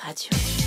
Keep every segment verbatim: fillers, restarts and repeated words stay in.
Radio.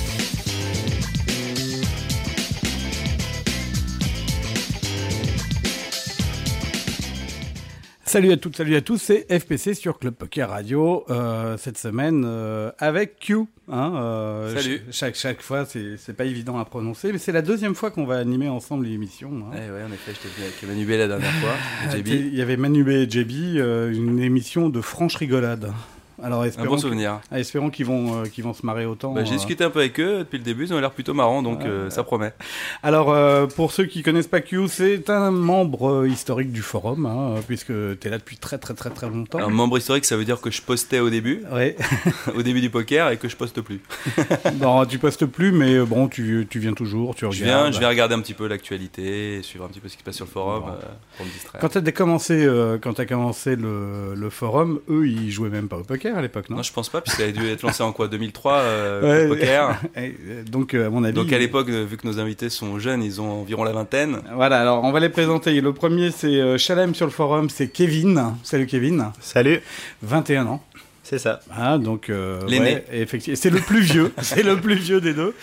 Salut à toutes, salut à tous, c'est F P C sur Club Poker Radio, euh, cette semaine euh, avec Q. Hein, euh, Salut. ch- chaque, chaque fois, c'est, c'est pas évident à prononcer, mais c'est la deuxième fois qu'on va animer ensemble l'émission. Hein. Ouais, ouais, en effet, j'étais venu avec Manu B la dernière fois, et J B. Il y avait Manu B et J B, euh, une émission de franche rigolade. Alors, Un espérons bon que- souvenir. ah, espérons qu'ils vont, euh, qu'ils vont se marrer autant. Bah, j'ai euh. discuté un peu avec eux depuis le début, ils ont l'air plutôt marrants, donc Ouais. euh, ça promet. Alors, euh, pour ceux qui connaissent pas Q, c'est un membre euh, historique du forum, hein, puisque tu es là depuis très très très très longtemps. Un membre historique, ça veut dire que je postais au début, Ouais. au début du poker, et que je poste plus. Non, tu postes plus, mais bon, tu, tu viens toujours, tu Je regardes. viens, je vais regarder un petit peu l'actualité, suivre un petit peu ce qui se passe sur le forum, Bon. euh, pour me distraire. Quand t'as commencé, euh, quand t'as commencé le, le forum, eux, ils jouaient même pas au poker à l'époque, non, Non, je pense pas, puisqu'il a dû être lancé en quoi, deux mille trois, euh, Ouais. le poker. Et, euh, Donc, euh, à mon avis. Donc à l'époque, euh, vu que nos invités sont jeunes, ils ont environ la vingtaine. Voilà, alors on va les présenter. Le premier, c'est euh, Chalem sur le forum, c'est Kevin. Salut Kevin. Salut, vingt et un ans. c'est ça. Ah, donc, euh, L'aîné. ouais, effectivement, c'est le plus vieux, c'est le plus vieux des deux.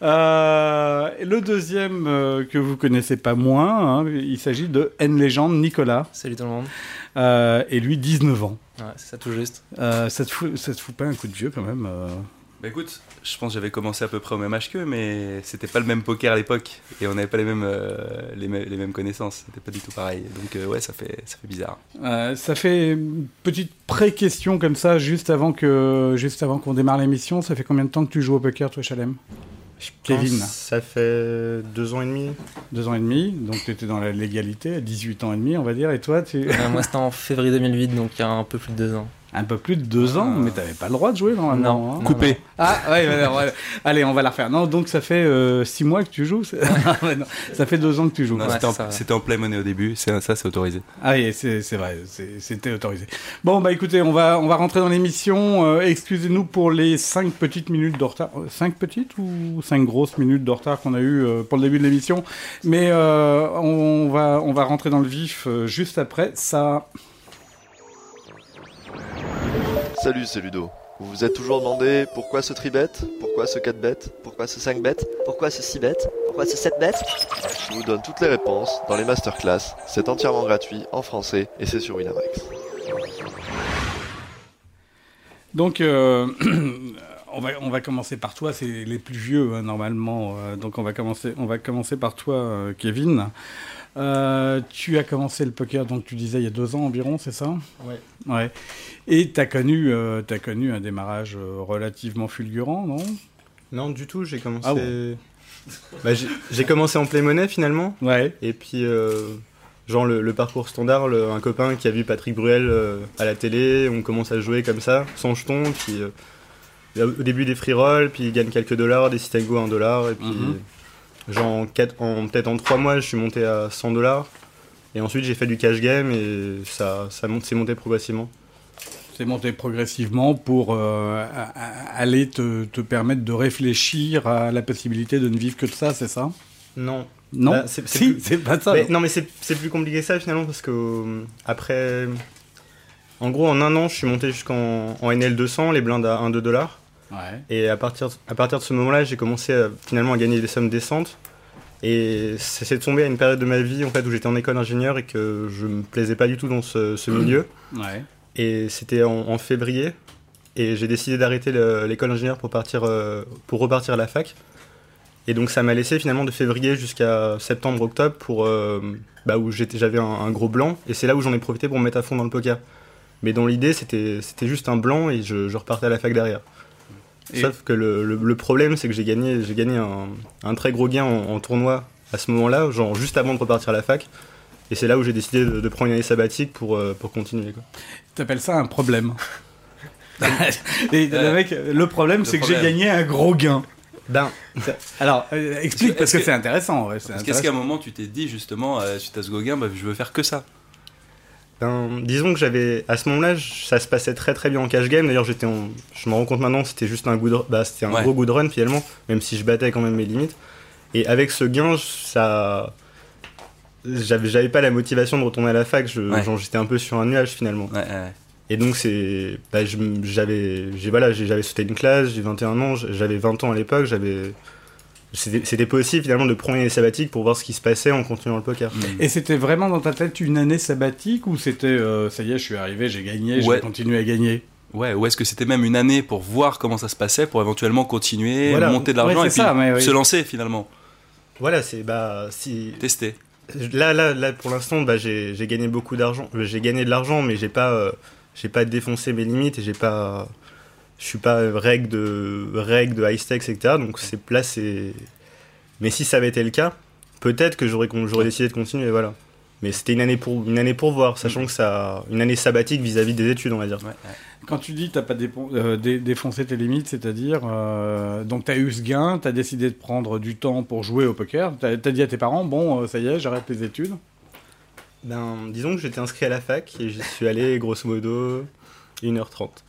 Euh, et le deuxième euh, que vous connaissez pas moins, hein, il s'agit de N-Légende, Nicolas, Salut tout le monde. euh, et lui dix-neuf ans. Ouais, c'est ça tout juste. Euh, ça te fout, ça te fout pas un coup de vieux quand même euh Bah écoute, je pense que j'avais commencé à peu près au même âge qu'eux, mais c'était pas le même poker à l'époque, et on n'avait pas les mêmes, euh, les, mêmes- les mêmes connaissances, c'était pas du tout pareil. Donc euh, ouais, ça fait, ça fait bizarre. Euh, Ça fait une petite pré-question comme ça, juste avant que, juste avant qu'on démarre l'émission. Ça fait combien de temps que tu joues au poker, toi, Chalem? Kevin. Pense, ça fait deux ans et demi. Deux ans et demi, donc tu étais dans la légalité, à dix-huit ans et demi, on va dire. Et toi, tu Euh, moi c'était en février deux mille huit, donc il y a un peu plus de deux ans. un peu plus de deux ans, Ah. mais t'avais pas le droit de jouer normalement. Non. hein. Coupé. Ah ouais, ouais, ouais. Allez, on va la refaire. Non, donc ça fait euh, six mois que tu joues. c'est- Ouais, non, ça fait deux ans que tu joues. Non, Ouais, c'était, en, c'est ça. c'était en play money au début, c'est, ça c'est autorisé. Ah oui, c'est, c'est vrai, c'est- c'était autorisé. Bon, bah écoutez, on va, on va rentrer dans l'émission. Euh, excusez-nous pour les cinq petites minutes de retard. Euh, Cinq petites ou cinq grosses minutes de retard qu'on a eu euh, pour le début de l'émission. Mais euh, on, va, on va rentrer dans le vif euh, juste après. Ça... Salut, c'est Ludo. Vous vous êtes toujours demandé pourquoi ce tribet, pourquoi ce quatre bet, pourquoi ce cinq bet, pourquoi ce six bet, pourquoi ce sept bet? Je vous donne toutes les réponses dans les masterclass. C'est entièrement gratuit, en français, et c'est sur Winamax. Donc, euh, on, va, on va commencer par toi. C'est les plus vieux, hein, normalement. Euh, donc, on va commencer, on va commencer par toi, euh, Kevin. Euh, tu as commencé le poker, donc tu disais, il y a deux ans environ, c'est ça? Ouais. Ouais. Et tu as connu, euh, t'as connu un démarrage euh, relativement fulgurant, non? Non, du tout, j'ai commencé... Ah Bah, j'ai, j'ai commencé en play money finalement, Ouais. et puis euh, genre le, le parcours standard, le- un copain qui a vu Patrick Bruel euh, à la télé, on commence à jouer comme ça, sans jetons, puis euh, au début des free rolls, puis il gagne quelques dollars, des sit and go un dollar, et puis Mhm. genre en, quatre, en peut-être en trois mois je suis monté à cent dollars, et ensuite j'ai fait du cash game, et ça, ça monte, c'est monté progressivement. C'est monté progressivement pour euh, a- a- aller te, te permettre de réfléchir à la possibilité de ne vivre que de ça, c'est ça? Non. Non? Bah, c'est- c'est si, plus- c'est pas ça. Mais non. non, mais c'est c'est plus compliqué que ça finalement parce que euh, après, en gros, en un an, je suis monté jusqu'en en N L deux cents, les blindes à un deux dollars. Ouais. Et à partir, à partir de ce moment-là, j'ai commencé à, finalement à gagner des sommes décentes. Et c'est c'est tombé à une période de ma vie en fait, où j'étais en école d'ingénieur et que je me plaisais pas du tout dans ce, ce milieu. Ouais. Et c'était en, en février. Et j'ai décidé d'arrêter le- l'école d'ingénieur pour, partir, euh, pour repartir à la fac. Et donc ça m'a laissé finalement de février jusqu'à septembre-octobre pour, euh, bah, où j'étais- j'avais un, un gros blanc. Et c'est là où j'en ai profité pour me mettre à fond dans le poker. Mais dans l'idée, c'était c'était juste un blanc et je, je repartais à la fac derrière. Et- Sauf que le, le- le problème, c'est que j'ai gagné, j'ai gagné un, un très gros gain en, en tournoi à ce moment-là, genre juste avant de repartir à la fac. Et c'est là où j'ai décidé de, de prendre une année sabbatique pour, euh, pour continuer, quoi. T'appelles ça un problème. Et le mec, le problème, Le c'est que j'ai problème. gagné un gros gain. Ben, Alors, euh, explique, Est-ce parce que- que c'est intéressant. Ouais, c'est Est-ce qu'à un intéressant. moment tu t'es dit justement, euh, suite à ce Gauguin, bah, je veux faire que ça? ben, disons que j'avais, à ce moment-là, je- ça se passait très très bien en cash game. D'ailleurs, j'étais en, je me rends compte maintenant, c'était juste un good, bah, c'était un Ouais. gros good run finalement, même si je battais quand même mes limites. Et avec ce gain, ça, j'avais, j'avais pas la motivation de retourner à la fac. Je, Ouais. genre, j'étais un peu sur un nuage finalement. Ouais, ouais. Et donc, c'est, bah, je, j'avais, j'ai, voilà, j'ai, j'avais sauté une classe, j'ai vingt et un ans, j'avais vingt ans à l'époque, j'avais... C'était, c'était possible finalement de prendre une année sabbatique pour voir ce qui se passait en continuant le poker. Et c'était vraiment dans ta tête une année sabbatique ou c'était euh, ça y est, je suis arrivé, j'ai gagné, je Ouais. vais continuer à gagner? Ouais, ou est-ce que c'était même une année pour voir comment ça se passait, pour éventuellement continuer, Voilà. monter de l'argent Ouais, et c'est puis ça, mais oui. se lancer finalement, Voilà, c'est bah si tester. là là là pour l'instant bah j'ai j'ai gagné beaucoup d'argent, j'ai gagné de l'argent mais j'ai pas euh, j'ai pas défoncé mes limites et j'ai pas je suis pas euh, règle de règle de high stakes et cetera. Donc c'est là c'est mais si ça avait été le cas, peut-être que j'aurais j'aurais décidé de continuer voilà. Mais c'était une année pour une année pour voir, sachant que ça une année sabbatique vis-à-vis des études on va dire. Ouais, ouais. Quand tu dis t'as pas dépon- euh, dé- défoncé tes limites, c'est-à-dire euh, donc t'as eu ce gain, t'as décidé de prendre du temps pour jouer au poker, t'as, t'as dit à tes parents bon euh, ça y est, j'arrête les études. Ben disons que j'étais inscrit à la fac et j'y suis allé grosso modo une heure trente.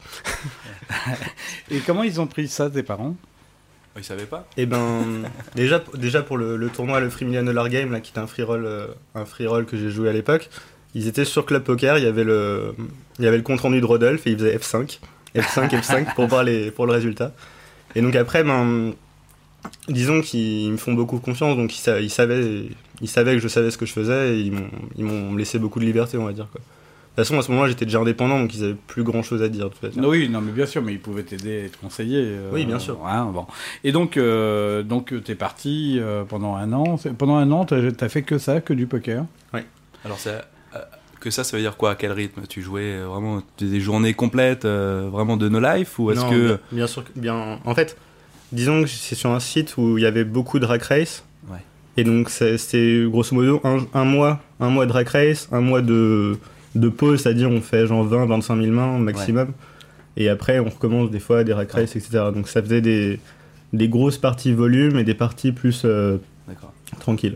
Et comment ils ont pris ça tes parents? Ils savaient pas. Et ben déjà déjà pour le, le tournoi le Free Million Dollar Game là qui était un free roll euh, un free roll que j'ai joué à l'époque, ils étaient sur Club Poker, il y avait le il y avait le compte rendu de Rodolphe et ils faisaient F cinq F cinq F cinq pour voir les pour le résultat. Et donc après ben disons qu'ils me font beaucoup confiance donc ils, sa- ils savaient ils savaient que je savais ce que je faisais et ils m'ont ils m'ont laissé beaucoup de liberté on va dire quoi. De toute façon, à ce moment-là, j'étais déjà indépendant, donc ils avaient plus grand-chose à dire. De toute façon. Oui, non, mais bien sûr, mais ils pouvaient t'aider et te conseiller. euh, Oui, bien sûr. hein, bon. Et donc, euh, donc t'es parti euh, pendant un an. C'est- Pendant un an, t'as, t'as fait que ça, que du poker. Alors ça, euh, que ça, ça veut dire quoi? À quel rythme? Tu jouais euh, vraiment des journées complètes, euh, vraiment de no life, ou est-ce Non, que bien, bien sûr, que- bien. En fait, disons que c'est sur un site où il y avait beaucoup de drag race. Ouais. Et donc c'est- c'était grosso modo un, un mois, un mois de drag race, un mois de de pause, c'est-à-dire on fait genre vingt à vingt-cinq mille mains maximum. Et après on recommence des fois des drag race, et cetera. Donc ça faisait des des grosses parties volume et des parties plus euh, D'accord. tranquilles.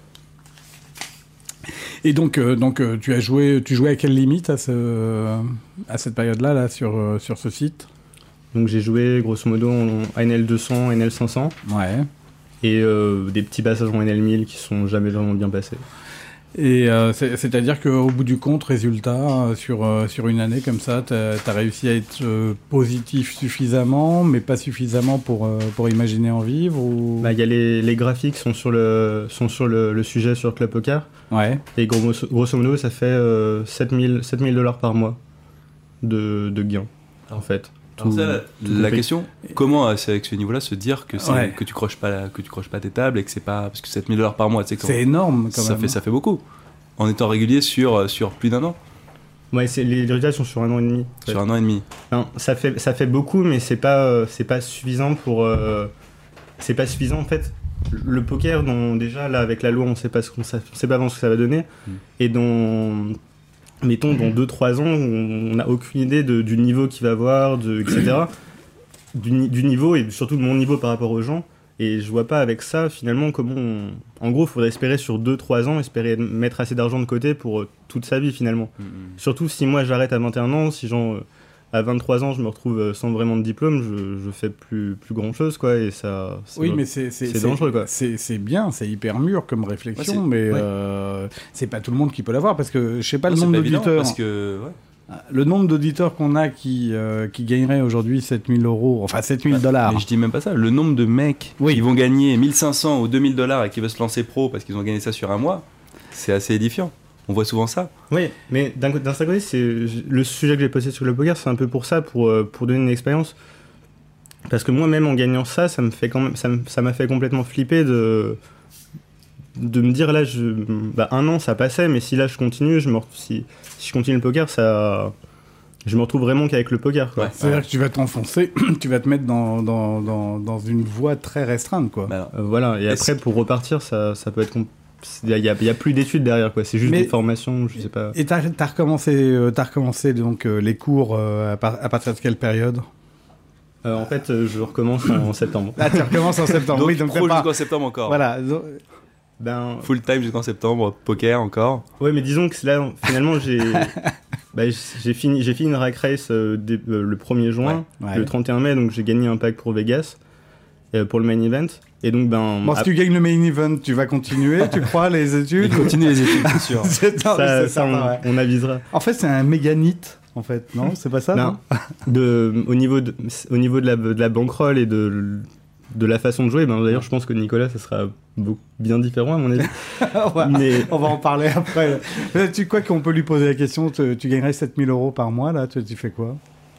Et donc, euh, donc euh, tu as joué, tu jouais à quelle limite à ce, à cette période-là, là, sur euh, sur ce site? Donc j'ai joué grosso modo en N L deux cents, N L cinq cents Ouais. et euh, des petits passages en N L mille qui sont jamais vraiment bien passés. Et euh, c'est, c'est-à-dire qu'au bout du compte, résultat, euh, sur, euh, sur une année comme ça, t'as, t'as réussi à être euh, positif suffisamment, mais pas suffisamment pour, euh, pour imaginer en vivre ou... Bah, y a les, les graphiques sont sur le sont sur le, le sujet sur Club Poker Ouais. et grosso, grosso modo ça fait euh, sept mille dollars par mois de, de gains en fait. Alors Tout- ça, la, tout la compris. question, comment, euh, c'est avec ce niveau-là, se dire que, c'est, Ouais. que tu croches pas, que tu croches pas tes tables et que c'est pas, parce que sept mille dollars par mois, tu sais que C'est énorme quand ça même. fait, ça fait beaucoup. En étant régulier sur, sur plus d'un an, Ouais, c'est, les, les résultats sont sur un an et demi. en fait. sur un an et demi. Non, ça fait ça fait beaucoup mais c'est pas euh, c'est pas suffisant pour euh, c'est pas suffisant en fait. Le poker dont déjà là avec la loi on sait pas ce qu'on sait, on sait pas avant ce que ça va donner Mm. et dont mettons dans deux trois ans on n'a aucune idée de, du niveau qu'il va avoir de et cetera du, ni- du niveau et surtout de mon niveau par rapport aux gens et je vois pas avec ça finalement comment on... en gros il faudrait espérer sur deux trois ans espérer mettre assez d'argent de côté pour euh, toute sa vie finalement. Mm, mm. Surtout si moi j'arrête à vingt et un ans, si genre euh, à vingt-trois ans je me retrouve euh, sans vraiment de diplôme, je, je fais plus, plus grand chose quoi et ça. c'est- Oui, mais c'est, c'est, c'est dangereux, quoi. C'est, c'est bien, c'est hyper mûr comme réflexion, Ouais, mais ouais. euh, c'est pas tout le monde qui peut l'avoir parce que je sais pas Non, le c'est nombre pas évident, d'auditeurs. parce que, ouais. Le nombre d'auditeurs qu'on a qui, euh, qui gagneraient aujourd'hui sept mille euros, enfin sept mille dollars. Mais je dis même pas ça. Le nombre de mecs Oui. qui vont gagner mille cinq cents ou deux mille dollars et qui veulent se lancer pro parce qu'ils ont gagné ça sur un mois, c'est assez édifiant. On voit souvent ça. Oui, mais d'un, co- d'un certain côté, c'est le sujet que j'ai posé sur le poker, c'est un peu pour ça, pour, euh, pour donner une expérience. Parce que moi-même en gagnant ça, ça me fait quand même, ça, me- ça m'a fait complètement flipper de de me dire là, je, bah, un an ça passait, mais si là je continue, je me, re- si, si je continue le poker, ça, je me retrouve vraiment qu'avec le poker. Quoi. Ouais. C'est-à-dire que tu vas t'enfoncer, tu vas te mettre dans, dans, dans, dans une voie très restreinte, quoi. Bah alors, Euh, voilà, et Est-ce- après pour repartir, ça, ça peut être compl- il y, a- il y a- il y a plus d'études derrière quoi, c'est juste Mais- des formations, je sais pas. Et t'as, t'as recommencé, euh, t'as recommencé donc euh, les cours euh, à, par- à partir de quelle période? Euh, en fait, euh, je recommence en septembre. Ah, tu recommences en septembre. donc, oui, donc pro t'as pas- jusqu'en septembre encore. Voilà. donc- Ben, Full time jusqu'en septembre, poker encore. ouais, mais disons que là, finalement, j'ai, bah, j'ai fini, j'ai fini une rack race euh, dès- euh, le premier juin, Ouais. le trente et un mai, donc j'ai gagné un pack pour Vegas euh, pour le main event. Et donc, ben, Bon, si ap- tu gagnes le main event, tu vas continuer, tu crois, les études? Il continue les études, c'est sûr. C'est- non, mais ça, c'est ça, on, certain, ouais. on avisera. En fait, c'est un méga nit. en fait. Non, c'est pas ça. Non. non De, au niveau de, au niveau de la, de la bankroll et de, de la façon de jouer, ben, d'ailleurs, je pense que Nicolas, ça sera beaucoup, bien différent, à mon avis. on, va, Mais... on va en parler après. Tu crois qu'on peut lui poser la question, tu, tu gagnerais sept mille euros par mois, là, tu, tu fais quoi?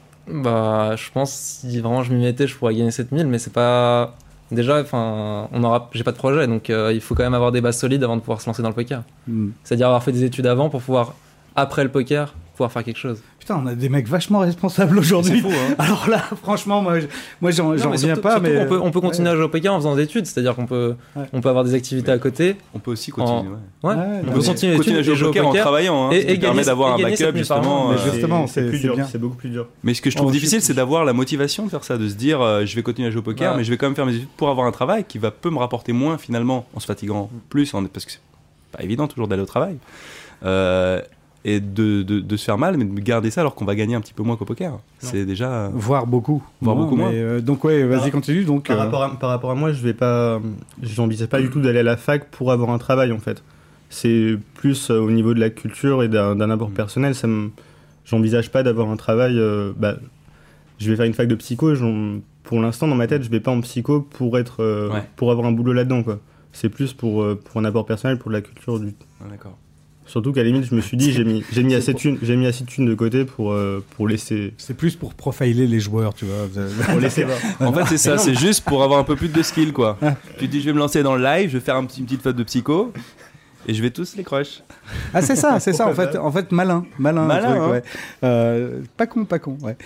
Bah, je pense si vraiment je m'y mettais, je pourrais gagner sept mille, mais c'est pas. Déjà, enfin, on aura, j'ai pas de projet, donc euh, il faut quand même avoir des bases solides avant de pouvoir se lancer dans le poker. Mm. C'est-à-dire avoir fait des études avant pour pouvoir, après le poker, pouvoir faire quelque chose. Putain, on a des mecs vachement responsables aujourd'hui. C'est fou, hein. Alors là, franchement, moi, moi j'en, j'en reviens pas. Surtout mais on peut, on peut continuer ouais. à jouer au poker en faisant des études, c'est-à-dire qu'on peut, ouais. on peut avoir des activités ouais. à côté. On peut aussi continuer. En... Ouais. Ouais, Ouais, on peut continuer, continuer à jouer au poker, poker en travaillant. Hein, et, et, et permet d'avoir un backup justement. Mais justement, c'est, c'est, plus c'est dur, bien. c'est beaucoup plus dur. Mais ce que je trouve oh, difficile, c'est d'avoir la motivation de faire ça, de se dire euh, je vais continuer à jouer au poker, ouais. mais je vais quand même faire mes études pour avoir un travail qui va peu me rapporter moins finalement en se fatiguant plus, en, parce que c'est pas évident toujours d'aller au travail. Euh, et de, de, de se faire mal, mais de garder ça alors qu'on va gagner un petit peu moins qu'au poker. Non. C'est déjà... Euh, voire beaucoup. Voire non, beaucoup moins. Euh, donc ouais, vas-y, par, continue. Donc, par, euh... rapport à, par rapport à moi, je vais pas... J'envisage pas du tout d'aller à la fac pour avoir un travail, en fait. C'est plus euh, au niveau de la culture et d'un, d'un apport mmh. personnel. Ça me... J'envisage pas d'avoir un travail... Euh, bah, je vais faire une fac de psycho. Pour l'instant, dans ma tête, je vais pas en psycho pour, être, euh, ouais. pour avoir un boulot là-dedans, quoi. C'est plus pour, euh, pour un apport personnel, pour la culture du... Ah, d'accord. Surtout qu'à la limite, je me suis dit, j'ai mis, j'ai mis, assez, pour... thune, j'ai mis assez de thunes de côté pour, euh, pour laisser... C'est plus pour profiler les joueurs, tu vois. Pour laisser En fait, c'est ça, c'est juste pour avoir un peu plus de skill, quoi. Tu te dis, je vais me lancer dans le live, je vais faire un petit, une petite faute de psycho, et je vais tous les crush. Ah, c'est ça, c'est ça, en fait, en fait, malin. Malin, malin truc, hein. ouais. euh, Pas con, pas con, ouais.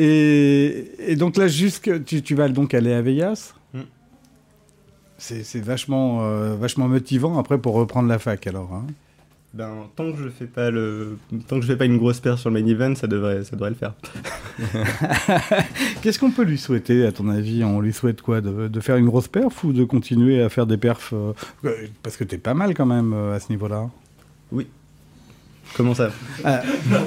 Et, et donc là, juste, tu, tu vas donc aller à Vegas mm. C'est, c'est vachement, euh, vachement motivant, après, pour reprendre la fac, alors, hein. Ben, tant que je fais pas le, tant que je fais pas une grosse perf sur le main event, ça devrait, ça devrait le faire. Qu'est-ce qu'on peut lui souhaiter, à ton avis? On lui souhaite quoi, de, de faire une grosse perf ou de continuer à faire des perfs euh, parce que t'es pas mal quand même euh, à ce niveau-là. Oui. Comment ça? euh,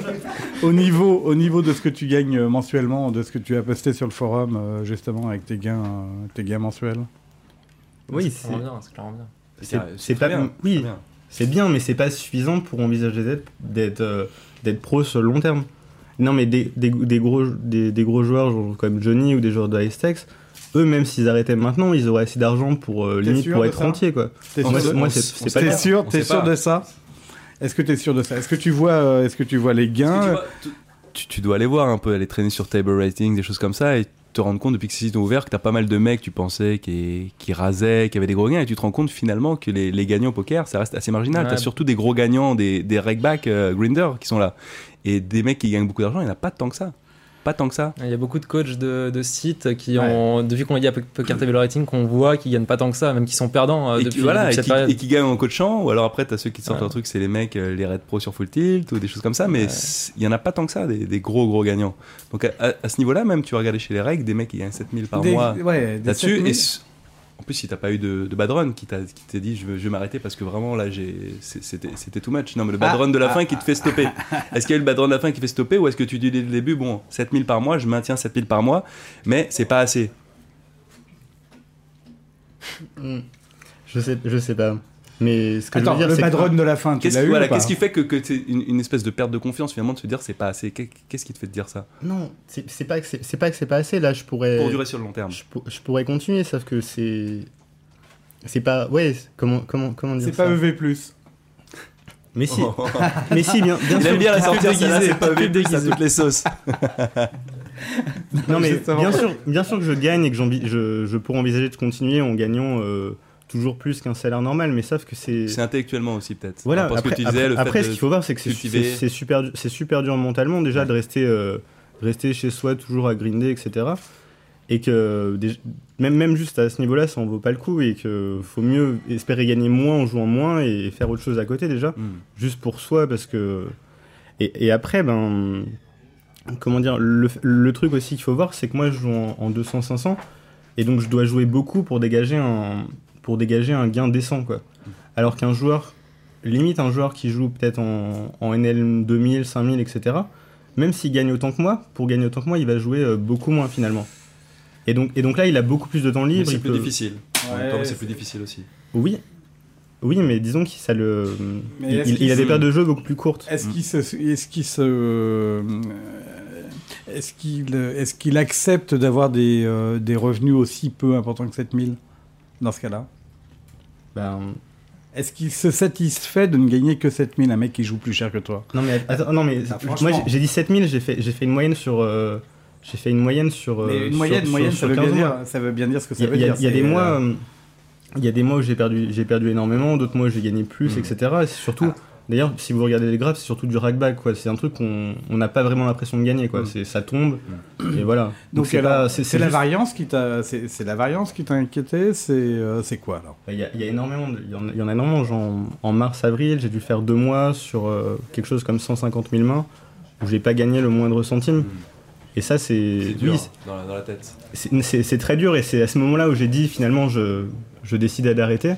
au niveau, au niveau de ce que tu gagnes mensuellement, de ce que tu as posté sur le forum euh, justement avec tes gains, euh, tes gains mensuels. Oui, c'est, c'est, bien, c'est clairement bien. C'est, c'est, c'est pas bien. Oui. Bien. C'est bien, mais c'est pas suffisant pour envisager d'être, d'être, euh, d'être pro sur le long terme. Non, mais des, des, des, gros, des, des gros joueurs genre, comme Johnny ou des joueurs de high-stakes, eux, même s'ils arrêtaient maintenant, ils auraient assez d'argent pour, euh, limite, pour être entier, quoi. T'es sûr, moi, de, moi, c'est, c'est pas t'es sûr, t'es sûr de ça? Est-ce que t'es sûr de ça? Est-ce que tu vois, euh, est-ce que tu vois les gains? Tu, vois, tu, tu, tu dois aller voir un peu, aller traîner sur Table Rating, des choses comme ça, et te rendre compte depuis que ces sites ont ouvert que t'as pas mal de mecs tu pensais qui, qui rasaient, qui avaient des gros gains, et tu te rends compte finalement que les, les gagnants au poker ça reste assez marginal. Ouais. T'as surtout des gros gagnants, des, des rakeback euh, grinders qui sont là, et des mecs qui gagnent beaucoup d'argent, il n'y en a pas tant que ça. Pas tant que ça. Il y a beaucoup de coachs de, de sites qui ont, ouais. depuis qu'on a dit à Poker Table Rating, qu'on voit qu'ils gagnent pas tant que ça, même qu'ils sont perdants euh, et depuis, qui, voilà, depuis et cette qui, période. Et qui gagnent en coachant, ou alors après t'as ceux qui sortent ouais. leur truc, c'est les mecs, les Red Pro sur Full Tilt ou des choses comme ça, mais il ouais. y en a pas tant que ça, des, des gros gros gagnants. Donc à, à, à ce niveau-là, même tu vas regarder chez les règles, des mecs qui gagnent sept mille par des, mois ouais, là-dessus. Et en plus, si t'as pas eu de, de bad run qui t'a, qui t'a dit je veux, je vais m'arrêter parce que vraiment là j'ai, c'était, c'était too much. Non, mais le bad ah, run de la ah, fin ah, qui te fait stopper. Est-ce qu'il y a eu le bad run de la fin qui fait stopper, ou est-ce que tu dis dès le début, bon, sept mille par mois, je maintiens sept mille par mois, mais c'est pas assez? Je sais, je sais pas. Mais ce que Attends, je veux dire, le c'est bad run de la fin, tu qu'est-ce l'as qui, eu voilà, ou pas? Qu'est-ce qui fait que, que c'est une, une espèce de perte de confiance finalement de se dire c'est pas assez? Qu'est-ce qui te fait te dire ça? Non, c'est, c'est pas que c'est, c'est pas que c'est pas assez. Là, je pourrais. Pour durer sur le long terme. Je, je pourrais continuer, sauf que c'est. C'est pas. Ouais, comment, comment, comment dire c'est ça? C'est pas E V plus. Mais si, oh. mais si, bien, bien Il sûr. aime bien la sortir celle-là, c'est pas E V plus à toutes les sauces. Non, mais bien sûr, bien sûr que je gagne et que je, je pourrais envisager de continuer en gagnant euh, toujours plus qu'un salaire normal, mais sauf que c'est. C'est intellectuellement aussi, peut-être. Voilà, après, après, que tu disais, après, le après fait ce qu'il faut voir, c'est que c'est, c'est, c'est, super, c'est super dur mentalement déjà ouais. de rester, euh, rester chez soi toujours à grinder, et cetera. Et que même, même juste à ce niveau-là, ça en vaut pas le coup, et qu'il faut mieux espérer gagner moins en jouant moins et faire autre chose à côté déjà, mm. juste pour soi, parce que. Et, et après, ben. Comment dire, le, le truc aussi qu'il faut voir, c'est que moi je joue en, en deux cents cinq cents, et donc je dois jouer beaucoup pour dégager un, pour dégager un gain décent, quoi. Alors qu'un joueur, limite un joueur qui joue peut-être en, en N L deux mille, cinq mille, et cetera, même s'il gagne autant que moi, pour gagner autant que moi, il va jouer beaucoup moins finalement. Et donc, et donc là, il a beaucoup plus de temps libre. Mais c'est il plus peut... difficile. Ouais, en même temps, c'est plus difficile aussi. Oui. Oui, mais disons qu'il ça le. Mais il, est-ce il, qu'il il a des se- paires de jeux beaucoup plus courtes. Est-ce qu'il se, est-ce qu'il se, euh, est-ce qu'il, est-ce qu'il accepte d'avoir des, euh, des revenus aussi peu importants que sept mille dans ce cas-là? Ben, Est-ce qu'il se satisfait de ne gagner que sept mille, un mec qui joue plus cher que toi? non mais attends, non mais Ah, moi franchement. j'ai, j'ai dit sept mille, j'ai fait j'ai fait une moyenne sur euh, j'ai fait une moyenne sur. euh, Mais une sur- moyenne, sur- moyenne, sur ça veut bien quinze mois. dire, ça veut bien dire ce que ça Il y a, veut il y a- dire. il y a c'est, des mois, euh, euh, il y a des mois où j'ai perdu, j'ai perdu énormément, d'autres mois où j'ai gagné plus, Mm. et cetera. Et c'est surtout, d'ailleurs, si vous regardez les graphes, c'est surtout du rackback, quoi. C'est un truc qu'on on n'a pas vraiment l'impression de gagner, quoi. Mm. C'est, ça tombe, et voilà. Donc, c'est alors, pas- c'est, c'est la juste- variance qui t'a, c'est, c'est la variance qui t'a inquiété. C'est, euh, c'est quoi alors? Il y, a, il y a énormément, de- il y en, il y en a énormément. Genre, en, en mars-avril, j'ai dû faire deux mois sur euh, quelque chose comme cent cinquante mille mains où j'ai pas gagné le moindre centime. Et ça, c'est, C'est dur, oui, dans, la, dans la tête. c'est, c'est, c'est très dur. Et c'est à ce moment-là où j'ai dit finalement, je, je décidais d'arrêter.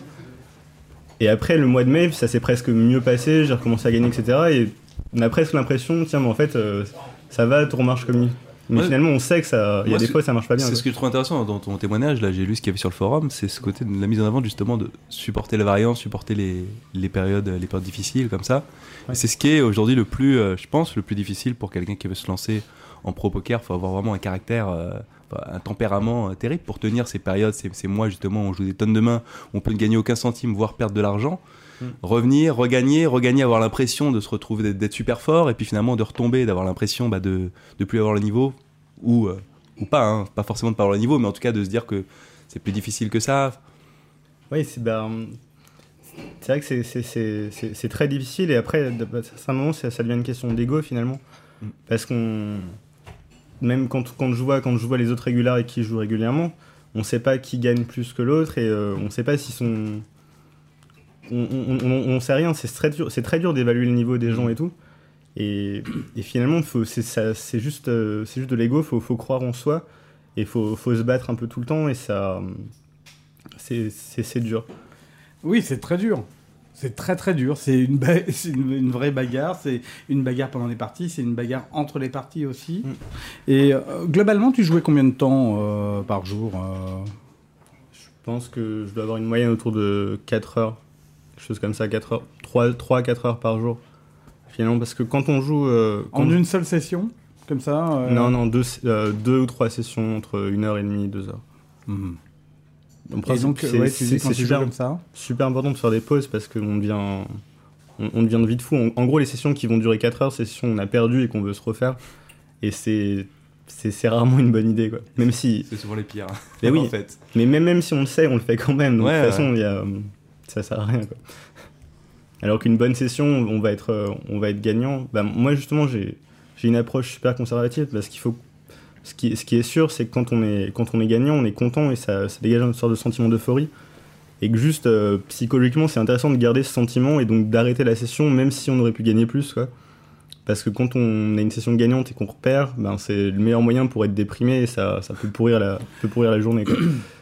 Et après, le mois de mai, ça s'est presque mieux passé. J'ai recommencé à gagner, et cetera. Et on a presque l'impression, tiens, mais en fait, euh, ça va, tout marche comme il. Mais Ouais. finalement, on sait que ça, il y a Moi, des c'est- fois, ça marche pas bien. C'est quoi. ce que je trouve intéressant dans ton témoignage, là, j'ai lu ce qu'il y avait sur le forum, c'est ce côté de la mise en avant justement de supporter la variance, supporter les, les périodes les périodes difficiles comme ça. Ouais. Et c'est ce qui est aujourd'hui le plus, euh, je pense, le plus difficile pour quelqu'un qui veut se lancer en pro poker. Il faut avoir vraiment un caractère, euh, enfin, un tempérament euh, terrible pour tenir ces périodes, ces, ces mois justement où on joue des tonnes de mains, où on peut ne gagner aucun centime, voire perdre de l'argent. Mm. Revenir, regagner, regagner, avoir l'impression de se retrouver, d'être, d'être super fort, et puis finalement de retomber, d'avoir l'impression bah, de ne plus avoir le niveau, ou, euh, ou pas, hein, pas forcément de pas avoir le niveau, mais en tout cas de se dire que c'est plus difficile que ça. Oui, c'est bah, c'est vrai que c'est, c'est, c'est, c'est, c'est très difficile. Et après, de- bah, c'est un moment, ça, ça devient une question d'ego finalement. Mm. Parce qu'on. Même quand, quand, je vois, quand je vois les autres régulars et qui jouent régulièrement, on sait pas qui gagne plus que l'autre et euh, on sait pas s'ils sont. On, on, on, on sait rien, c'est très dur, c'est très dur d'évaluer le niveau des gens et tout. Et, et finalement, faut, c'est, ça, c'est, juste, euh, c'est juste de l'ego, faut, faut croire en soi et faut, faut se battre un peu tout le temps et ça. C'est, c'est, c'est dur. Oui, c'est très dur. C'est très très dur. C'est une, ba- c'est une, une vraie bagarre. C'est une bagarre pendant les parties. C'est une bagarre entre les parties aussi. Mm. Et euh, globalement, tu jouais combien de temps euh, par jour euh Je pense que je dois avoir une moyenne autour de quatre heures. Quelque chose comme ça, quatre heures. trois à quatre heures par jour. Finalement, parce que quand on joue. euh, quand En on- une seule session, comme ça euh Non, non, deux, euh, deux ou trois sessions entre une heure et demie, deux heures. Mhm. En Et principe, donc, c'est, ouais, tu c'est- dis quand c'est tu joues super, comme ça. super important de faire des pauses parce qu'on devient. On, on devient vite fou. En, en gros, les sessions qui vont durer quatre heures, c'est les sessions où on a perdu et qu'on veut se refaire. Et c'est. C'est, c'est rarement une bonne idée, quoi. Même si. C'est souvent les pires. Mais oui. en fait. Mais même, même si on le sait, on le fait quand même. Donc Ouais, de toute façon, ouais. il y a, ça sert à rien, quoi. Alors qu'une bonne session, on va être, euh, on va être gagnant. Bah, moi, justement, j'ai, j'ai une approche super conservative parce qu'il faut. Ce qui, ce qui est sûr, c'est que quand on est, quand on est gagnant, on est content et ça, ça dégage une sorte de sentiment d'euphorie. Et que juste euh, psychologiquement, c'est intéressant de garder ce sentiment et donc d'arrêter la session, même si on aurait pu gagner plus, quoi. Parce que quand on a une session gagnante et qu'on repère, ben c'est le meilleur moyen pour être déprimé et ça, ça peut pourrir la, peut pourrir la journée, quoi.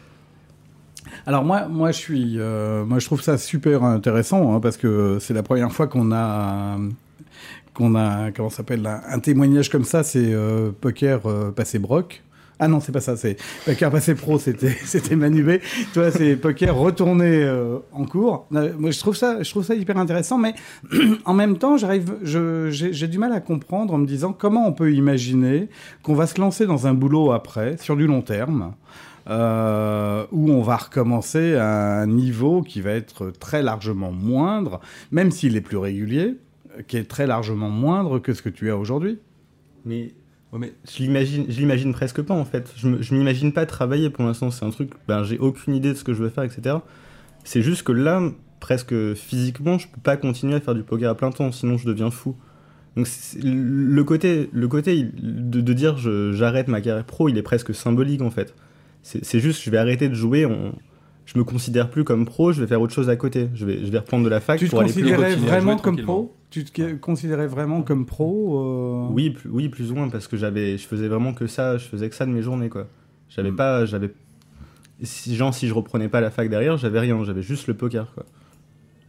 Alors moi, moi je suis, euh, moi je trouve ça super intéressant hein, parce que c'est la première fois qu'on a, euh, qu'on a, comment ça s'appelle, un, un témoignage comme ça, c'est euh, poker euh, passé broc. Ah non, c'est pas ça, c'est poker passé pro, c'était c'était Manubé. Toi, c'est poker retourné euh, en cours. Euh, moi, je trouve ça, je trouve ça hyper intéressant, mais en même temps, j'arrive, je, j'ai, j'ai du mal à comprendre en me disant comment on peut imaginer qu'on va se lancer dans un boulot après, sur du long terme. Euh, où on va recommencer à un niveau qui va être très largement moindre, même s'il est plus régulier, qui est très largement moindre que ce que tu as aujourd'hui. Mais Ouais, mais je l'imagine, je l'imagine presque pas en fait. Je, me, je m'imagine pas travailler pour l'instant. C'est un truc, ben j'ai aucune idée de ce que je veux faire, et cetera. C'est juste que là, presque physiquement, je peux pas continuer à faire du poker à plein temps, sinon je deviens fou. Donc c'est- le côté, le côté il- de, de dire je, j'arrête ma carrière pro, il est presque symbolique en fait. C'est, c'est juste, je vais arrêter de jouer. On, je me considère plus comme pro. Je vais faire autre chose à côté. Je vais, je vais reprendre de la fac Tu te pour aller plus. considérais continuer à vraiment jouer comme tranquillement. pro Tu te considérais vraiment comme pro euh Oui, plus, oui, plus ou moins, parce que j'avais, je faisais vraiment que ça, je faisais que ça de mes journées, quoi. J'avais Mm. pas, j'avais, si, genre, si je reprenais pas la fac derrière, j'avais rien, j'avais juste le poker, quoi.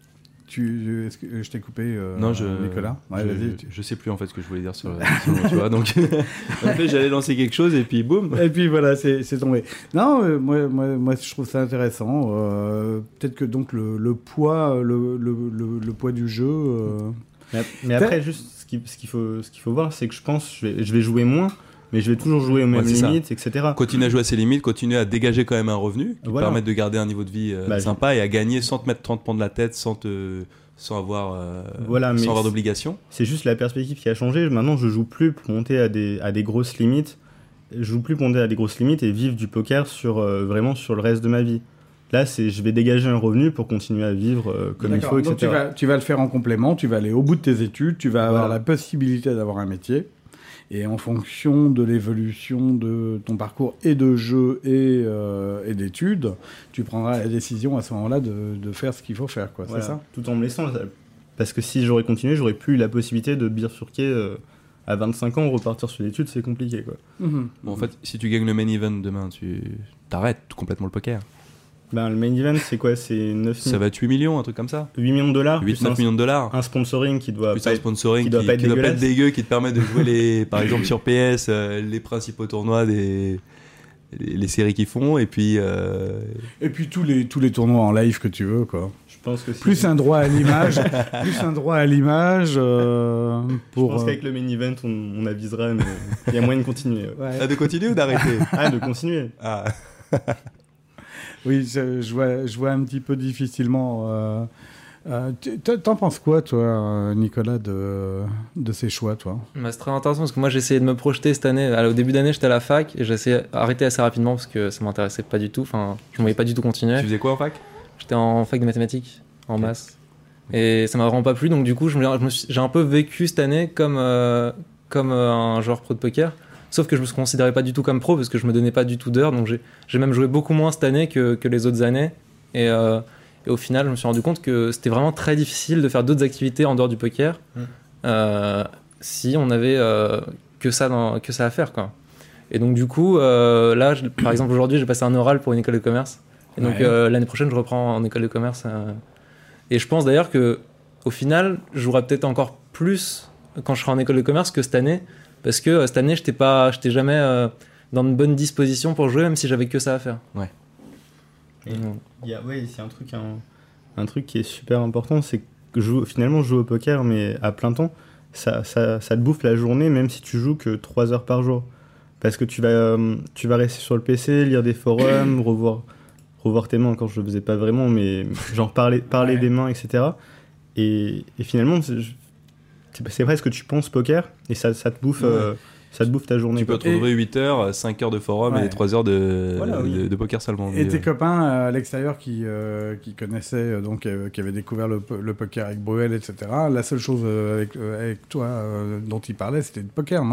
tu, est-ce que je t'ai coupé, euh, non, je, Nicolas ouais, je, vas-y, tu... je sais plus en fait ce que je voulais dire sur la tu vois, donc en fait j'allais lancer quelque chose et puis boum. Et puis voilà, c'est, c'est tombé. Non, euh, moi, moi, moi, je trouve ça intéressant. Euh, peut-être que donc le, le poids, le, le, le, le poids du jeu. Euh... Mais, mais après, juste ce qu'il, ce qu'il faut, ce qu'il faut voir, c'est que je pense, je vais, je vais jouer moins. Mais je vais toujours jouer aux mêmes ouais, limites, ça. et cetera. Continuer à jouer à ses limites, continuer à dégager quand même un revenu qui voilà. permet de garder un niveau de vie euh, bah, sympa je... et à gagner sans te mettre trente pans de la tête, sans, te... sans avoir, euh... voilà, sans avoir d'obligation. C'est juste la perspective qui a changé. Maintenant, je joue plus pour monter à des, à des grosses limites. Je joue plus pour monter à des grosses limites et vivre du poker sur, euh, vraiment sur le reste de ma vie. Là, c'est, je vais dégager un revenu pour continuer à vivre euh, comme D'accord. il faut, et cetera. Donc tu vas, tu vas le faire en complément, tu vas aller au bout de tes études, tu vas avoir voilà. la possibilité d'avoir un métier. Et en fonction de l'évolution de ton parcours et de jeu et, euh, et d'études, tu prendras la décision à ce moment-là de, de faire ce qu'il faut faire, quoi. Voilà. C'est ça ? Tout en me laissant. Parce que si j'aurais continué, j'aurais plus la possibilité de bifurquer euh, à vingt-cinq ans, repartir sur l'étude, c'est compliqué, quoi. Mm-hmm. Bon, en fait, si tu gagnes le main event demain, tu t'arrêtes complètement le poker. Ben, le main event, c'est quoi ? C'est neuf Ça va être huit millions, un truc comme ça. huit millions de dollars. huit neuf millions de dollars. Un sponsoring qui doit plus pas un être, sponsoring qui doit qui, pas être qui doit pas être dégueulasse. dégueu, qui te permet de jouer, les, par exemple, sur P S, euh, les principaux tournois des... Les, les séries qu'ils font, et puis... Euh... Et puis tous les, tous les tournois en live que tu veux, quoi. Je pense que plus un droit à l'image, plus un droit à l'image euh, pour... Je pense qu'avec le main event, on, on avisera, mais il y a moyen de continuer. Ouais. Ah, de continuer ou d'arrêter ? Ah, de continuer. Ah. Oui, je, je, vois, je vois un petit peu difficilement. Euh, euh, t'en penses quoi, toi, Nicolas, de, de ces choix, toi ? Bah, c'est très intéressant parce que moi, j'ai essayé de me projeter cette année. Alors, au début d'année, j'étais à la fac et j'ai essayé d'arrêter assez rapidement parce que ça m'intéressait pas du tout. Enfin, je ne voyais pas du tout continuer. Tu faisais quoi en fac ? J'étais en fac de mathématiques, en okay. maths. Et ça m'a vraiment pas plu. Donc, du coup, je me, je me suis, j'ai un peu vécu cette année comme, euh, comme euh, un joueur pro de poker. Sauf que je me considérais pas du tout comme pro parce que je me donnais pas du tout d'heures. Donc j'ai, j'ai même joué beaucoup moins cette année que, que les autres années. Et, euh, et au final, je me suis rendu compte que c'était vraiment très difficile de faire d'autres activités en dehors du poker mmh. euh, si on avait euh, que, ça dans, que ça à faire, quoi. Et donc du coup, euh, là, je, par exemple, aujourd'hui, j'ai passé un oral pour une école de commerce. Et donc ouais. euh, l'année prochaine, je reprends en école de commerce. Euh, et je pense d'ailleurs que au final, je jouerai peut-être encore plus quand je serai en école de commerce que cette année. Parce que euh, cette année, je n'étais pas, j'étais jamais euh, dans une bonne disposition pour jouer, même si j'avais que ça à faire. Ouais. Et y a, ouais, c'est un truc, un, un truc qui est super important, c'est que je, finalement, jouer au poker, mais à plein temps, ça, ça, ça te bouffe la journée, même si tu joues que trois heures par jour. Parce que tu vas, euh, tu vas rester sur le P C, lire des forums, revoir, revoir tes mains. Encore, je ne le faisais pas vraiment, mais genre parler, parler ouais. des mains, et cetera. Et, et finalement, c'est, c'est presque que tu penses poker et ça, ça, te bouffe, ouais. euh, ça te bouffe ta journée. Tu peux te retrouver huit heures, cinq heures de forum ouais. et trois heures de, voilà, oui. de, de poker seulement. Et tes euh... copains à l'extérieur qui, euh, qui connaissaient, donc, euh, qui avaient découvert le, le poker avec Bruel, et cetera, la seule chose avec, avec toi euh, dont ils parlaient, c'était le poker, non ?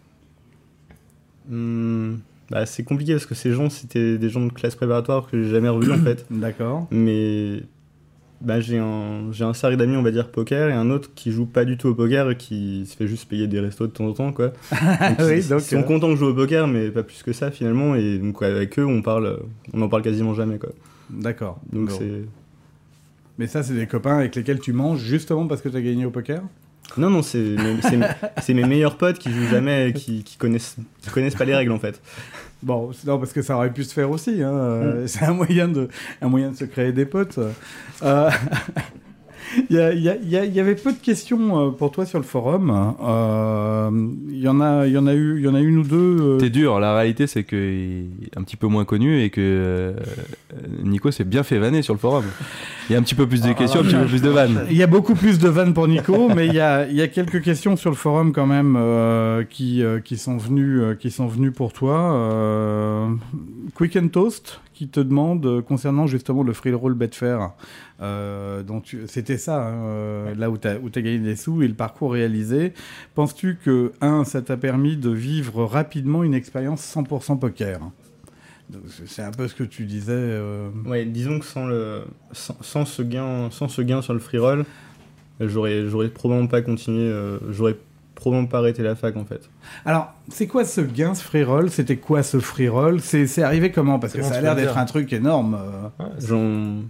Mmh, bah, c'est compliqué parce que ces gens, c'était des gens de classe préparatoire que j'ai jamais revus en fait. D'accord. Mais bah, j'ai un, j'ai un cercle d'amis, on va dire, poker, et un autre qui joue pas du tout au poker et qui se fait juste payer des restos de temps en temps, quoi. Donc, oui, ils, donc, ils sont euh... contents de jouer au poker, mais pas plus que ça finalement. Et donc ouais, avec eux, on parle, on en parle quasiment jamais, quoi. D'accord. Donc bon. c'est. Mais ça, c'est des copains avec lesquels tu manges justement parce que tu as gagné au poker ? Non, non, c'est mes, c'est, mes, c'est mes meilleurs potes qui jouent jamais, qui, qui connaissent, qui connaissent pas les règles en fait. Bon, non, parce que ça aurait pu se faire aussi. Hein. Mm. C'est un moyen de, un moyen de se créer des potes. Euh, Il y, a, il, y a, il y avait peu de questions pour toi sur le forum. Euh, il, y en a, il, y en a eu, il y en a une ou deux. Euh... T'es dur. La réalité, c'est qu'il est un petit peu moins connu et que euh, Nico s'est bien fait vanner sur le forum. Il y a un petit peu plus de questions, ah, un petit peu plus de vannes. Il y a beaucoup plus de vannes pour Nico, mais il y a, il y a quelques questions sur le forum quand même euh, qui, euh, qui, sont venues, euh, qui sont venues pour toi. Euh, Quick and Toast qui te demande euh, concernant justement le free roll Betfair. Euh, donc tu, c'était ça, hein, euh, là où tu as où t'as gagné des sous et le parcours réalisé. Penses-tu que, un, ça t'a permis de vivre rapidement une expérience cent pour cent poker ? Donc, c'est un peu ce que tu disais. Euh... Ouais, disons que sans, le, sans, sans, ce gain, sans ce gain sur le free roll, j'aurais, j'aurais probablement pas continué, euh, j'aurais probablement pas arrêté la fac en fait. Alors, c'est quoi ce gain, ce free roll ? C'était quoi ce free roll ? c'est, c'est arrivé comment ? Parce c'est que bon, ça a l'air d'être dire. un truc énorme. Euh... Ouais, J'en...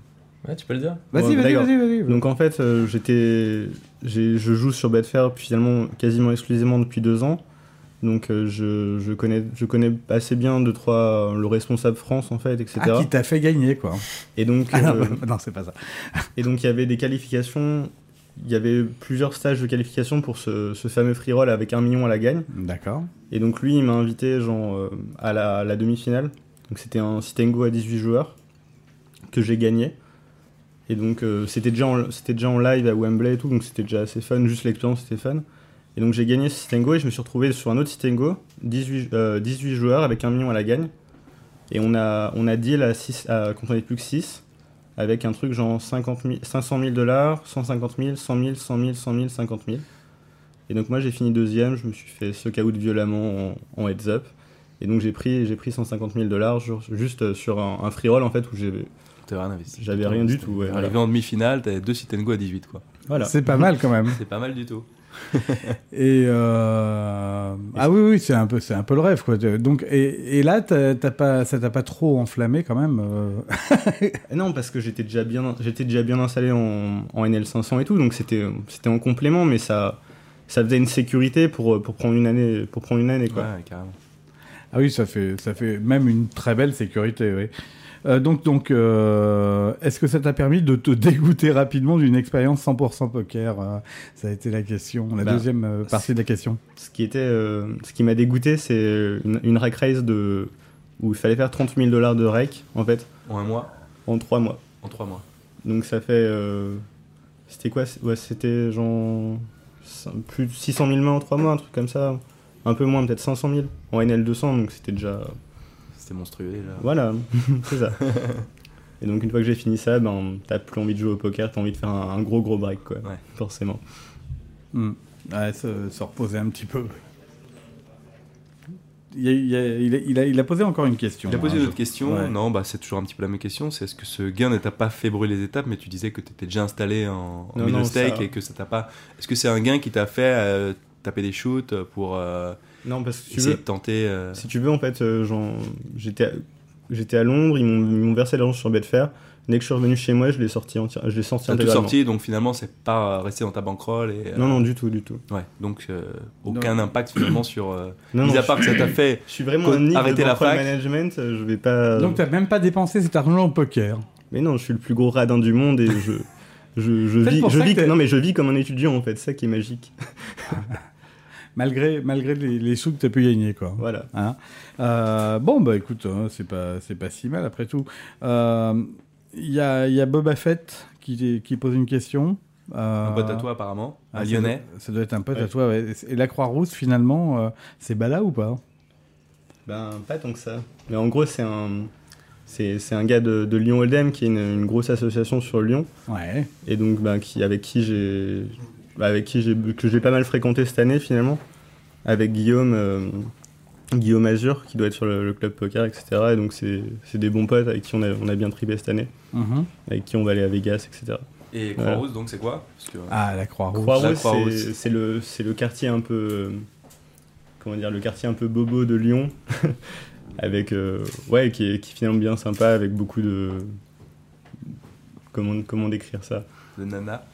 Ouais, tu peux le dire. Vas-y, Ouais, vas-y, d'accord. vas-y, vas-y. Donc en fait, euh, j'étais, j'ai, je joue sur Betfair finalement quasiment exclusivement depuis deux ans. Donc euh, je, je connais, je connais assez bien deux trois le responsable France en fait, et cetera. Ah, qui t'a fait gagner, quoi. Et donc, Ah non, euh, non, c'est pas ça. et donc il y avait des qualifications, il y avait plusieurs stages de qualification pour ce, ce fameux free roll avec un million à la gagne. D'accord. Et donc lui, il m'a invité genre euh, à la, à la demi-finale. Donc c'était un sit and go à dix-huit joueurs que j'ai gagné. Et donc euh, c'était déjà en, c'était déjà en live à Wembley et tout, donc c'était déjà assez fun, juste l'expérience c'était fun. Et donc j'ai gagné ce sit and go et je me suis retrouvé sur un autre sit and go, dix-huit, euh, dix-huit joueurs avec un million à la gagne. Et on a, on a deal à six, à, quand on est plus que six, avec un truc genre cinquante mille, cinq cent mille dollars, cent cinquante mille, cent mille, cent mille, cent mille, cinquante mille. Et donc moi j'ai fini deuxième, je me suis fait suck out violemment en, en heads up. Et donc j'ai pris, j'ai pris cent cinquante mille dollars juste sur un, un free roll en fait où j'ai, T'avais rien investi. j'avais rien du tout. Ouais, Arrivé voilà. en demi-finale, t'avais deux sit and go à dix-huit, quoi. Voilà. C'est pas mal, quand même. C'est pas mal du tout. Et euh... ah oui, oui, c'est un peu, c'est un peu le rêve, quoi. Donc, et, et là, t'as, t'as pas, ça t'a pas trop enflammé, quand même euh... Non, parce que j'étais déjà bien, j'étais déjà bien installé en, en N L cinq cents et tout, donc c'était, c'était en complément, mais ça, ça faisait une sécurité pour, pour prendre une année, pour prendre une année, quoi. Ouais, carrément. Ah oui, ça fait, ça fait même une très belle sécurité, oui. Euh, donc, donc euh, est-ce que ça t'a permis de te dégoûter rapidement d'une expérience cent pour cent poker euh, Ça a été la question, la Bah, deuxième euh, partie de la question. Ce qui était, euh, ce qui m'a dégoûté, c'est une, une rack race de, où il fallait faire trente mille dollars de rake, en fait, En un mois, en trois mois. en trois mois. Donc ça fait, euh, c'était quoi? Ouais, c'était genre plus de six cent mille mains en trois mois, un truc comme ça. Un peu moins, peut-être cinq cent mille en N L deux cents, donc c'était déjà... C'était monstrueux déjà. Voilà, c'est ça. Et donc une fois que j'ai fini ça, ben, t'as plus envie de jouer au poker, t'as envie de faire un, un gros gros break, quoi, Ouais. forcément. Hmm. Ouais, se, se reposer un petit peu. Il a, il, a, il, a, il, a, il a posé encore une question. Il a posé hein, une je- autre question. Ouais. Non, bah, c'est toujours un petit peu la même question. C'est est-ce que ce gain ne t'a pas fait brûler les étapes, mais tu disais que tu étais déjà installé en, en Non, middle non, stake ça- et que ça t'a pas. Est-ce que c'est un gain qui t'a fait euh, taper des shoots pour euh, Non, parce que si tu essayer veux, de tenter euh, si tu veux en fait, euh, genre, j'étais, à, j'étais à Londres, ils m'ont, ils m'ont versé l'argent sur Betfair. Dès que je suis revenu chez moi, je l'ai sorti, entière, je l'ai sorti t'as tout intégralement. sorti, donc finalement, c'est pas resté dans ta bankroll et. euh, Non, non, du tout, du tout. Ouais, donc euh, aucun impact finalement sur. Euh, Non, mis non, à part que ça t'a fait. Je suis vraiment Co- un nid arrêter de la bankroll fac. management, euh, je vais pas... Donc, t'as même pas dépensé cet argent au poker. Mais non, je suis le plus gros radin du monde et je... Je, je C'est vis, pour je ça vis, que t'es- non mais je vis comme un étudiant en fait, c'est ça qui est magique. Malgré, malgré les, les sous que t'as pu gagner, quoi. Voilà. Hein euh, bon, bah écoute, hein, c'est pas, c'est pas si mal après tout. Il euh, y, a, y a Boba Fett qui, qui pose une question. Euh, Un pote à toi apparemment, ah, un ça lyonnais. doit- Ça doit être un pote Ouais. à toi, ouais. Et la Croix-Rousse, finalement, euh, c'est Bala ou pas? Ben pas tant que ça. Mais en gros c'est un, c'est, c'est un gars de, de Lyon Hold'em qui est une, une grosse association sur Lyon Ouais. et donc ben, qui, avec qui j'ai, bah, avec qui j'ai, que j'ai pas mal fréquenté cette année finalement, avec Guillaume, euh, Guillaume Azur qui doit être sur le, le club poker et cetera. Et donc c'est, c'est des bons potes avec qui on a, on a bien tripé cette année, Mhm. avec qui on va aller à Vegas et cetera. Et Voilà. Croix-Rousse, donc c'est quoi? Parce que, Ah, la Croix-Rousse. Croix-Rousse, La Croix-Rousse. c'est, c'est le, c'est le quartier un peu, euh, comment dire, le quartier un peu bobo de Lyon, avec, euh, ouais, qui est, qui est finalement bien sympa, avec beaucoup de, comment, comment décrire ça? de Nana.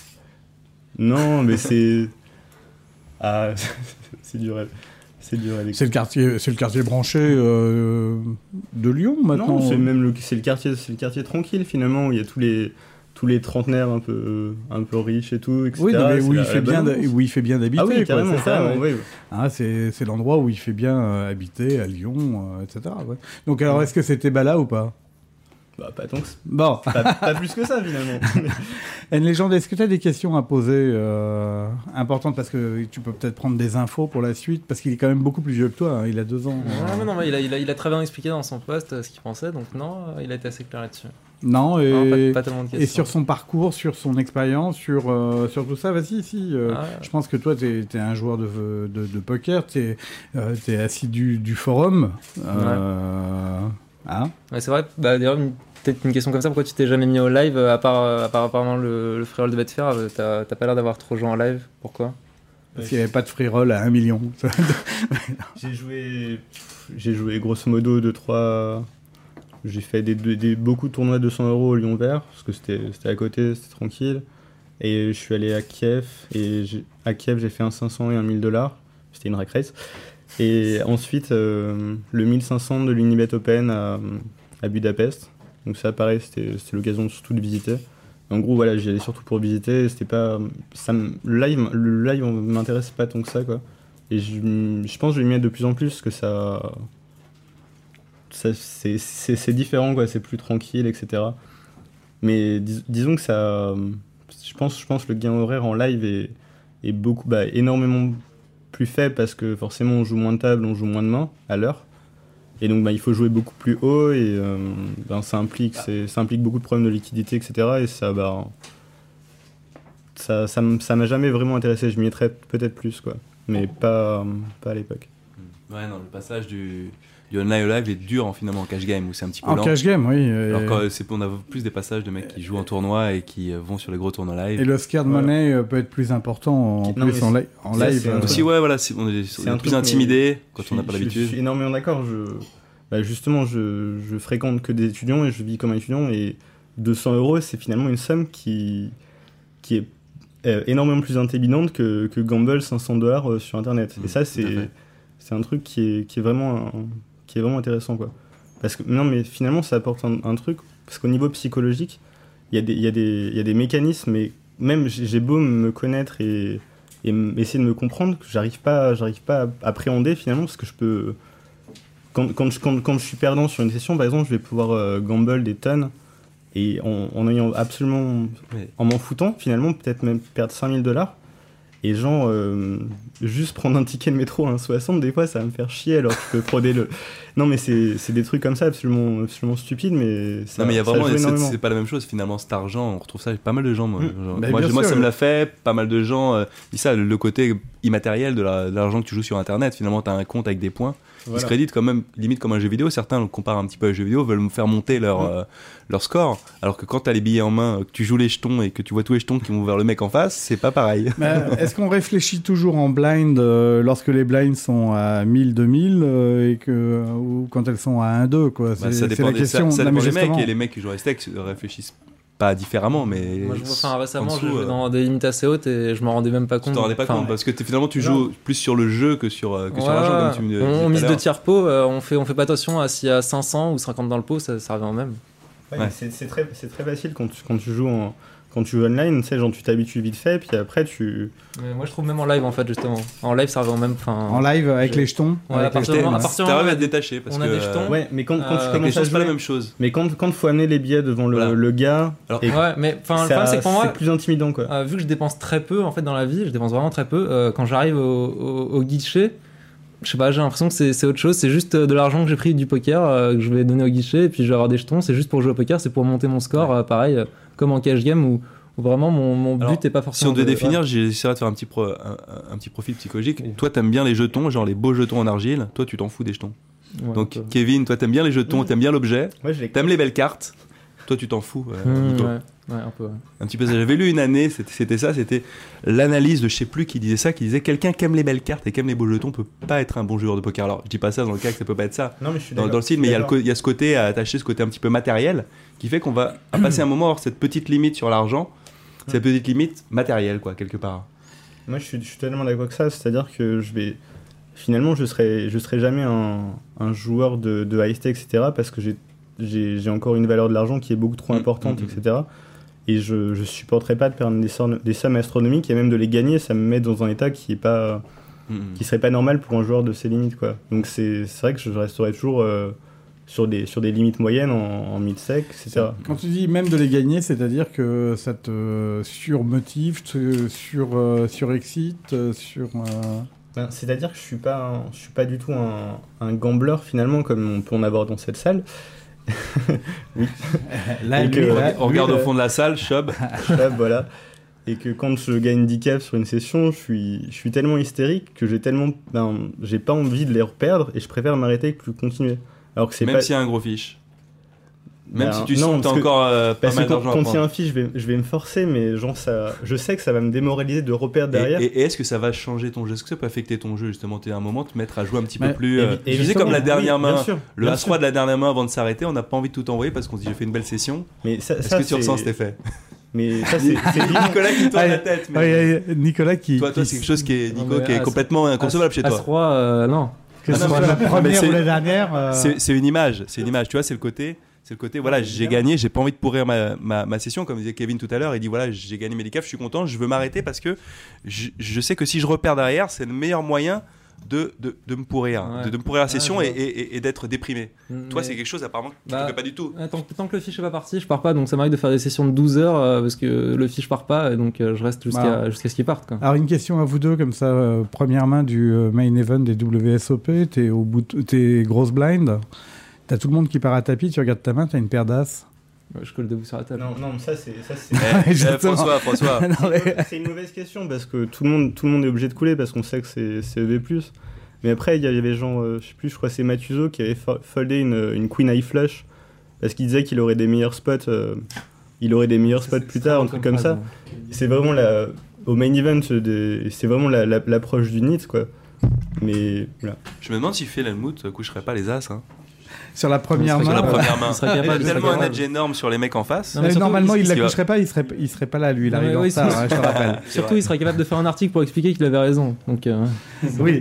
Non, mais c'est, ah, c'est dur, à- c'est dur à décrire. C'est le quartier, c'est le quartier branché euh, de Lyon maintenant. Non, c'est même le, c'est le quartier, c'est le quartier tranquille finalement où il y a tous les, tous les trentenaires un peu, un peu riches et tout, et cetera. Oui, non, mais C'est où la- il, la fait bien bonne d'a- ambiance. où il fait bien d'habiter. Ah oui, quoi, carrément, c'est ça, carrément, ouais. oui. Hein, c'est, c'est l'endroit où il fait bien euh, habiter à Lyon, euh, et cetera. Ouais. Donc alors, est-ce que c'était Bala ou pas? Bah, pas tant que ça. Bon, Pas, pas plus que ça finalement. Une légende, est-ce que tu as des questions à poser euh, importantes parce que tu peux peut-être prendre des infos pour la suite parce qu'il est quand même beaucoup plus vieux que toi, hein, il a deux ans. Ah, euh. mais non, mais il a, il, a, il a très bien expliqué dans son post euh, ce qu'il pensait, donc non, euh, il a été assez clair là-dessus. Non, et, Non, pas, pas tellement de questions. et sur son parcours, sur son expérience, sur, euh, sur tout ça, vas-y, si. euh, Ah, Je pense que toi, tu es un joueur de, de, de poker, tu es, euh, t'es assidu du forum. Euh, hein ouais, c'est vrai, bah, d'ailleurs, une- peut-être une question comme ça, pourquoi tu t'es jamais mis au live, euh, à part, euh, à part apparemment le, le free roll de Betfair, euh, t'as t'as pas l'air d'avoir trop joué en live, pourquoi? Parce qu'il n'y avait pas de free roll à un million. J'ai joué, j'ai joué grosso modo deux trois j'ai fait des, des, des, beaucoup de tournois de deux cents euros au Lion Vert, parce que c'était, c'était à côté, c'était tranquille. Et je suis allé à Kiev, et j'ai, à Kiev, j'ai fait un cinq cents et un mille dollars. C'était une rack race. Et ensuite, euh, le mille cinq cents de l'Unibet Open à, à Budapest. Donc ça, pareil, c'était, c'était l'occasion surtout de visiter. En gros, voilà, j'y allais surtout pour visiter. C'était pas, ça, le live, le live m'intéresse pas tant que ça, quoi. Et je, je pense que je vais m'y mettre de plus en plus, parce que ça, ça c'est, c'est, c'est différent, quoi. C'est plus tranquille, et cetera. Mais dis, disons que ça, je pense, je pense que le gain horaire en live est, est beaucoup, bah, énormément plus faible, parce que forcément on joue moins de tables, on joue moins de mains à l'heure. Et donc bah, il faut jouer beaucoup plus haut, et euh, ben, ça, implique, c'est, ça implique beaucoup de problèmes de liquidité, et cetera. Et ça, bah, ça, ça, ça m'a jamais vraiment intéressé. Je m'y mettrais peut-être plus, quoi. Mais pas, pas à l'époque. Ouais, non, le passage du, du online au live est dur en, finalement en cash game, où c'est un petit peu en lent. cash game, oui. Alors et... quand c'est, on a plus des passages de mecs qui jouent en tournoi et qui vont sur les gros tournois live. Et le scared voilà. money euh, peut être plus important en non, plus en, li- en ça, live. c'est un euh, Aussi, ouais, voilà, c'est, on est, c'est on un est plus truc, intimidé quand je on n'a suis- pas je suis- l'habitude. Je suis énormément d'accord. Je, bah, justement, je, je fréquente que des étudiants et je vis comme un étudiant. Et deux cents euros, c'est finalement une somme qui, qui est euh, énormément plus intimidante que, que Gamble cinq cents dollars euh, sur Internet. Mmh, et ça, tout à c'est, fait. c'est un truc qui est, qui est vraiment, un- qui est vraiment intéressant, quoi. Parce que non, mais finalement, ça apporte un, un truc. Parce qu'au niveau psychologique, il y a des, il y a des, il y a des mécanismes. Et même j'ai j'ai beau me connaître et, et m- essayer de me comprendre, que j'arrive pas, j'arrive pas à appréhender finalement, parce que je peux. Quand, quand, je, quand, quand je suis perdant sur une session, par exemple, je vais pouvoir euh, gamble des tonnes, et en, en ayant absolument. Ouais. En m'en foutant, finalement, peut-être même perdre cinq mille dollars. Et genre, euh, juste prendre un ticket de métro à un virgule soixante, des fois, ça va me faire chier, alors que je peux frauder le. Non, mais c'est, c'est des trucs comme ça, absolument, absolument stupides, mais ça. Non, mais il y a ça vraiment, joue c'est, énormément. c'est pas la même chose finalement, cet argent, on retrouve ça chez pas mal de gens. Moi, Mmh. Genre, Bah, moi, bien je- moi, sûr, ça me ouais. l'a fait, pas mal de gens euh, disent ça, le, le côté immatériel de, la- de l'argent que tu joues sur internet. Finalement, t'as un compte avec des points. Voilà. Ils se créditent quand même, limite comme un jeu vidéo. Certains le comparent un petit peu à un jeu vidéo, veulent me faire monter leur, Mmh. euh, leur score. Alors que quand t'as les billets en main, que tu joues les jetons et que tu vois tous les jetons qui vont vers le mec en face, c'est pas pareil. Mais est-ce qu'on réfléchit toujours en blind euh, lorsque les blinds sont à mille, deux mille euh, et que, ou quand elles sont à un, deux, quoi? Bah, C'est, ça c'est dépend, la des, question. ça, ça Non, mais dépend des mecs, justement. et les mecs qui jouent à Steak réfléchissent pas différemment, mais Moi, je vois, enfin, récemment, en dessous, j'ai joué euh, dans des limites assez hautes et je m'en rendais même pas tu compte. t'en rendais pas Enfin, compte parce que t'es- finalement tu Non. joues plus sur le jeu que sur, euh, que sur ouais, l'argent, comme tu me disais on, on tout à mise l'heure. deux tiers pot, euh, on fait on fait pas attention à s'il y a cinq cents ou cinquante dans le pot, ça, ça revient au même. Ouais, Ouais. mais C'est, c'est, très, c'est très facile quand tu, quand tu joues en, quand tu joues online, tu sais, genre tu t'habitues vite fait, puis après tu. Mais moi je trouve même en live en fait justement. En live ça revient au même. Enfin, En live avec Je- les jetons. Ouais, à avec les partir du jetons, moment- à ouais. partir- T'arrives à te détacher parce on que a des jetons. euh, Ouais, mais quand, quand Euh, tu les commences à choses, c'est pas la jouer, même chose. mais quand quand faut amener les billets devant le, Voilà. le gars, Alors, et Ouais, mais enfin le ça- problème c'est que pour moi, c'est plus intimidant, quoi. euh, vu que je dépense très peu en fait dans la vie, je dépense vraiment très peu. euh, quand j'arrive au, au, au guichet, je sais pas, j'ai l'impression que c'est, c'est autre chose. C'est juste euh, de l'argent que j'ai pris du poker euh, que je vais donner au guichet et puis je vais avoir des jetons. C'est juste pour jouer au poker, c'est pour monter mon score, euh, pareil euh, comme en cash game où, où vraiment mon, mon Alors, but est pas si forcément. on devait de- définir, ouais. j'essaierais de faire un petit, pro- un, un- un petit profil psychologique. Oui. Toi, t'aimes bien les jetons, genre les beaux jetons en argile. Toi, tu t'en fous des jetons. Ouais, Donc, un peu. Kevin, toi, t'aimes bien les jetons, Mhm. t'aimes bien l'objet, Moi, je les t'aimes les belles cartes. Toi, tu t'en fous. euh, Mmh, Nico. ouais, ouais, un peu. Ouais. Un petit peu ça. J'avais lu une année, c'était, c'était ça, c'était l'analyse de je sais plus qui disait ça, qui disait quelqu'un qui aime les belles cartes et qui aime les beaux jetons peut pas être un bon joueur de poker. Alors, je dis pas ça dans le cas que ça peut pas être ça. Non, mais je suis Dans, d'accord. dans le style, mais il y, a le D'accord. co- il y a ce côté à attacher, ce côté un petit peu matériel, qui fait qu'on va à passer un moment à avoir cette petite limite sur l'argent, cette petite limite matérielle, quoi, quelque part. Moi, je suis, je suis tellement d'accord avec ça. C'est-à-dire que je vais. Finalement, je serai, je serai jamais un, un joueur de, de high stake, et cetera. Parce que j'ai, j'ai, j'ai encore une valeur de l'argent qui est beaucoup trop Mm, importante, mm, et cetera. Et je, je supporterai pas de perdre des, sornes- des sommes astronomiques et même de les gagner. Ça me met dans un état qui est pas, Mhm. qui serait pas normal pour un joueur de ces limites, quoi. Donc c'est, c'est vrai que je resterai toujours euh, sur des, sur des limites moyennes en, en mid-sec, et cetera. Quand tu dis même de les gagner, c'est-à-dire que ça te surmotive, te sur, euh, surexcite, euh, sur... euh, Ben, c'est-à-dire que je suis pas, un- je suis pas du tout un, un gambler finalement comme on peut en avoir dans cette salle. Là, Et lui, que- là, On regarde lui, au le- fond de la salle, Chob. Là, voilà. Et que quand je gagne dix caves sur une session, je suis, je suis tellement hystérique que j'ai tellement, ben, j'ai pas envie de les reperdre et je préfère m'arrêter que plus continuer. Alors que c'est Même pas. s'il y a un gros fiche. Même Bah, si tu non, sens que t'as parce que- encore euh, pas Parce que mal quand, d'argent à quand il y prendre. a un fiche, je vais, je vais me forcer, mais genre ça, je sais que ça va me démoraliser de reperdre derrière. Et, et- et est-ce que ça va changer ton jeu? Est-ce que ça peut affecter ton jeu justement? T'es à un moment te mettre à jouer un petit Ouais, peu plus. euh, Évi- tu disais évidemment, comme la dernière oui, main, bien sûr, le bien As trois sûr. de la dernière main avant de s'arrêter, on n'a pas envie de tout envoyer parce qu'on se dit j'ai fait une belle session. Mais ça, Est-ce ça, que tu c'est- ressens cet effet? Mais ça, c'est c'est lié. Nicolas qui tourne Ah, la tête. Mais... Ouais, ouais, ouais, Nicolas qui. Toi, toi qui- c'est quelque chose qui est, Nico, Non, mais qui est As- complètement inconcevable chez As toi. trois, euh, non. Que Ah ce non, soit mais- la mais première c'est- ou la dernière. euh, C'est c'est une image, c'est une image. Tu vois, c'est le côté, c'est le côté. Voilà, j'ai gagné, j'ai pas envie de pourrir ma, ma, ma session, comme disait Kevin tout à l'heure. Il dit voilà, j'ai gagné mes decafs, je suis content, je veux m'arrêter parce que je, je sais que si je repère derrière, c'est le meilleur moyen de, de, de me pourrir, Ouais. de, de me pourrir la session Ouais, et, je vois. et, et- et d'être déprimé. Toi, Mais- c'est quelque chose apparemment que tu Bah, ne fais pas du tout. Ouais, Tant, que- tant que le fiche est pas parti, je pars pas, donc ça m'arrive de faire des sessions de douze heures euh, parce que le fiche part pas, et donc euh, je reste jusqu'à Bah. jusqu'à ce qu'il parte. Quoi. Alors une question à vous deux comme ça, euh, première main du euh, main event des W S O P, t'es au bout, de- t'es grosse blind, t'as tout le monde qui part à tapis, tu regardes ta main, t'as une paire d'as. Ouais, je colle debout sur la table. Non, non, mais ça, c'est ça, c'est. Eh, eh, Exactement. François, François. Non, mais- C'est une mauvaise question parce que tout le monde, tout le monde est obligé de couler parce qu'on sait que c'est c'est E V plus. Mais après, il y avait genre, euh, je sais plus, je crois que c'est Matuzo qui avait fo- foldé une, une Queen Eye Flush parce qu'il disait qu'il aurait des meilleurs spots, euh, il aurait des meilleurs spots plus tard, un truc comme ça. C'est vraiment la, au main event, des- c'est vraiment la- la- l'approche du N I T, quoi. Mais voilà. Je me demande si Phil Helmut coucherait pas les as. Hein. Sur la première Sur Sur main. la Ouais. première main. Il serait Il capable, a il serait tellement un capable. edge énorme sur les mecs en face. Non, mais Euh, surtout, normalement, il- il la il va- coucherait pas, il serait, il serait pas là, lui, il Non, arrive mais en oui, retard, c'est- hein, je te rappelle. Surtout, vrai. il serait capable de faire un article pour expliquer qu'il avait raison. Donc, euh, Oui.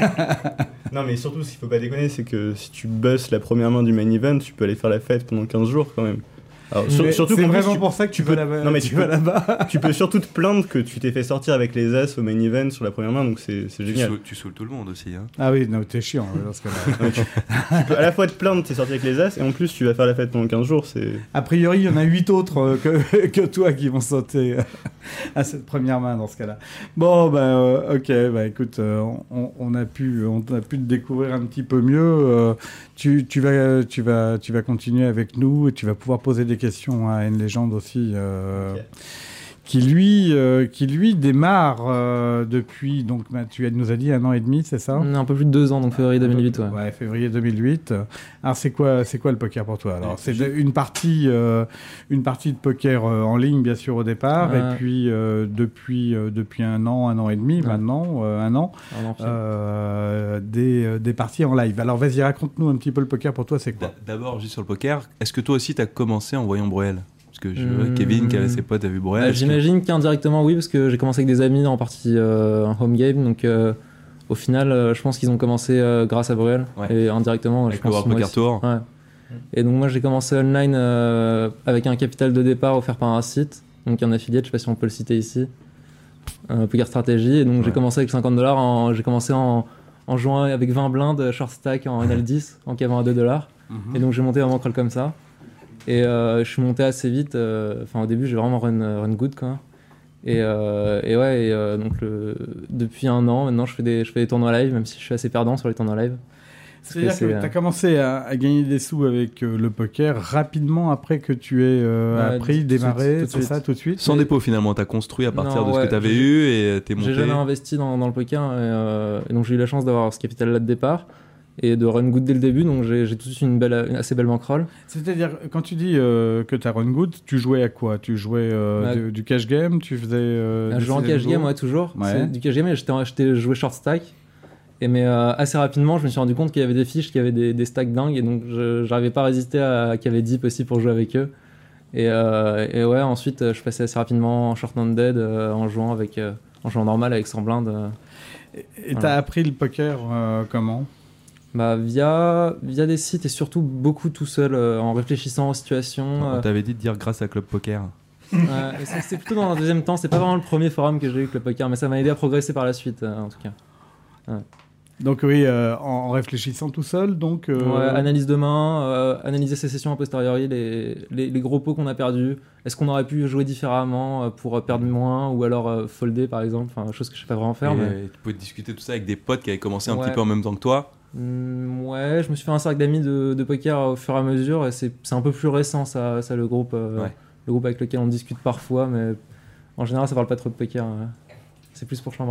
Non, mais surtout, ce qu'il faut pas déconner, c'est que si tu bosses la première main du main event, tu peux aller faire la fête pendant quinze jours quand même. Alors, sur- Mais surtout c'est qu'en plus, vraiment tu- pour ça que tu, tu vas peux- là-bas. non, mais tu tu vas peux- là-bas. tu peux surtout te plaindre que tu t'es fait sortir avec les as au main event sur la première main, donc c'est c'est Tu génial. saoules, tu saoules tout le monde aussi. Hein. Ah oui, non, t'es chiant ouais, dans ce cas-là. Tu peux à la fois te plaindre que t'es sorti avec les as, et en plus tu vas faire la fête pendant quinze jours, c'est... A priori, il y en a huit autres euh, que, que toi qui vont sauter euh, à cette première main dans ce cas-là. Bon, bah, euh, ok, bah écoute, euh, on, on a pu, on a pu te découvrir un petit peu mieux. euh, tu, tu vas, tu vas, tu vas continuer avec nous et tu vas pouvoir poser des questions à N Legend aussi. euh, Ok. Qui lui, euh, qui lui démarre euh, depuis, donc bah, tu nous as dit un an et demi, c'est ça? un peu plus de deux ans, donc février deux mille huit. Ouais. Ouais, février deux mille huit. Alors c'est quoi, c'est quoi le poker pour toi? Alors c'est de- une partie, euh, une partie de poker euh, en ligne bien sûr au départ, Ouais. et puis euh, depuis euh, depuis un an, un an et demi Ouais. maintenant, euh, un an, Un an, euh, des euh, des parties en live. Alors vas-y, raconte-nous un petit peu le poker pour toi, c'est quoi? D- D'abord, juste sur le poker, est-ce que toi aussi t'as commencé en voyant Bruel? Parce que je vois Hmm. Kevin qui avait ses potes a vu Bruel. Euh, est-ce que- J'imagine qu'indirectement, oui, parce que j'ai commencé avec des amis en partie euh, un home game, donc euh, au final, euh, je pense qu'ils ont commencé euh, grâce à Bruel, Ouais. et indirectement, Avec je le pense World moi Poker aussi. Tour. Ouais. Et donc moi, j'ai commencé online euh, avec un capital de départ offert par un site, donc un affiliate, je sais pas si on peut le citer ici, euh, Poker Strategy, et donc j'ai Ouais. commencé avec cinquante dollars, en- j'ai commencé en, en jouant avec vingt blindes, short stack en N L dix, en cavant à deux dollars. Mhm. Et donc j'ai monté un bankroll comme ça. Et euh, je suis monté assez vite. euh, Enfin au début j'ai vraiment run, run good quoi. Et, euh, et ouais, et, euh, donc le, depuis un an maintenant je fais, des, je fais des tournois live, même si je suis assez perdant sur les tournois live. C'est-à-dire que c'est, tu euh, as commencé à, à gagner des sous avec euh, le poker rapidement après que tu aies euh, Ouais, appris, tout de suite, démarré, tout de c'est suite. ça, tout de suite? Sans dépôt finalement, t'as construit à partir Non, de ce ouais, que t'avais j'ai- eu et t'es monté. J'ai jamais investi dans, dans le poker et, euh, et donc j'ai eu la chance d'avoir ce capital là de départ et de run good dès le début, donc j'ai j'ai tout de suite une, belle, une assez belle bankroll. C'est-à-dire, quand tu dis euh, que tu as run good, tu jouais à quoi? Tu jouais euh, Bah, du, du cash game? Tu faisais. Euh, Je des joue en C cash N G O? game, ouais, toujours. Ouais. C'est du cash game, et j'étais j'étais joué short stack. Et mais euh, assez rapidement, je me suis rendu compte qu'il y avait des fiches qui avaient des, des stacks dingues, et donc je j'arrivais pas à résister à qu'il y avait Deep aussi pour jouer avec eux. Et, euh, et ouais, ensuite, euh, je passais assez rapidement en short non-dead euh, en jouant avec euh, en jouant normal avec cent blindes. euh. Et tu as Voilà. appris le poker euh, comment? Bah, via, via des sites et surtout beaucoup tout seul, euh, en réfléchissant aux situations. On euh. t'avait dit de dire grâce à Club Poker. Ouais, et c'est c'est plutôt dans un deuxième temps, c'est pas vraiment le premier forum que j'ai eu que le poker, mais ça m'a aidé à progresser par la suite, euh, en tout cas. Donc, oui, euh, en, en réfléchissant tout seul, donc. euh, Ouais, analyse de main, euh, analyser ses sessions a posteriori, les, les, les gros pots qu'on a perdus. Est-ce qu'on aurait pu jouer différemment euh, pour euh, perdre moins ou alors euh, folder par exemple, enfin, chose que je sais pas vraiment faire. Et Mais... tu pouvais discuter tout ça avec des potes qui avaient commencé un Ouais. petit peu en même temps que toi. Mm, ouais, je me suis fait un cercle d'amis de, de poker au fur et à mesure et c'est c'est un peu plus récent ça, ça le groupe, euh, Ouais. le groupe avec lequel on discute parfois, mais en général ça parle pas trop de poker. Ouais. C'est plus pour chambrer.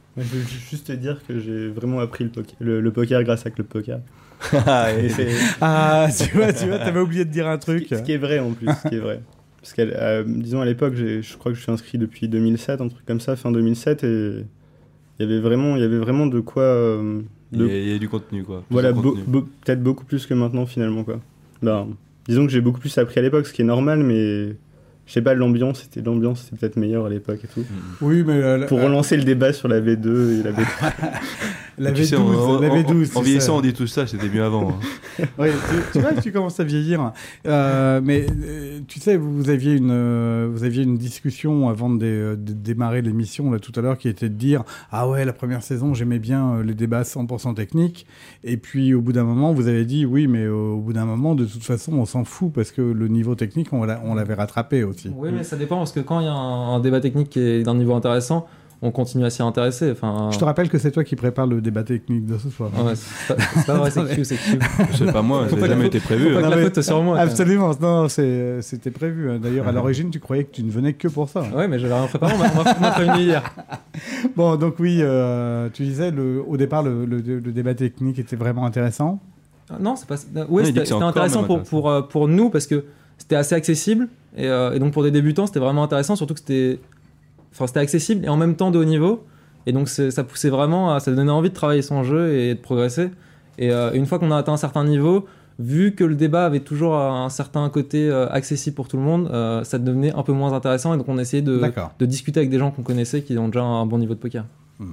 Je veux juste te dire que j'ai vraiment appris le poker, le, le poker grâce à Club Poker. Et c'est- Ah, tu vois, tu vois, t'avais oublié de dire un ce, qui, truc. ce qui est vrai en plus, ce qui est vrai. Parce que, euh, disons à l'époque, j'ai- je crois que je suis inscrit depuis deux mille sept, un truc comme ça, fin deux mille sept, et il y avait vraiment, il y avait vraiment de quoi. euh, Il de- y, a, il y a du contenu, quoi. Plus Voilà, de beau- contenu. beau- peut-être beaucoup plus que maintenant finalement quoi. Ben, disons que j'ai beaucoup plus appris à l'époque, ce qui est normal, mais je sais pas, l'ambiance, c'était l'ambiance, c'était peut-être meilleur à l'époque et tout. Oui, mais euh, Pour euh, relancer le débat sur la V deux et la V trois. la Tu V douze, sais, en, la en- V douze. en tu vieillissant, sais. on dit tout ça, c'était mieux avant. hein. Ouais, tu, tu vois que tu commences à vieillir. Euh, mais euh, tu sais, vous, vous aviez une, euh, vous aviez une discussion avant de, dé- de démarrer l'émission là tout à l'heure qui était de dire ah ouais, la première saison j'aimais bien euh, les débats cent pour cent techniques. Et puis au bout d'un moment vous avez dit oui, mais au bout d'un moment de toute façon on s'en fout parce que le niveau technique on, l'a- on l'avait rattrapé aussi. Oui, mais ça dépend parce que quand il y a un, un débat technique qui est d'un niveau intéressant, on continue à s'y intéresser. Enfin, Je te rappelle que c'est toi qui prépare le débat technique de ce soir. ouais, c'est pas, c'est pas vrai, c'est Q, c'est Q. Je sais pas moi, ça Faut n'a pas jamais que- été prévu. Faut pas hein. que Non, la mais- faute soit sur moi. quand même. Absolument, non, c'est- c'était prévu. D'ailleurs, à l'origine, tu croyais que tu ne venais que pour ça. Ouais, mais j'avais rien préparé, on m'a- on m'a on m'a prévenu hier. Bon, donc oui, euh, tu disais, le, au départ, le, le- le débat technique était vraiment intéressant. Ah, Non, c'est pas. il Oui, dit c'était que c'est c'était encore intéressant même pour, intéressant. pour, euh, pour nous parce que c'était assez accessible et, euh, et donc pour des débutants, c'était vraiment intéressant, surtout que c'était. Enfin, c'était accessible et en même temps de haut niveau. Et donc c'est- ça poussait vraiment à. Ça donnait envie de travailler son jeu et de progresser. Et euh, une fois qu'on a atteint un certain niveau, vu que le débat avait toujours un certain côté euh, accessible pour tout le monde, euh, ça devenait un peu moins intéressant et donc on essayait de, D'accord. de discuter avec des gens qu'on connaissait qui ont déjà un bon niveau de poker.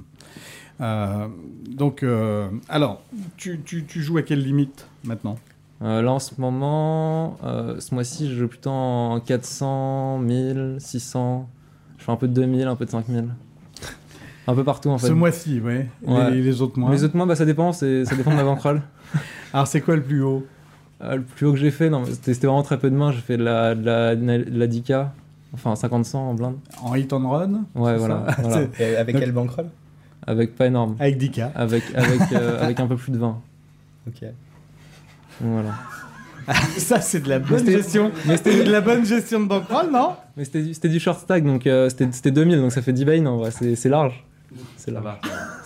Euh, donc, euh, alors, tu, tu, tu joues à quelle limite maintenant? Euh, là en ce moment, euh, ce mois-ci, je joue plutôt en quatre cents, mille, six cents. Je fais un peu de deux mille, un peu de cinq mille. Un peu partout en fait. Ce mois-ci, oui. Ouais. Les, les autres mois. Les autres mois, bah, ça dépend, c'est- ça dépend de ma bankroll. Alors, c'est quoi le plus haut? Euh, le plus haut que j'ai fait, non, mais c'était c'était vraiment très peu de mains. J'ai fait de la, de la, de la dix K, enfin cinquante cents en blinde. En hit and run? Ouais, C'est voilà. ça voilà. Et avec Donc- quel bankroll? Avec pas énorme. Avec dix K. Avec, avec, euh, avec un peu plus de vingt. Ok. Donc, voilà. Ça, c'est de la bonne c'était- gestion. mais c'était- C'est de la bonne gestion de bankroll, non? Mais c'était du- c'était du short stack, donc euh, c'était c'était deux mille, donc ça fait dix bains en vrai, c'est c'est large. C'est large.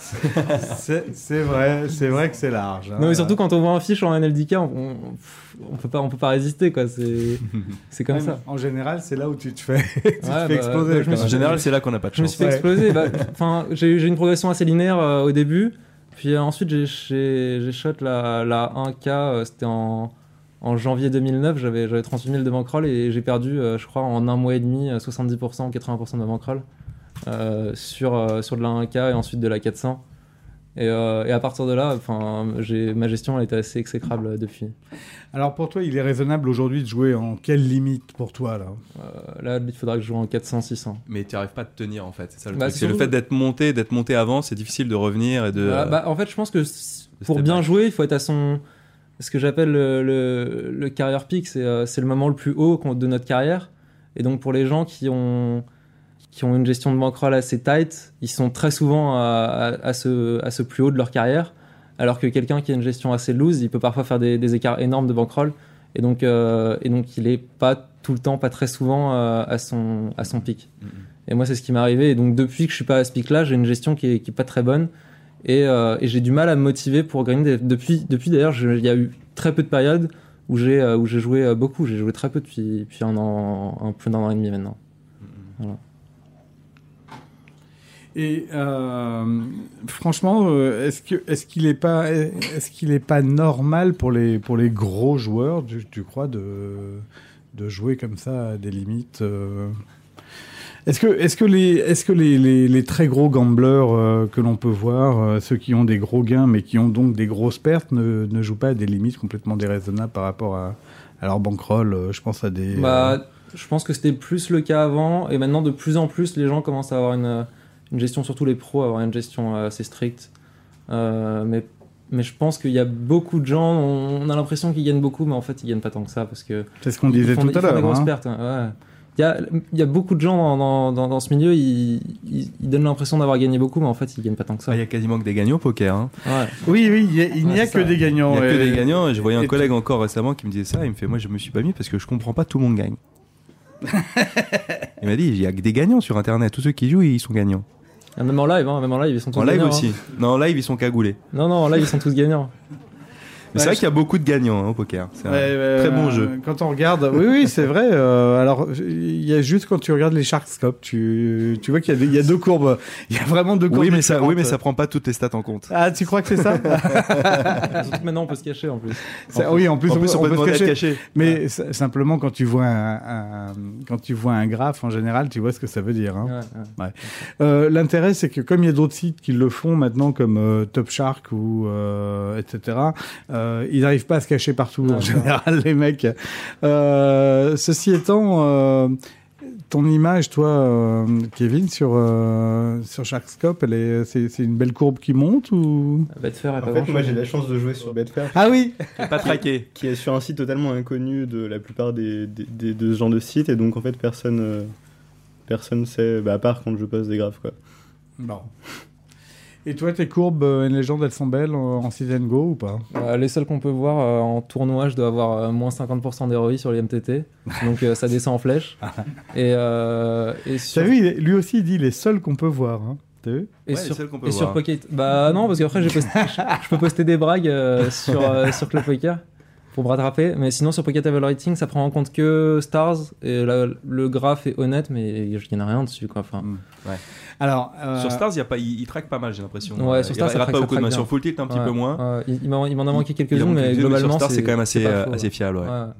C'est c'est vrai, c'est vrai que c'est large. hein. Non, mais surtout quand on voit un fiche en N L D K, on, on, on peut pas, on peut pas résister quoi. C'est, c'est comme Même ça. En général, c'est là où tu te fais, tu te Ouais, fais bah, exploser. ouais, je me quand En même. général, c'est là qu'on n'a pas de Je me chance. suis fait Ouais. exploser. Bah, enfin, j'ai j'ai une progression assez linéaire euh, au début, puis euh, ensuite j'ai, j'ai, j'ai shot la, la un K. euh, c'était en, en janvier deux mille neuf. J'avais, j'avais trente-huit mille de bankroll et j'ai perdu, euh, je crois, en un mois et demi, euh, soixante-dix pour cent ou quatre-vingts pour cent de ma bankroll euh, sur euh, sur de la un K et ensuite de la quatre cents. Et, euh, et à partir de là, enfin, j'ai, ma gestion elle était assez exécrable euh, depuis. Alors pour toi, il est raisonnable aujourd'hui de jouer en quelle limite pour toi là? Euh, là, il faudra que je joue en quatre cents, six cents. Mais tu n'arrives pas à te tenir en fait. C'est ça le Bah, truc. c'est C'est le surtout- fait d'être monté, d'être monté avant, c'est difficile de revenir et de. Voilà, bah, en fait, je pense que s- de pour step bien back. jouer, il faut être à son. Ce que j'appelle le, le, le carrière peak, c'est euh, c'est le moment le plus haut qu'on- de notre carrière. Et donc, pour les gens qui ont, qui ont une gestion de bankroll assez tight, ils sont très souvent à, à, à ce, à ce plus haut de leur carrière. Alors que quelqu'un qui a une gestion assez loose, il peut parfois faire des, des écarts énormes de bankroll. Et donc, euh, et donc, il est pas tout le temps, pas très souvent euh, à, son, à son pic. Mhm. Et moi, c'est ce qui m'est arrivé. Et donc, depuis que je suis pas à ce pic-là, j'ai une gestion qui est, qui est pas très bonne. Et, euh, et j'ai du mal à me motiver pour grinder. Depuis, depuis d'ailleurs, je- il y a eu très peu de périodes où j'ai euh, où j'ai joué euh, beaucoup. J'ai joué très peu depuis, depuis un an, un peu d'un an et demi maintenant. Voilà. Et euh, franchement, euh, est-ce que est-ce qu'il est pas est-ce qu'il est pas normal pour les pour les gros joueurs, tu, tu crois, de de jouer comme ça à des limites euh, Est-ce que est-ce que les est-ce que les, les, les très gros gamblers euh, que l'on peut voir, euh, ceux qui ont des gros gains mais qui ont donc des grosses pertes, ne, ne jouent pas à des limites complètement déraisonnables par rapport à, à leur bankroll euh, Je pense à des. Bah, euh, je pense que c'était plus le cas avant. Et maintenant, de plus en plus, les gens commencent à avoir une, une gestion, surtout les pros, à avoir une gestion euh, assez stricte. Euh, mais, mais je pense qu'il y a beaucoup de gens, on, on a l'impression qu'ils gagnent beaucoup, mais en fait, ils gagnent pas tant que ça. Parce que c'est ce qu'on ils disait font, tout ils à font des l'heure. grosses hein. pertes. hein, ouais. Il y a, il y a beaucoup de gens dans, dans, dans, dans ce milieu, ils, ils, ils donnent l'impression d'avoir gagné beaucoup, mais en fait, ils gagnent pas tant que ça. Il y a quasiment que des gagnants au poker. Hein. Ouais. Oui, oui, il y a- il n'y Ouais, a c'est que ça. des gagnants. Il n'y a que et- des gagnants. Et je voyais un et collègue encore récemment qui me disait ça. Il me fait, moi, je me suis pas mis parce que je comprends pas, tout le monde gagne. Il m'a dit, il y a que des gagnants sur Internet. Tous ceux qui jouent, ils sont gagnants. Ah, même en live, hein, même en live, ils sont tous En gagnants. live aussi. hein. Non, en live, ils sont cagoulés. Non, non, en live, ils sont tous gagnants. Mais c'est Ouais, vrai qu'il y a beaucoup de gagnants hein, au poker. C'est un Ouais, ouais, très bon euh, jeu. Quand on regarde, oui, oui, c'est vrai. euh, alors, il y a juste quand tu regardes les Sharkscope, tu, tu vois qu'il y a, des- il y a deux courbes. Il y a vraiment deux courbes. Oui mais, ça, oui, différentes. mais ça prend pas toutes les stats en compte. Ah, tu crois que c'est ça Surtout que maintenant, on peut se cacher en plus. C'est- Oui, en plus, En plus, on peut se demander à être cacher. caché. Mais s- simplement, quand tu vois un, un- quand tu vois un graphe, en général, tu vois ce que ça veut dire. Hein. Ouais, ouais. Euh, L'intérêt, c'est que comme il y a d'autres sites qui le font maintenant, comme euh, Top Shark ou euh, et cetera, euh, ils n'arrivent pas à se cacher partout Non, en non. général, les mecs. Euh, ceci étant, euh, ton image, toi, euh, Kevin, sur euh, sur Sharkscope, elle est, c'est, c'est une belle courbe qui monte ou Betfair est En pas fait, grand-chose. moi j'ai la chance de jouer sur Betfair, Ah oui. Pas traqué. qui est sur un site totalement inconnu de la plupart des, des, des- de ce genre de site, et donc en fait personne euh, personne sait, bah, à part quand je poste des graphes quoi. Bon. Et toi, tes courbes, euh, une légende, elles sont belles en, en sit and go ou pas? Euh, les seuls qu'on peut voir euh, en tournoi, je dois avoir euh, moins cinquante pour cent d'R O I sur les M T T. Donc euh, ça descend en flèche. Et, euh, et sur, T'as vu, il est- lui aussi, il dit les seuls qu'on peut voir. Hein. T'as vu? et Ouais, sur, les seuls qu'on peut et sur voir. Pocket. Bah non, parce qu'après, j'ai posté- je, je peux poster des brags euh, sur, euh, sur Club Poker pour me rattraper. Mais sinon, sur Pocket Table Rating, ça prend en compte que Stars. Et là, le graphe est honnête, mais il n'y en a rien dessus. Quoi. Enfin, Mm. Ouais. Alors, euh, Sur Stars, il, y a pas, il, il traque pas mal, j'ai l'impression. Ouais, Euh, sur il Stars, il ça rate traque- pas ça beaucoup de mains. traque Sur bien. Full Tilt, un petit ouais, peu moins. ouais, il il m'en il m'en a manqué Il quelques-unes, en manque mais quelques-unes, mais globalement, sur Stars, c'est quand même assez, pas euh, faux, assez ouais. fiable. Ouais. Ouais.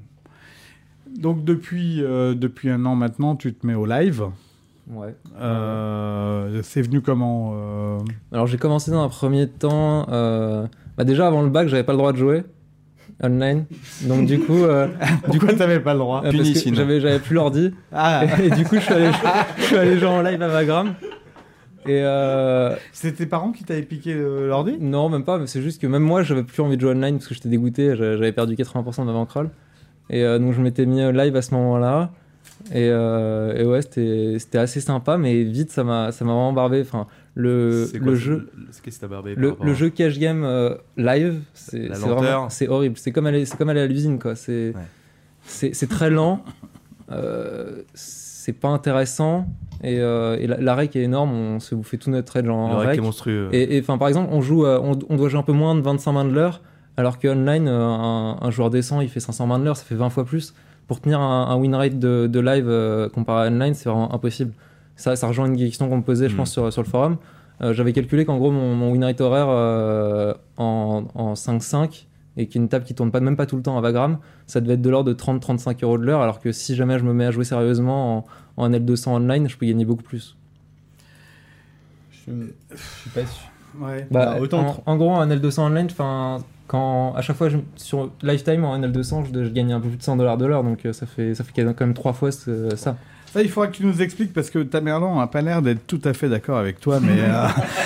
donc depuis, euh, depuis un an maintenant, tu te mets au live. Ouais. Euh, c'est venu comment euh, Alors j'ai commencé dans un premier temps. euh, Bah déjà avant le bac, j'avais pas le droit de jouer online. Donc du coup, euh, du coup, Pourquoi t'avais pas le droit euh, parce que Punissine. j'avais j'avais plus l'ordi. Ah, Et, du coup, je suis allé, je suis allé jouer en live à Vagram. Et euh, c'est tes parents qui t'avaient piqué euh, l'ordi? non, même pas. Mais c'est juste que même moi, j'avais plus envie de jouer online parce que j'étais dégoûté. J'avais j'avais perdu quatre-vingts pour cent de ma bankroll. Et euh, donc je m'étais mis live à ce moment-là. Et, euh, et ouais, c'était c'était assez sympa, mais vite ça m'a ça m'a vraiment barbé. Enfin, le C'est quoi, le c'est- jeu. c'est- Qu'est-ce que t'as barbé par Le, rapport le à- jeu cash game euh, live, c'est La c'est lenteur. vraiment- c'est horrible. C'est comme aller, c'est comme aller à l'usine, quoi. C'est Ouais. c'est c'est très lent. euh, c'est pas intéressant. Et, euh, et la, la rec est énorme. On se vous fait tout notre edge en, Le en rec rec. est monstrueux. Et enfin, par exemple, on joue, euh, on, on doit jouer un peu moins de vingt-cinq mains de l'heure, alors que online, euh, un, un joueur décent, il fait cinq cents mains de l'heure, ça fait vingt fois plus. Pour tenir un, un win rate de, de live euh, comparé à online, c'est vraiment impossible. Ça, ça rejoint une question qu'on me posait, je Mm. pense, sur, sur le forum. Euh, J'avais calculé qu'en gros, mon, mon win rate horaire euh, en, en cinq cinq, et qu'une table qui tourne pas, même pas tout le temps à Vagram, ça devait être de l'ordre de trente à trente-cinq euros de l'heure, alors que si jamais je me mets à jouer sérieusement en, en N L deux cents online, je peux gagner beaucoup plus. Je, je suis pas sûr. Ouais. Bah, Bah, autant en, en gros, en N L deux cents online, enfin, quand à chaque fois je- sur Lifetime en N L deux cents, je, je gagne un peu plus de cent dollars de l'heure, donc euh, ça fait ça fait quand même trois fois ce- ça. Ça, il faudra que tu nous expliques parce que Tamerlan n'a pas l'air d'être tout à fait d'accord avec toi, mais euh,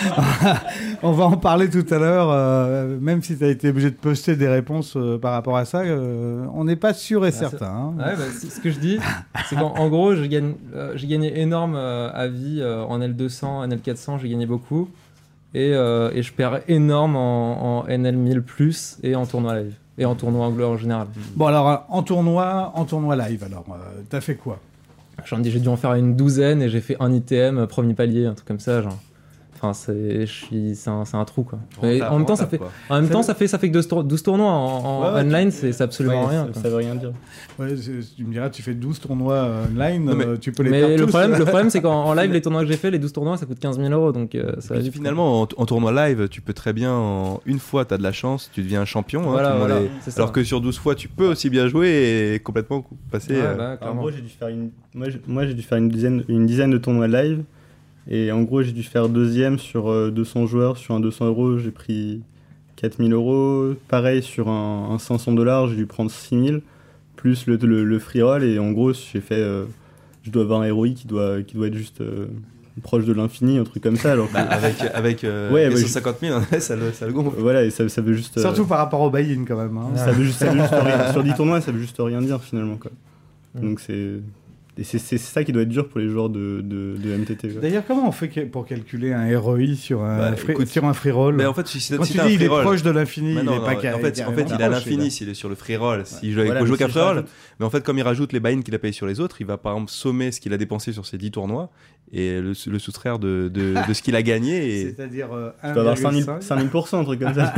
on va en parler tout à l'heure. euh, même si tu as été obligé de poster des réponses euh, par rapport à ça, euh, on n'est pas sûr et Ah, certain. hein. Ouais, bah, c'est- ce que je dis, c'est qu'en en gros, j'ai gagné, euh, j'ai gagné énorme euh, à vie euh, en N L deux cents, N L quatre cents, j'ai gagné beaucoup, et, euh, et je perds énorme en, en N L mille plus et en tournoi live et en tournoi anglo en général. Bon, alors, euh, en tournoi, en tournoi live, alors, euh, t'as fait quoi? J'en dis, j'ai dû en faire une douzaine et j'ai fait un I T M, euh, premier palier, un truc comme ça, genre. Enfin, c'est, je suis, c'est un, c'est un trou, quoi. Mais en même temps, ça fait, en même temps, ça fait, ça fait que douze tour- douze tournois en, en Ouais, ouais, online, tu- c'est, c'est absolument Ouais, rien. ça, quoi. ça veut rien dire. Ouais, c'est- tu me diras, tu fais douze tournois euh, online, Non, mais- euh, tu peux les Mais perdre le tous. problème, le problème, c'est qu'en en live, les tournois que j'ai fait, les douze tournois, ça coûte quinze mille euros, donc euh, ça va Puis vite, finalement, en, en tournoi live, tu peux très bien, en une fois, tu as de la chance, tu deviens un champion. quoi. hein, Voilà, tout le monde voilà, est- c'est ça. Alors que sur douze fois, tu peux aussi bien jouer et complètement passer. Ouais, euh, bah, En clairement. gros, j'ai dû faire une. Moi, j'ai, moi, j'ai dû faire une dizaine, une dizaine de tournois live. Et en gros, j'ai dû faire deuxième sur euh, deux cents joueurs. Sur un deux cents euros, j'ai pris quatre mille euros. Pareil, sur un, un cinq cents dollars, j'ai dû prendre six mille. Plus le, le, le free roll. Et en gros, j'ai fait. euh, je dois avoir un R O I qui doit, qui doit être juste euh, proche de l'infini, un truc comme ça. Alors que- bah, avec avec euh, Ouais, bah, cent cinquante mille, ça le, ça le gonfle. voilà, et ça, ça veut juste. euh, Surtout par rapport au buy-in, quand même. hein. ça veut juste, ça veut juste rien. Sur dix tournois, ça veut juste rien dire finalement. Quoi. Mm. Donc c'est. Et c'est, c'est ça qui doit être dur pour les joueurs de, de, de M T T. Quoi. D'ailleurs, comment on fait que- pour calculer un R O I sur un, Bah, free, écoute, sur un free roll? Mais en fait, si, si, Quand si tu t'as dis un il est free roll- proche de l'infini, Bah il non, est non, pas en ca- fait, en fait, carrément il a proche, l'infini est- s'il est sur le free roll. Si je Voilà, il joue mais qu'à si free je roll, rajoute- mais en fait, comme il rajoute les buy-in qu'il a payé sur les autres, il va par exemple sommer ce qu'il a dépensé sur ses dix tournois et le, le soustraire de, de, de ce qu'il a gagné. Et... C'est-à-dire euh, Tu dois avoir cinq mille, un virgule cinq. cinq mille pour cent, un truc comme ça.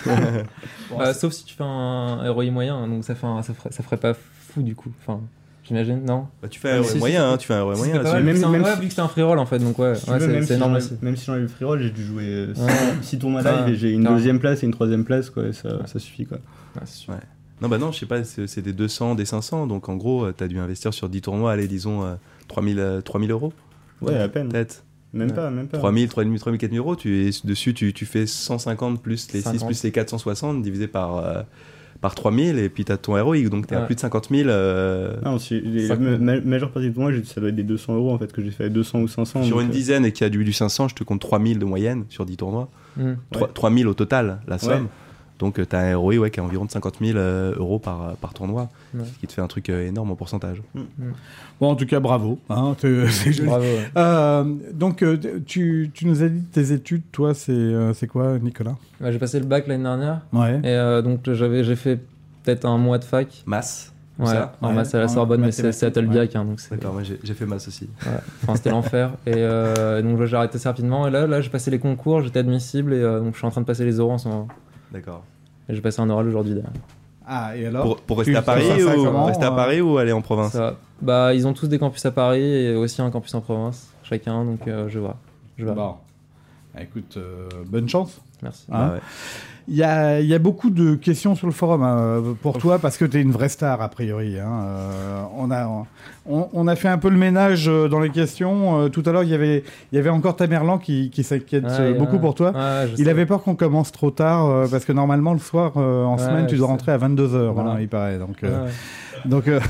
Bon, Euh, c'est- sauf si tu fais un R O I moyen, hein, donc ça, fait un- ça, ferait, ça ferait pas fou du coup. Enfin, j'imagine, non? Bah, tu fais un Si, si, moyen, si. hein, tu fais un Si, moyen c'est pas là-dessus. mal, Même- vu que c'est un- même ouais, si- vu que c'est un free roll en fait, donc ouais, Si tu ouais, veux, c'est, même, c'est si énorme j'enlève- aussi. même si j'enlève le free roll, j'ai dû jouer Ouais. six tournois Ah, live et j'ai une carrément. deuxième place et une troisième place, quoi, et ça, Ouais. ça suffit. Quoi. Ouais, c'est sûr. Ouais. Non, bah non, je sais pas, c'est, c'est des deux cents, des cinq cents, donc en gros, euh, t'as dû investir sur dix tournois, allez, disons euh, trois mille, euh, trois mille euros. Ouais, à peine. Peut-être. Même Ouais. pas, même pas. trois mille, trois mille, trois mille, quatre mille euros, tu es dessus, tu, tu fais cent cinquante plus les six cinquante. plus les quatre cent soixante divisé par, euh, par trois mille et puis t'as ton R O I, donc t'es à Ouais. plus de cinquante mille euh, Non, si, les, cinq la ma- majeure partie de moi, j'ai- ça doit être des deux cents euros en fait, que j'ai fait deux cents ou cinq cents. sur donc, une euh, dizaine et qu'il y a du, du cinq cents, je te compte trois mille de moyenne sur dix tournois. Mm. Trois- trois mille au total, la somme. Ouais. Donc euh, t'as un R O I ouais, qui est environ de cinquante mille euh, euros par, par tournoi, Ouais. ce qui te fait un truc euh, énorme en pourcentage. Bon, en tout cas, bravo. Hein, c'est c'est joli. Bravo. Ouais. Euh, donc, euh, tu, tu nous as dit tes études, toi, c'est euh, c'est quoi, Nicolas? Ouais, j'ai passé le bac l'année dernière Ouais. et euh, donc j'avais, j'ai fait peut-être un mois de fac. Masse. Ouais, ça en Ouais, maths à la en Sorbonne, mais c'est, mathématiques, c'est à Tolbiac, hein, donc c'est. D'accord, moi j'ai, j'ai fait masse aussi. Ouais. Enfin, c'était l'enfer. Et euh, donc là, j'ai arrêté assez rapidement. Et là, là, j'ai passé les concours, j'étais admissible et euh, donc je suis en train de passer les oraux en ce moment. D'accord. Et j'ai passé un oral aujourd'hui d'ailleurs. Ah, et alors? Pour, pour Tu rester à fais Paris, ça ou, comment, rester à euh Paris ou aller en province? Ça, bah, ils ont tous des campus à Paris et aussi un campus en province, chacun. Donc euh, je vois. Je vois. Bon. Bah, écoute, euh, bonne chance. Merci. Hein Ah ouais. Il y a, il y a beaucoup de questions sur le forum hein, pour toi parce que tu es une vraie star a priori. Hein. Euh, on, a, on, on a fait un peu le ménage euh, dans les questions. Euh, tout à l'heure, il y avait, il y avait encore Tamerlan qui, qui s'inquiète Ouais, euh, ouais. beaucoup pour toi. Ouais, je Il sais. avait peur qu'on commence trop tard euh, parce que normalement le soir euh, en Ouais, semaine tu je dois sais. rentrer à vingt-deux heures, Voilà. hein, il paraît. Donc, Ouais, euh, ouais. donc euh,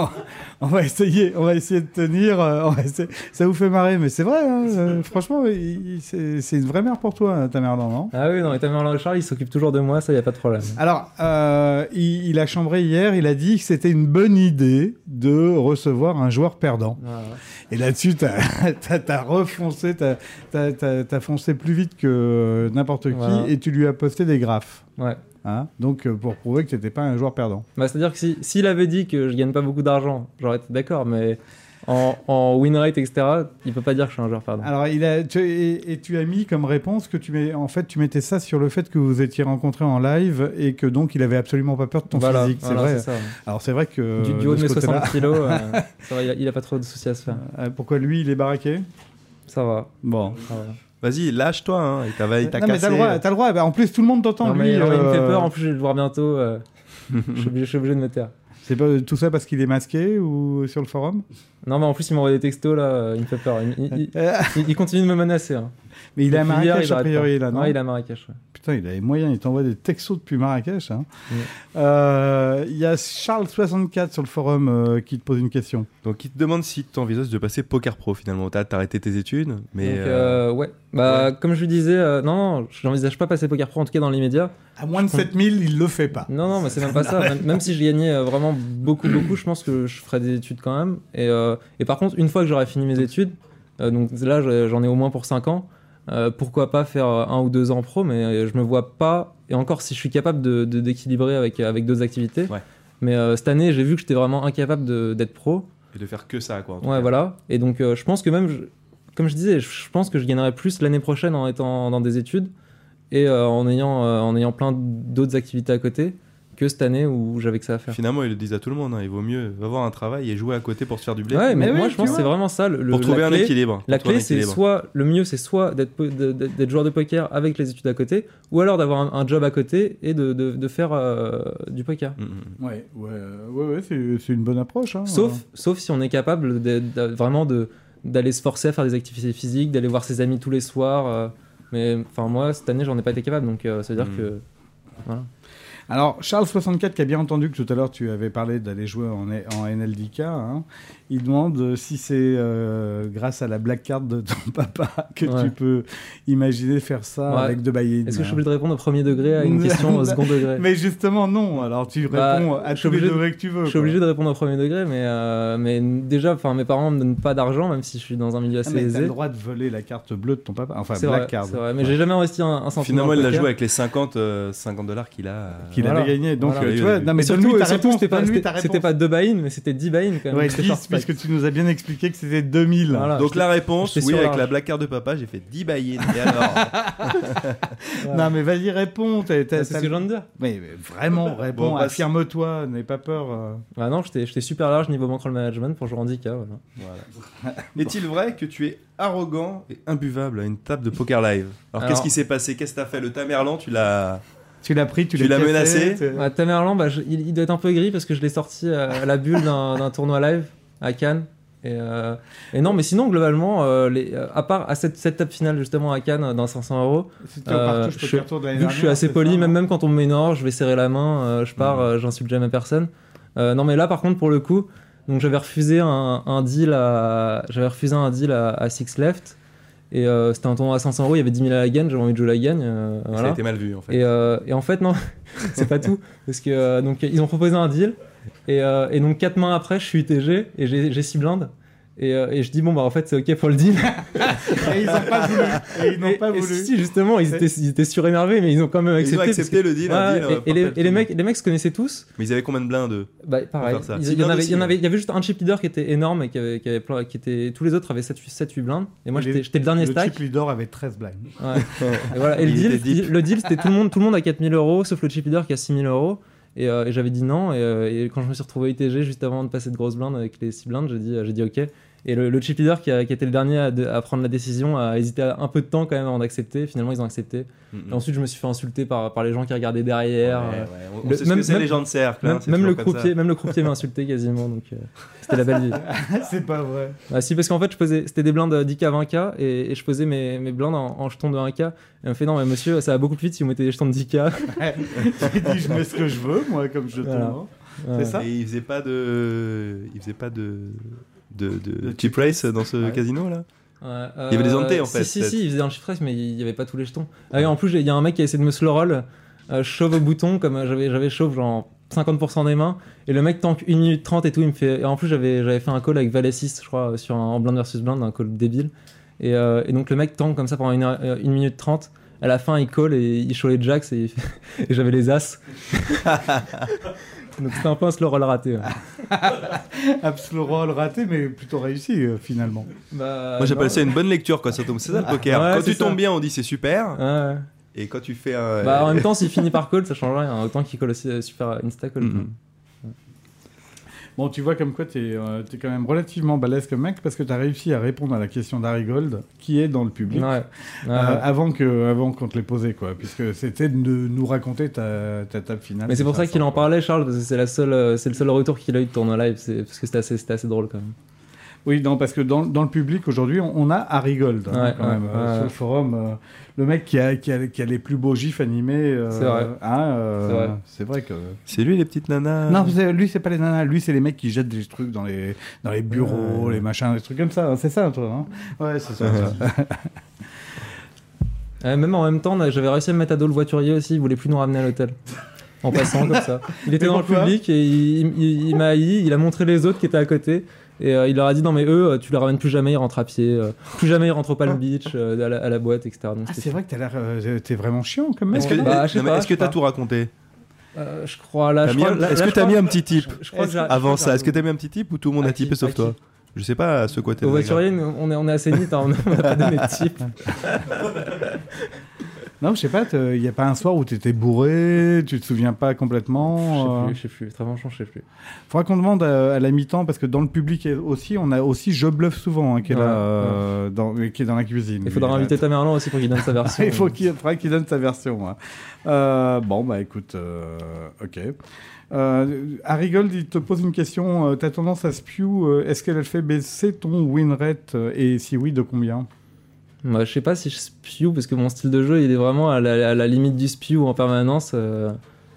on va essayer, on va essayer de tenir. euh, on va essayer- Ça vous fait marrer, mais c'est vrai. Hein, euh, franchement, il- il- c'est c'est une vraie mère pour toi, hein, Tamerlan, non? Ah oui, non, et Tamerlan Richard, il s'occupe toujours de moi, ça, y a pas de problème. Alors, euh, il, il a chambré hier, il a dit que c'était une bonne idée de recevoir un joueur perdant. Ouais, ouais. Et là-dessus, t'as t'as- t'as refoncé, t'as t'as- t'as- t'as foncé plus vite que n'importe qui Voilà. et tu lui as posté des graphes. Ouais. Hein, donc, euh, pour prouver que t'étais pas un joueur perdant. Bah, c'est-à-dire que si, s'il avait dit que je gagne pas beaucoup d'argent, j'aurais été d'accord, mais en, en win rate, et cetera, il peut pas dire que je suis un joueur perdant. Alors, il a, tu, et, et tu as mis comme réponse que tu mets, en fait, tu mettais ça sur le fait que vous étiez rencontrés en live et que donc il avait absolument pas peur de ton voilà, physique. C'est voilà, vrai. c'est ça. Alors, c'est vrai que Du, du haut de de ce mes côté-là- soixante kilos, euh, ça va, il a, il a pas trop de soucis à se faire. Euh, pourquoi lui, il est baraqué? Ça va. Bon. Ça va. Vas-y, lâche-toi, hein. Il t'a, il t'a non, mais cassé. t'as le droit. T'as le droit. Bah, en plus, tout le monde t'entend. Non, lui, mais, non, mais il me fait euh, peur, en plus je vais le voir bientôt. euh, je, suis obligé, je suis obligé de me taire. C'est pas tout ça parce qu'il est masqué ou sur le forum? Non, mais en plus il m'envoie des textos là, euh, il me fait peur. Il, il- il- Euh, il- il continue de me menacer. Hein. Mais il est à Depuis hier, Marrakech il a arrête priori pas. là, non? Ouais, il est à Marrakech. Ouais. Putain, il a les moyens, il t'envoie des textos depuis Marrakech. Hein. Mm. Euh, Il y a Charles soixante-quatre sur le forum euh, qui te pose une question. Donc, il te demande si tu envisages de passer poker pro finalement. T'as, t'as arrêté tes études, mais. Donc, euh, euh, ouais. Bah, comme je lui disais, euh, non, non, j'envisage pas passer poker pro en tout cas dans l'immédiat. À moins de sept mille, il le fait pas. Non, non, mais c'est même pas ça. Même, même si je gagnais euh, vraiment beaucoup, beaucoup, je pense que je ferais des études quand même. Et, euh, et par contre, une fois que j'aurai fini mes études, euh, donc là je- j'en ai au moins pour cinq ans, euh, pourquoi pas faire euh, un ou deux ans pro, mais euh, je me vois pas. Et encore, si je suis capable de, de- d'équilibrer avec, avec d'autres activités. Ouais. Mais euh, cette année, j'ai vu que j'étais vraiment incapable de- d'être pro. Et de faire que ça, quoi. en tout Ouais, cas. voilà. Et donc, euh, je pense que même, je- comme je disais, je je pense que je gagnerais plus l'année prochaine en étant dans des études et euh, en, ayant, euh, en ayant plein d'autres activités à côté que cette année où j'avais que ça à faire. Finalement, ils le disent à tout le monde. Hein. Il vaut mieux avoir un travail et jouer à côté pour se faire du blé. Ouais, mais, Mais moi oui, je tu pense que vois. c'est vraiment ça. Le, Pour trouver la un clé, équilibre. La Pour trouver clé, un c'est équilibre. soit le mieux, c'est soit d'être, po- de- de- d'être joueur de poker avec les études à côté, ou alors d'avoir un, un job à côté et de, de, de faire euh, du poker. Mm, mm. Ouais, ouais, euh, ouais, ouais, c'est c'est une bonne approche. Hein. Sauf, sauf si on est capable de, de- vraiment de, d'aller se forcer à faire des activités physiques, d'aller voir ses amis tous les soirs. euh, mais enfin moi, cette année, j'en ai pas été capable, donc euh, ça veut dire Mm. que voilà. Alors, Charles soixante-quatre, qui a bien entendu que tout à l'heure tu avais parlé d'aller jouer en, en N L D K, hein, il demande si c'est euh, grâce à la black card de ton papa que Ouais. tu peux imaginer faire ça Ouais. avec deux buy-in. Est-ce que je suis obligé de répondre au premier degré à une question au second degré? Mais justement, non. Alors, tu Bah, réponds à je suis tous les obligé de- degrés que tu veux. Je suis obligé de répondre au premier degré, mais, euh, mais déjà, enfin, mes parents me donnent pas d'argent, même si je suis dans un milieu Ah, assez mais t'as aisé. le droit de voler la carte bleue de ton papa. Enfin, C'est black vrai, card. c'est vrai, mais j'ai jamais investi un, un centime. Finalement, dans le il l'a poker. joué avec les cinquante dollars qu'il a. euh, Qu'il Voilà. avait gagné. Donc, Voilà. euh, Oui, tu oui, vois, oui. non, mais Mais surtout, donne-lui et ta surtout, réponse. c'était pas, donne-lui c'était- ta réponse. c'était pas deux buy-in, mais c'était dix buy-in quand même. Ouais, C'était dix, short stack. puisque tu nous as bien expliqué que c'était deux mille. Voilà. Donc la réponse, j'étais oui, sur avec large. la black card de papa, j'ai fait dix buy-in. Et alors Voilà. Non, mais vas-y, réponds. T'as- t'as- C'est ce t'as- que je viens de dire. Mais, mais vraiment, réponds. Bon, passe. Affirme-toi. N'aie pas peur. euh. Ah non, j'étais j'étais super large niveau bankroll management pour jouer en handicap. Voilà. Voilà. Est-il vrai que tu es arrogant et imbuvable à une table de poker live? Alors, Alors- qu'est-ce qui s'est passé? Qu'est-ce que t'as fait? Le Tamerlan, tu l'as. Tu l'as pris, tu, Tu l'as l'as cassé, menacé t'es- Ouais, Tamerlan, bah, je- il, il doit être un peu gris parce que je l'ai sorti à, à la bulle d'un d'un tournoi live à Cannes. Et, euh, et non, mais sinon, globalement, euh, les, euh, à part à cette, cette table finale justement à Cannes dans cinq cents euros, C'était au Euh, Partouche je- Poker Tour de l'année vu que je suis dernière, assez c'est poli, ça, même, non même quand on me m'honore, je vais serrer la main, euh, je pars, Mhm. euh, j'insulte jamais personne. Euh, non, mais là, par contre, pour le coup, donc j'avais refusé un, un deal à, j'avais refusé un deal à, à Six Left. Et euh, c'était un tournoi à cinq cents euros, il y avait dix mille à la gagne, j'avais envie de jouer la gagne. euh, Ça voilà. a été mal vu en fait. Et, euh, et en fait, non, c'est pas tout. Parce que euh, donc, ils ont proposé un deal. Et, euh, et donc, quatre mains après, je suis U T G et j'ai j'ai six blindes. Et, euh, et je dis, bon, bah en fait, c'est ok pour le deal. Et ils n'ont pas voulu. Et ils n'ont Et- pas et voulu. si, si, justement, ils étaient, ils étaient surénervés, mais ils ont quand même accepté. Ils ont parce accepté que- le deal. Ouais, un deal, et- on va et, les, partager et les tout. mecs, les mecs se connaissaient tous. Mais ils avaient combien de blindes? Bah, pareil. Pour faire ça. Il C'est il y, en bien avait, il, y en aussi, avait, il y avait juste un chip leader qui était énorme et qui avait, qui avait plein, qui était, tous les autres avaient sept huit blindes. Et moi, Et les- j'étais j'étais le dernier Le stack. chip leader avait treize blinds. Ouais. Et voilà. Et le Il deal, était deep. le deal, c'était tout le monde, tout le monde à quatre mille euros, sauf le chip leader qui a six mille euros. Et, euh, et j'avais dit non. Et, euh, et quand je me suis retrouvé I T G juste avant de passer de grosses blindes avec les six blindes, j'ai dit, euh, j'ai dit ok. Et le, le chip leader qui, a, qui était le dernier à, de- à prendre la décision a hésité un peu de temps quand même avant d'accepter. Finalement, ils ont accepté. Mhm. Et ensuite, je me suis fait insulter par, par les gens qui regardaient derrière. Ouais, euh, ouais, on- on le- sait ce même- que c'est même- les gens de cercle. hein, Même, c'est même le toujours comme ça. croupier, même le croupier m'a insulté quasiment, donc euh, c'était la belle vie. C'est pas vrai. Ah, si, parce qu'en fait, je posais, c'était des blindes dix K, vingt K, et, et je posais mes, mes blindes en, en jetons de un K. Et elle me fait non, mais monsieur, ça va beaucoup plus vite si vous mettez des jetons de dix K. J'ai dit, je mets ce que je veux, moi, comme je Voilà. C'est ça Et il faisait pas de, il faisait pas de, de, de, De cheap race dans ce Ouais. casino là. Ouais, Il y avait des hantés, en si, fait, Si, peut-être. si, il faisait un chiffre, mais il y avait pas tous les jetons. Ah, et en plus, il y a un mec qui a essayé de me slow roll, euh, chauve au bouton, comme euh, j'avais, j'avais chauve genre cinquante pour cent des mains, et le mec tank une minute trente et tout, il me fait. Et en plus, j'avais, j'avais fait un call avec Valet six, je crois, sur un, en blind versus blind, un call débile. Et, euh, et donc, le mec tank comme ça pendant une, heure- euh, une minute trente. À la fin, il call et il show les jacks et, et j'avais les as. Donc, c'était un peu un slow roll raté. Ouais. Absolument roll raté, mais plutôt réussi, euh, finalement. Bah, Moi j'appelle non. ça une bonne lecture quand ça tombe. C'est ça le poker. Ouais, quand c'est tu ça. tombes bien, on dit c'est super. Ouais. Et quand tu fais un. Bah, en même temps, s'il finit par call, ça change rien. Autant qu'il call aussi euh, super insta call. Mhm. Bon, tu vois comme quoi t'es euh, t'es quand même relativement balèze comme mec, parce que t'as réussi à répondre à la question d'Harry Gold, qui est dans le public, Ouais. Ouais, euh, ouais. avant que avant qu'on te l'ait posé, quoi, puisque c'était de nous raconter ta, ta table finale. Mais c'est pour ça intéressant, qu'il en quoi. parlait, Charles, parce que c'est la seule, euh, c'est le seul retour qu'il a eu de tournoi live, c'est parce que c'était assez, c'était assez drôle quand même. Oui, non, parce que dans, dans le public aujourd'hui, on, on a Harry Gold, hein, Ouais, quand ouais, même, euh, ouais, sur ouais. le forum. euh, le mec qui a, qui, a, qui a les plus beaux gifs animés. euh, C'est vrai. hein, euh, C'est vrai. c'est vrai que. C'est lui les petites nanas. Non, c'est- lui, c'est pas les nanas. Lui, c'est les mecs qui jettent des trucs dans les, dans les bureaux, Ouais. les machins, des trucs comme ça. hein. C'est ça, toi. Hein ouais, c'est ça. ça. Euh, même en même temps, on a- j'avais réussi à me mettre à dos le voiturier aussi, il voulait plus nous ramener à l'hôtel. En passant comme ça. Il était Mais dans le pourquoi public et il, il- il m'a haï, il a montré les autres qui étaient à côté. Et euh, il leur a dit non mais eux, euh, tu les ramènes plus jamais, ils rentrent à pied, euh, plus jamais ils rentrent au Palm Beach, euh, à, la, à la boîte, et cetera. Donc, Ah, c'était c'est vrai que t'as l'air, euh, t'es vraiment chiant, quand même. Est-ce que, Bah, je sais non, mais pas, est-ce je que sais t'as pas. tout raconté? Euh, je crois là. T'as je mis crois- un- là- Est-ce là, que je t'as crois- mis un petit tip Je crois que j'ai- avant je crois ça? que Est-ce que t'as mis un petit tip ou tout le monde À a typé qui- sauf à toi? qui Je sais pas à ce côté. Au voiturier, nous, on est, on est assez nid, hein, on n'a pas donné de type. Non, je sais pas, il n'y a pas un soir où t'étais bourré, tu te souviens pas complètement. Je euh, sais plus, je sais plus, très franchement, je sais plus. Faudra qu'on demande à, à la mi-temps, parce que dans le public aussi, on a aussi Je Bluffe souvent, hein, qui, est Ouais, là, euh, dans, qui est dans la cuisine. Il faudra lui, inviter là. Tamerlan aussi pour qu'il donne sa version. Il faut qu'il faudra qu'il donne sa version. hein. Euh, bon, bah écoute, euh, ok. Euh, Harry Gold, il te pose une question. Euh, T'as tendance à spew. euh, Est-ce qu'elle fait baisser ton win rate euh, et si oui, de combien? Bah, je sais pas si je spew parce que mon style de jeu il est vraiment à la, à la limite du spew en permanence. euh,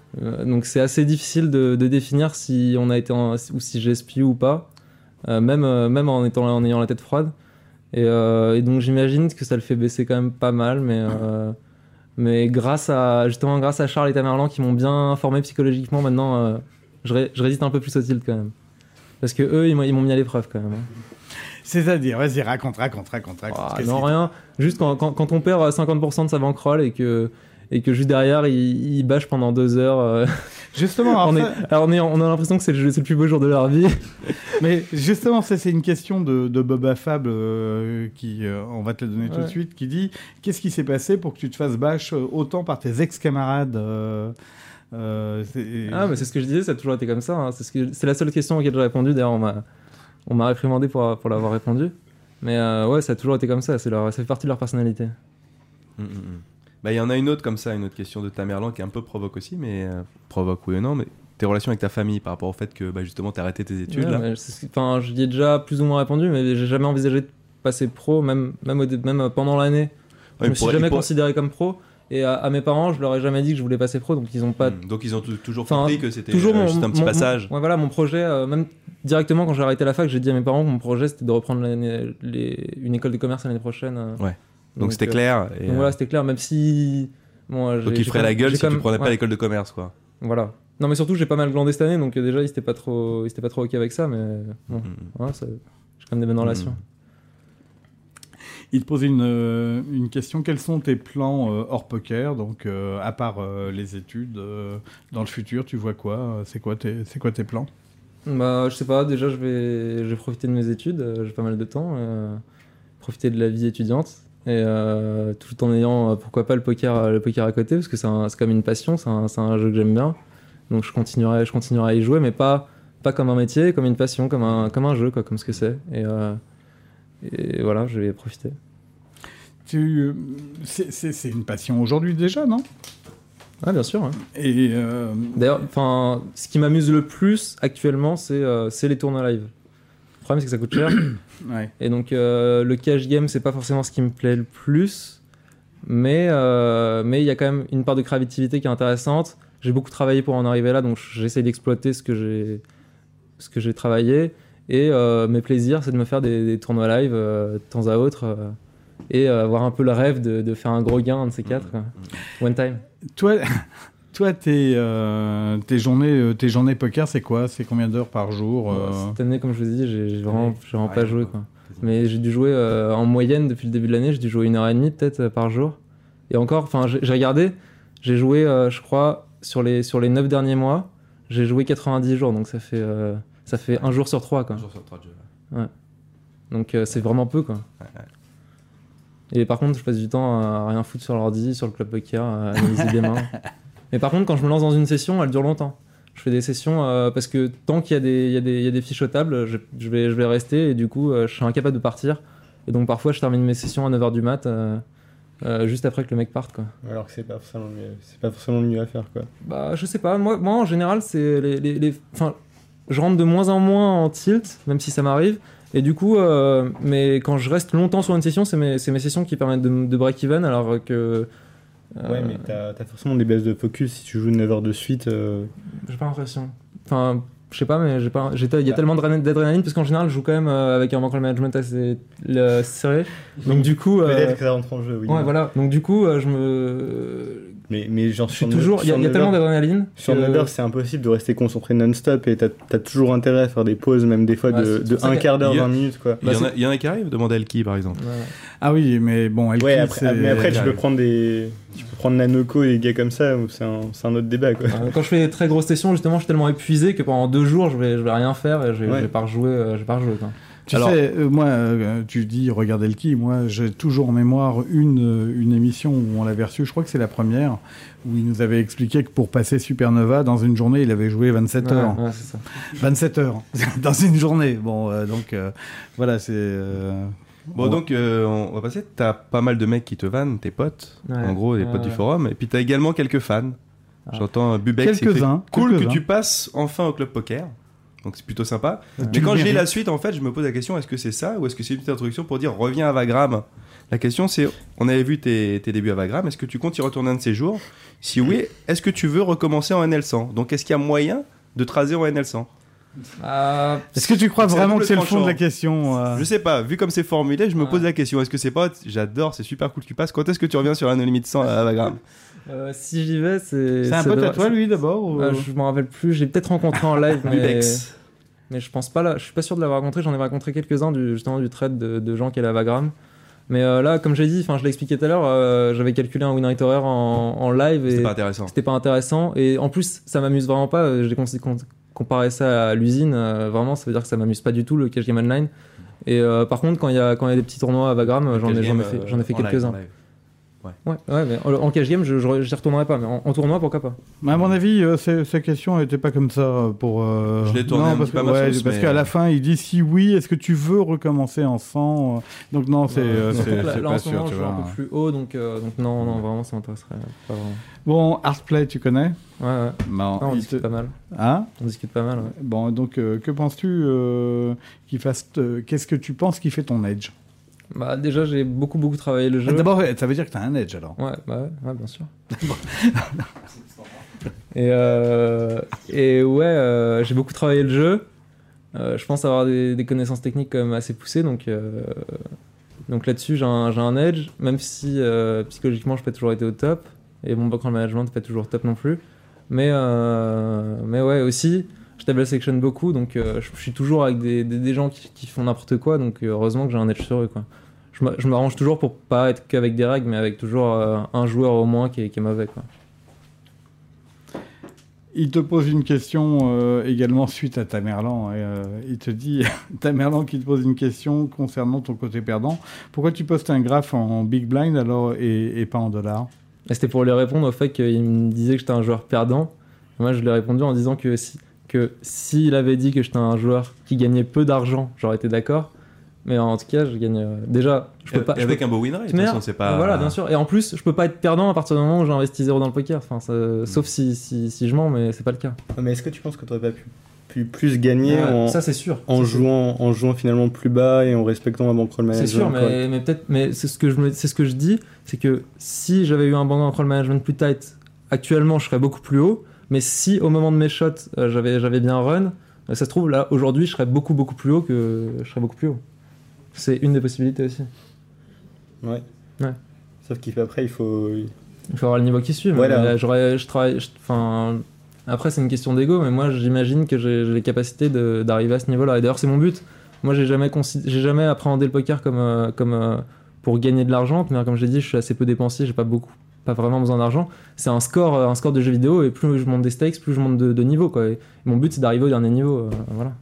Euh, donc c'est assez difficile de, de définir si on a été en, ou si j'ai S P U ou pas, euh, même, euh, même en, étant, en ayant la tête froide. Et, euh, et donc j'imagine que ça le fait baisser quand même pas mal, mais, euh, mais grâce à, justement grâce à Charles et Tamerlan qui m'ont bien formé psychologiquement, maintenant euh, je, ré, je résiste un peu plus au tilt quand même. Parce que eux, ils m'ont, ils m'ont mis à l'épreuve quand même. Hein. C'est-à-dire, vas-y, raconte, raconte, raconte, raconte. Ah, non, rien. Juste quand, quand, quand on perd cinquante pour cent de sa bankroll et que, et que juste derrière, il, il bâche pendant deux heures. Euh... Justement, on, est, alors on, est, on a l'impression que c'est le, c'est le plus beau jour de leur vie. Mais justement, ça, c'est une question de, de Boba Fab, euh, qui, euh, on va te la donner ouais. tout de suite, qui dit qu'est-ce qui s'est passé pour que tu te fasses bâche autant par tes ex-camarades euh, euh, c'est... Ah, mais c'est ce que je disais, ça a toujours été comme ça. Hein. C'est, ce que, c'est la seule question auquel j'ai répondu. D'ailleurs, on m'a. On m'a réprimandé pour, pour l'avoir répondu. Mais euh, ouais, ça a toujours été comme ça. C'est leur, ça fait partie de leur personnalité. Mmh, mmh. Bah, il y en a une autre comme ça, une autre question de Tamerlan qui est un peu provoque aussi, mais euh, provoque oui ou non, mais tes relations avec ta famille par rapport au fait que bah, justement tu as arrêté tes études. Ouais, là. Enfin, je l'ai déjà plus ou moins répondu, mais j'ai jamais envisagé de passer pro, même, même, au, même pendant l'année. Ouais, je me suis pourrait, jamais pourrait... considéré comme pro. Et à, à mes parents, je leur ai jamais dit que je voulais passer pro, donc ils ont pas. Mmh, donc ils ont t- toujours compris que c'était toujours euh, mon, juste un petit mon, passage. Mon, ouais, voilà, mon projet, euh, même directement quand j'ai arrêté la fac, j'ai dit à mes parents que mon projet c'était de reprendre les, une école de commerce l'année prochaine. Euh, ouais. Donc, donc c'était euh, clair. Et donc euh... voilà, c'était clair, même si. Bon, donc ils feraient la gueule si même... tu prenais pas ouais. l'école de commerce, quoi. Voilà. Non, mais surtout j'ai pas mal glandé cette année, donc euh, déjà ils étaient pas trop, ils étaient pas trop ok avec ça, mais bon, mmh. ouais, ça... j'ai quand même des bonnes mmh. relations. Il te pose une, euh, une question. Quels sont tes plans euh, hors poker, donc euh, à part euh, les études, euh, dans le futur, tu vois quoi ? C'est quoi tes, c'est quoi tes plans ? Bah, je sais pas. Déjà, je vais, je vais profiter de mes études. Euh, j'ai pas mal de temps. Euh, profiter de la vie étudiante et euh, tout en ayant, euh, pourquoi pas, le poker, le poker à côté, parce que c'est, un, c'est comme une passion. C'est un, c'est un jeu que j'aime bien. Donc, je continuerai, je continuerai à y jouer, mais pas, pas comme un métier, comme une passion, comme un, comme un jeu, quoi, comme ce que c'est. Et euh, Et voilà, je vais profiter. Tu... C'est, c'est, c'est une passion aujourd'hui déjà, non ? Ah, bien sûr. Hein. Et euh... D'ailleurs, ce qui m'amuse le plus actuellement, c'est, euh, c'est les tournois live. Le problème, c'est que ça coûte cher. Ouais. Et donc, euh, le cash game, c'est pas forcément ce qui me plaît le plus. Mais euh, mais il y a quand même une part de créativité qui est intéressante. J'ai beaucoup travaillé pour en arriver là, donc j'essaie d'exploiter ce que j'ai, ce que j'ai travaillé. Et euh, mes plaisirs, c'est de me faire des, des tournois live euh, de temps à autre euh, et euh, avoir un peu le rêve de, de faire un gros gain, un de ces quatre. Quoi. One time. Toi, toi tes, euh, tes, journées, tes journées poker, c'est quoi ? C'est combien d'heures par jour ? euh... Cette année, comme je vous ai dit, j'ai, j'ai vraiment, j'ai vraiment pas joué. Quoi. Mais j'ai dû jouer euh, en moyenne depuis le début de l'année, j'ai dû jouer une heure et demie peut-être euh, par jour. Et encore, j'ai, j'ai regardé, j'ai joué, euh, je crois, sur les, sur les neuf derniers mois, j'ai joué quatre-vingt-dix jours, donc ça fait... Euh, Ça fait un jour sur trois, quoi. Un jour sur trois de jeu. Ouais. Donc euh, c'est vraiment peu, quoi. Ouais, ouais. Et par contre, je passe du temps à rien foutre sur l'ordi, sur le club poker, à analyser des mains. Mais par contre, quand je me lance dans une session, elle dure longtemps. Je fais des sessions euh, parce que tant qu'il y a des, il y a des, il y a des fiches au tables, je, je, vais, je vais rester et du coup, euh, je suis incapable de partir. Et donc parfois, je termine mes sessions à neuf heures du mat, euh, euh, juste après que le mec parte, quoi. Alors que c'est pas forcément le mieux, c'est pas forcément le mieux à faire, quoi. Bah, je sais pas. Moi, moi en général, c'est les, les, les... Enfin, je rentre de moins en moins en tilt, même si ça m'arrive. Et du coup, euh, mais quand je reste longtemps sur une session, c'est mes, c'est mes sessions qui permettent de, de break-even, alors que... Euh... Ouais, mais t'as, t'as forcément des baisses de focus si tu joues neuf heures de suite. Euh... J'ai pas l'impression. Enfin, je sais pas, mais j'ai pas, j'ai, il y a tellement d'adrénaline, parce qu'en général, je joue quand même euh, avec un bankroll management assez euh, serré. Donc du coup... Peut-être euh... que ça rentre en jeu, oui. Ouais, voilà. Donc du coup, euh, je me... Mais, mais genre, je suis toujours, il y, y a tellement d'adrénaline. Sur neuf heures, c'est impossible de rester concentré non-stop et t'as, t'as toujours intérêt à faire des pauses, même des fois ouais, de, de un quart d'heure, vingt minutes, quoi. Il y, bah, y, y en a qui arrivent, demandez à Elki par exemple. Ouais. Ah oui, mais bon, Elki, ouais, après, c'est... mais après, tu peux prendre des, tu peux prendre Nanoko et des gars comme ça, c'est un, c'est un autre débat, quoi. Euh, quand je fais des très grosses sessions, justement, je suis tellement épuisé que pendant deux jours, je vais, je vais rien faire et je vais, ouais. je vais pas rejouer, euh, je vais pas rejouer, quoi. Tu Alors, sais, euh, moi, euh, tu dis regarde Elki, moi j'ai toujours en mémoire une, une émission où on l'avait reçu, je crois que c'est la première, où il nous avait expliqué que pour passer Supernova, dans une journée, il avait joué vingt-sept ouais, heures. Ouais, c'est ça. vingt-sept heures, dans une journée. Bon, euh, donc euh, voilà, c'est... Euh, bon, donc euh, on va passer, t'as pas mal de mecs qui te vannent, tes potes, ouais, en gros, les ouais, potes ouais. du forum, et puis t'as également quelques fans. Ah. J'entends Bubex, quelques-uns, cool quelques-uns. que tu passes enfin au club poker. Donc c'est plutôt sympa. Tu Mais quand le je lis mérites. la suite, en fait, je me pose la question, est-ce que c'est ça ou est-ce que c'est une petite introduction pour dire reviens à Vagram? La question c'est, on avait vu tes, tes débuts à Vagram, est-ce que tu comptes y retourner un de ces jours? Si oui, est-ce que tu veux recommencer en N L cent? Donc est-ce qu'il y a moyen de tracer en N L cent? Ah, Est-ce que tu crois C'est la vraiment double que c'est le fond de la tranchant. question euh Je sais pas, vu comme c'est formulé, je me Ouais. pose la question, est-ce que c'est pas, j'adore, c'est super cool que tu passes, quand est-ce que tu reviens sur un No Limit cent à Vagram? euh, si j'y vais, c'est. C'est un ça pote à devrait- toi, lui, d'abord ou- Ah, je m'en rappelle plus. J'ai peut-être rencontré en live, mais. Ludex. Mais je pense pas là. Je suis pas sûr de l'avoir rencontré. J'en ai rencontré quelques-uns du, justement du trade de, de gens qui allaient à Vagram. Mais euh, là, comme j'ai dit, enfin, je l'ai expliqué tout à l'heure, euh, j'avais calculé un win rate horaire en, en live et C'était pas intéressant. c'était pas intéressant. Et en plus, ça m'amuse vraiment pas. Euh, J'ai con- con- comparé ça à l'usine. euh, vraiment, ça veut dire que ça m'amuse pas du tout le cash game online. Et euh, par contre, quand il y a quand il y a des petits tournois à Vagram, euh, j'en ai, j'en ai fait, j'en ai fait quelques-uns. Ouais, ouais, mais en, en cash game, je je- j'y retournerai pas. Mais en, en tournoi, pourquoi pas? Mais à mon avis, euh, ces, ces questions n'étaient pas comme ça euh, pour. euh, Je l'ai tourné non, un parce petit peu que- à ma ouais, sauce, parce mais, qu'à euh, la fin, il dit si oui, est-ce que tu veux recommencer en cent euh, Donc non, c'est euh, Surtout c'est- que là, c'est là, pas en ce sûr, moment, tu je joue vois. un peu plus haut, donc, euh, donc non, non, vraiment, ça m'intéresserait pas vraiment. Bon, Artplay, tu connais Ouais, ouais. Bon, Non, on il discute te- pas mal. Hein On discute pas mal, ouais. Bon, donc euh, que penses-tu euh, qu'il fasse euh, Qu'est-ce que tu penses qui fait ton edge Bah, déjà, j'ai beaucoup, beaucoup travaillé le jeu. D'abord, ça veut dire que tu as un edge alors. Ouais, bah ouais, ouais, bien sûr. et, euh, et ouais, euh, j'ai beaucoup travaillé le jeu. Euh, je pense avoir des, des connaissances techniques quand même assez poussées, donc, euh, donc là-dessus j'ai un, j'ai un edge, même si euh, psychologiquement je n'ai pas toujours été au top, et mon background management n'est pas toujours top non plus. Mais, euh, mais ouais, aussi, je table section beaucoup, donc euh, je, je suis toujours avec des, des, des gens qui, qui font n'importe quoi, donc euh, heureusement que j'ai un edge sur eux, quoi. Je m'a- je m'arrange toujours pour pas être qu'avec des règles, mais avec toujours euh, un joueur au moins qui est, qui est mauvais, quoi. Il te pose une question euh, également suite à Tamerlan. Et, euh, il te dit, Tamerlan qui te pose une question concernant ton côté perdant. Pourquoi tu postes un graphe en big blind alors et, et pas en dollars? Et c'était pour lui répondre au fait qu'il me disait que j'étais un joueur perdant. Et moi, je lui ai répondu en disant que si, que s'il avait dit que j'étais un joueur qui gagnait peu d'argent, j'aurais été d'accord. Mais en tout cas, je gagne. euh, déjà, je peux Et pas. je avec peux- un beau win rate, de toute Mais, façon, c'est pas. Voilà, bien sûr. Et en plus, je peux pas être perdant à partir du moment où j'investis zéro dans le poker. Enfin, ça- Mm. sauf si, si, si je mens, mais c'est pas le cas. Mais est-ce que tu penses que tu aurais pas pu, pu plus gagner Ouais, en, ça, c'est sûr. en, Ça, c'est- jouant, en jouant finalement plus bas et en respectant un bankroll C'est management sûr, mais, mais peut-être, mais c'est ce que je me, c'est ce que je dis, c'est que si j'avais eu un bankroll management plus tight, actuellement, je serais beaucoup plus haut. Mais si au moment de mes shots, euh, j'avais, j'avais bien run, euh, ça se trouve là, aujourd'hui, je serais beaucoup beaucoup plus haut que je serais beaucoup plus haut. C'est une des possibilités aussi. Ouais. Ouais. Sauf qu'après, il faut. Il faut avoir le niveau qui suit. Mais Voilà. là, j'aurais, je travaille, je- enfin. Après, c'est une question d'ego, mais moi, j'imagine que j'ai, j'ai les capacités de- d'arriver à ce niveau-là. Et d'ailleurs, c'est mon but. Moi, j'ai jamais, consid- j'ai jamais appréhendé le poker comme, euh, comme euh, pour gagner de l'argent. Mais comme je l'ai dit, je suis assez peu dépensier, j'ai pas beaucoup, pas vraiment besoin d'argent. C'est un score, euh, un score de jeu vidéo, et plus je monte des stakes, plus je monte de, de niveau, quoi. Et mon but, c'est d'arriver au dernier niveau. euh, voilà.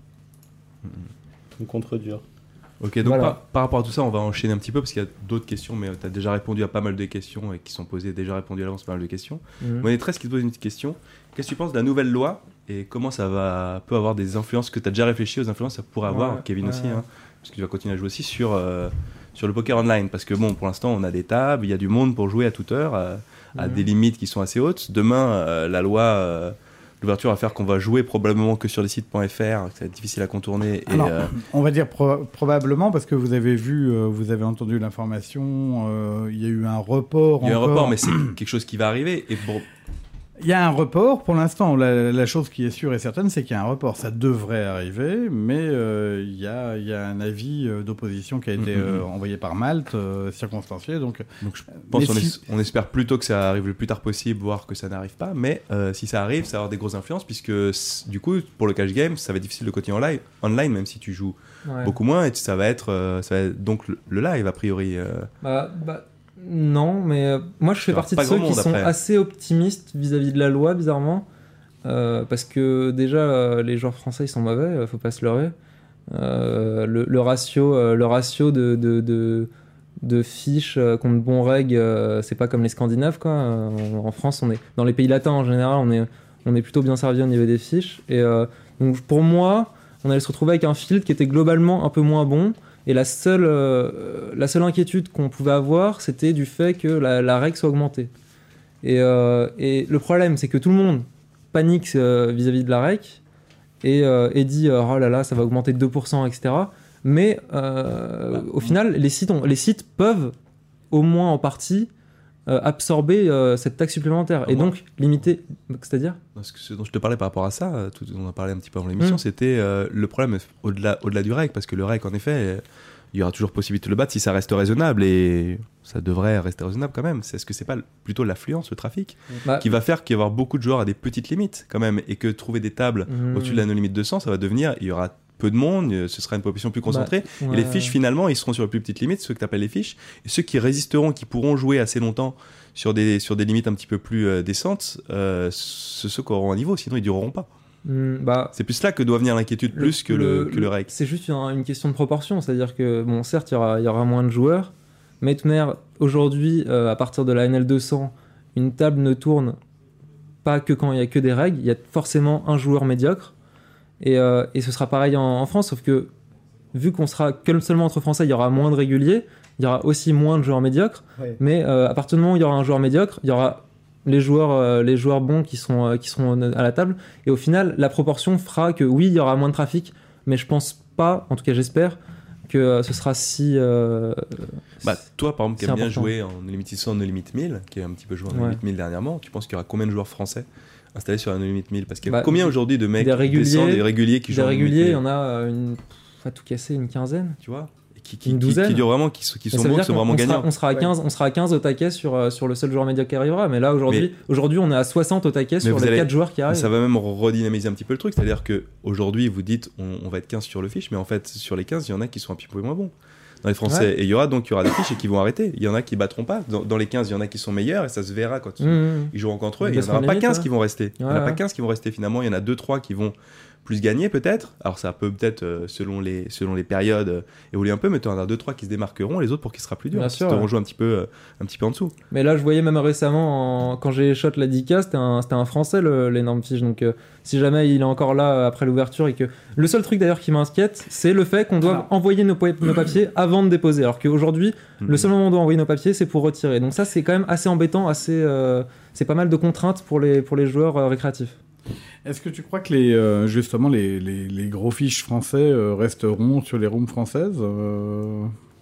Une contre-dur. Ok, donc Voilà. par, par rapport à tout ça, on va enchaîner un petit peu parce qu'il y a d'autres questions, mais tu as déjà répondu à pas mal de questions et qui sont posées, déjà répondu à l'avance pas mal de questions. Mhm. Monet treize qui te pose une petite question. Qu'est-ce que tu penses de la nouvelle loi et comment ça va, peut avoir des influences, que tu as déjà réfléchi aux influences que ça pourrait avoir, Ouais, Kevin ouais. aussi, hein, parce que tu vas continuer à jouer aussi sur, euh, sur le poker online. Parce que bon, pour l'instant, on a des tables, il y a du monde pour jouer à toute heure, euh, à Mhm. des limites qui sont assez hautes. Demain, euh, la loi, euh, l'ouverture va faire qu'on va jouer probablement que sur les sites .fr, que ça va être difficile à contourner. Et, Alors, euh, on va dire pro- probablement parce que vous avez vu, euh, vous avez entendu l'information, euh, il y a eu un report. il y a un encore. report, mais c'est quelque chose qui va arriver. Et bon, Il y a un report pour l'instant. La, la chose qui est sûre et certaine, c'est qu'il y a un report. Ça devrait arriver, mais euh, il y, a, il y a un avis euh, d'opposition qui a été Mhm. euh, envoyé par Malte, euh, circonstancié. Donc, Donc je pense Mais qu'on si- es- on espère plutôt que ça arrive le plus tard possible, voire que ça n'arrive pas. Mais euh, si ça arrive, ça va avoir des grosses influences, puisque c- du coup, pour le cash game, ça va être difficile de continuer en live, online, même si tu joues Ouais. beaucoup moins. Et ça va être, euh, ça va être donc le, le live, a priori. euh. Bah, bah, non, mais euh, moi je fais Il y aura partie pas de ceux grand qui monde sont après. assez optimistes vis-à-vis de la loi, bizarrement. Euh, parce que déjà, euh, les joueurs français ils sont mauvais, euh, faut pas se leurrer. Euh, le, le ratio, euh, le ratio de, de, de, de fiches euh, contre bon reg, euh, c'est pas comme les Scandinaves, quoi. Euh, en France, on est, dans les pays latins en général, on est, on est plutôt bien servi au niveau des fiches. Et euh, donc pour moi, on allait se retrouver avec un field qui était globalement un peu moins bon. Et la seule, euh, la seule inquiétude qu'on pouvait avoir, c'était du fait que la, la règle soit augmentée. Et, euh, et le problème, c'est que tout le monde panique euh, vis-à-vis de la règle. et, euh, et dit euh, oh là là, ça va augmenter de deux pour cent, et cetera. Mais euh, ouais. au final, les sites, ont, les sites peuvent au moins en partie euh, absorber euh, cette taxe supplémentaire ah, et donc limiter. C'est-à-dire Parce que ce dont je te parlais par rapport à ça, tout, on en a parlé un petit peu avant l'émission, mmh. c'était euh, le problème au-delà, au-delà du R E C, parce que le R E C, en effet, il y aura toujours possibilité de le battre si ça reste raisonnable et ça devrait rester raisonnable quand même. C'est, est-ce que c'est pas plutôt l'affluence, le trafic, bah, qui va faire qu'il va y avoir beaucoup de joueurs à des petites limites quand même et que trouver des tables mmh. au-dessus de la no-limite deux cents, ça va devenir, il y aura peu de monde, ce sera une population plus concentrée. Bah, ouais. Et les fiches, finalement, ils seront sur les plus petites limites, ceux que tu appelles les fiches. Et ceux qui résisteront, qui pourront jouer assez longtemps sur des, sur des limites un petit peu plus euh, décentes, euh, c'est ceux qui auront un niveau, sinon ils ne dureront pas. Mmh, bah, c'est plus là que doit venir l'inquiétude, le, plus que le, le, que le R E C. C'est juste une, une question de proportion, c'est-à-dire que, bon, certes, il y aura, y aura moins de joueurs, mais de toute manière, aujourd'hui, euh, à partir de la N L deux cents, une table ne tourne pas que quand il n'y a que des règles, il y a forcément un joueur médiocre. Et, euh, et ce sera pareil en, en France, sauf que vu qu'on sera que seulement entre Français, il y aura moins de réguliers, il y aura aussi moins de joueurs médiocres, ouais. mais euh, à partir du moment où il y aura un joueur médiocre, il y aura les joueurs, euh, les joueurs bons qui seront, euh, qui seront à la table, et au final, la proportion fera que oui, il y aura moins de trafic, mais je pense pas, en tout cas j'espère, que euh, ce sera si... Euh, bah, toi, par exemple, qui aime bien jouer en No Limit six cents, No Limit mille, qui a un petit peu joué en No Limit mille dernièrement, tu penses qu'il y aura combien de joueurs français installés sur la No Limit mille? Parce qu'il y a bah, combien aujourd'hui de mecs des réguliers, qui descendent, des réguliers qui jouent des réguliers, il y en a une, à tout casser une quinzaine, tu vois, et qui, qui, une douzaine, qui, qui durent vraiment, qui, qui sont bons, qui sont vraiment on gagnants. Sera, on sera à quinze, ouais. on sera à quinze au taquet sur euh, sur le seul joueur médiocre qui arrivera, mais là aujourd'hui, mais, aujourd'hui on est à soixante au taquet sur les allez, quatre joueurs qui arrivent. Ça va même redynamiser un petit peu le truc, c'est-à-dire que aujourd'hui vous dites on, on va être quinze sur le fiche, mais en fait sur les quinze il y en a qui sont un petit peu moins bons. Dans les Français, ouais. et il y aura donc il y aura des fiches et qui vont arrêter. Il y en a qui battront pas. Dans, dans les quinze, il y en a qui sont meilleurs et ça se verra quand mmh. ils joueront contre eux. Et il n'y en aura pas quinze ouais. qui vont rester. Ouais, il n'y en a ouais. pas quinze qui vont rester finalement. Il y en a deux trois qui vont plus gagner peut-être. Alors ça peut peut-être euh, selon les selon les périodes euh, évoluer un peu, mais tu en as deux trois qui se démarqueront, les autres pour qui sera plus dur. Bien sûr, ouais. jouer un petit peu euh, un petit peu en dessous. Mais là, je voyais même récemment en... quand j'ai shot la dix K, c'était un c'était un Français le... l'énorme fiche. Donc euh, si jamais il est encore là après l'ouverture et que le seul truc d'ailleurs qui m'inquiète, c'est le fait qu'on doit ah. envoyer nos, pa- nos papiers avant de déposer. Alors qu'aujourd'hui, mmh. le seul moment où on doit envoyer nos papiers, c'est pour retirer. Donc ça, c'est quand même assez embêtant, assez euh... c'est pas mal de contraintes pour les pour les joueurs euh, récréatifs. Est-ce que tu crois que les, euh, justement les, les, les gros fiches français euh, resteront sur les rooms françaises euh...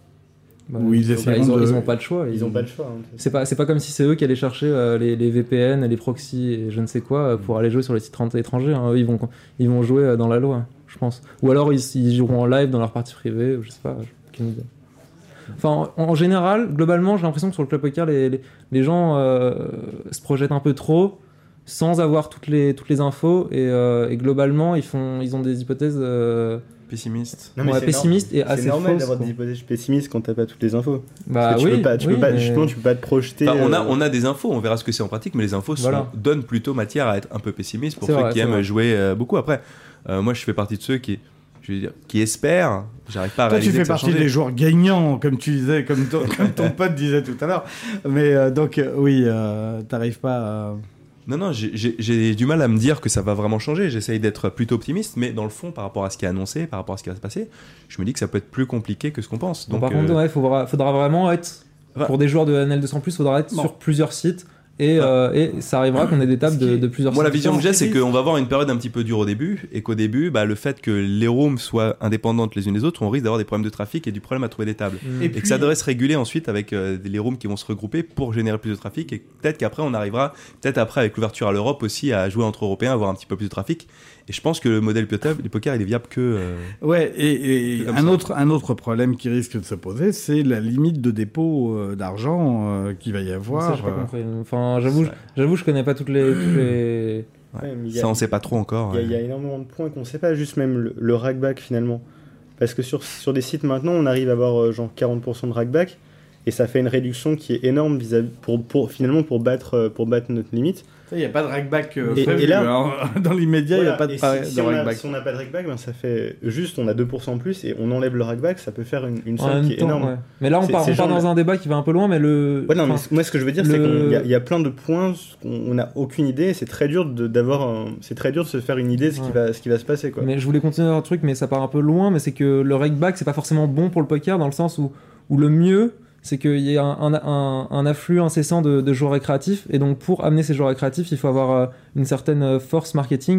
bah, Ou ils essaieront bah, ils, ont, de... ils ont pas de choix. Ils, ils ont pas le choix. Hein, c'est pas c'est pas comme si c'est eux qui allaient chercher euh, les, les V P N, les proxys et je ne sais quoi euh, pour aller jouer sur les sites étrangers. Hein. Eux, ils vont ils vont jouer euh, dans la loi, je pense. Ou alors ils, ils joueront en live dans leur partie privée, ou je sais pas. J'ai aucune idée. Enfin, en, en général, globalement, j'ai l'impression que sur le club poker, les les, les gens euh, se projettent un peu trop, sans avoir toutes les, toutes les infos et, euh, et globalement ils, font, ils ont des hypothèses euh... pessimistes, non, mais ouais, pessimistes et assez fausses. C'est normal fausses, d'avoir quoi. des hypothèses pessimistes quand t'as pas toutes les infos. Bah Parce que oui, tu peux pas, tu oui, peux pas, mais... justement, tu peux pas te projeter. Enfin, on, a, euh... on a des infos, on verra ce que c'est en pratique, mais les infos voilà. sont, donnent plutôt matière à être un peu pessimiste pour c'est ceux vrai, qui aiment vrai. jouer euh, beaucoup. Après, euh, moi je fais partie de ceux qui... Je veux dire, qui espèrent, j'arrive pas à Toi, réaliser tu fais partie des joueurs gagnants, comme tu disais, comme ton, comme ton pote disait tout à l'heure. Mais euh, donc, euh, oui, euh, t'arrives pas à... Non, non, j'ai, j'ai, j'ai du mal à me dire que ça va vraiment changer. J'essaye d'être plutôt optimiste, mais dans le fond, par rapport à ce qui est annoncé, par rapport à ce qui va se passer, je me dis que ça peut être plus compliqué que ce qu'on pense. Donc, Donc, par euh... contre, il ouais, faudra, faudra vraiment être, ouais. pour des joueurs de N L deux cents plus, il faudra être bon. sur plusieurs sites. Et, ouais. euh, et ça arrivera qu'on ait des tables de, de plusieurs Moi, sites. la vision que j'ai, c'est qu'on va avoir une période un petit peu dure au début, et qu'au début, bah, le fait que les rooms soient indépendantes les unes des autres, on risque d'avoir des problèmes de trafic et du problème à trouver des tables. Mmh. Et, et puis... que ça devrait se réguler ensuite avec euh, les rooms qui vont se regrouper pour générer plus de trafic, et peut-être qu'après, on arrivera, peut-être après avec l'ouverture à l'Europe aussi, à jouer entre Européens, avoir un petit peu plus de trafic. Et je pense que le modèle du poker, il est viable que... Euh, ouais, et, et un, autre, un autre problème qui risque de se poser, c'est la limite de dépôt euh, d'argent euh, qu'il va y avoir. Ça, j'ai pas compris. Enfin, j'avoue, ça... j'avoue, je connais pas toutes les... Toutes les... Ouais, ouais, ça, a, on sait pas trop encore. Il y, ouais. y a énormément de points qu'on sait pas, juste même le, le rackback finalement. Parce que sur, sur des sites maintenant, on arrive à avoir euh, genre quarante pour cent de rackback, et ça fait une réduction qui est énorme vis-à-vis pour, pour, finalement pour battre, pour battre notre limite. Il n'y a pas de rackback euh, et, prévu, et là, hein. Dans l'immédiat, il voilà, n'y a pas de, pa- si, de si rackback. Si on n'a pas de rackback, ben ça fait juste, on a deux pour cent en plus et on enlève le rackback, ça peut faire une, une somme qui est temps, énorme. Ouais. Mais là, on c'est, part, c'est on part dans un débat qui va un peu loin, mais le... Ouais, non, mais moi, ce que je veux dire, le... c'est qu'il y, y a plein de points qu'on n'a aucune idée, et c'est très dur de, d'avoir un... c'est très dur de se faire une idée de ce, ouais. qui, va, ce qui va se passer, quoi. Mais je voulais continuer un truc, mais ça part un peu loin, mais c'est que le rackback, c'est pas forcément bon pour le poker, dans le sens où, où le mieux... c'est qu'il y a un, un, un, un afflux incessant de, de joueurs récréatifs, et donc pour amener ces joueurs récréatifs, il faut avoir euh, une certaine force marketing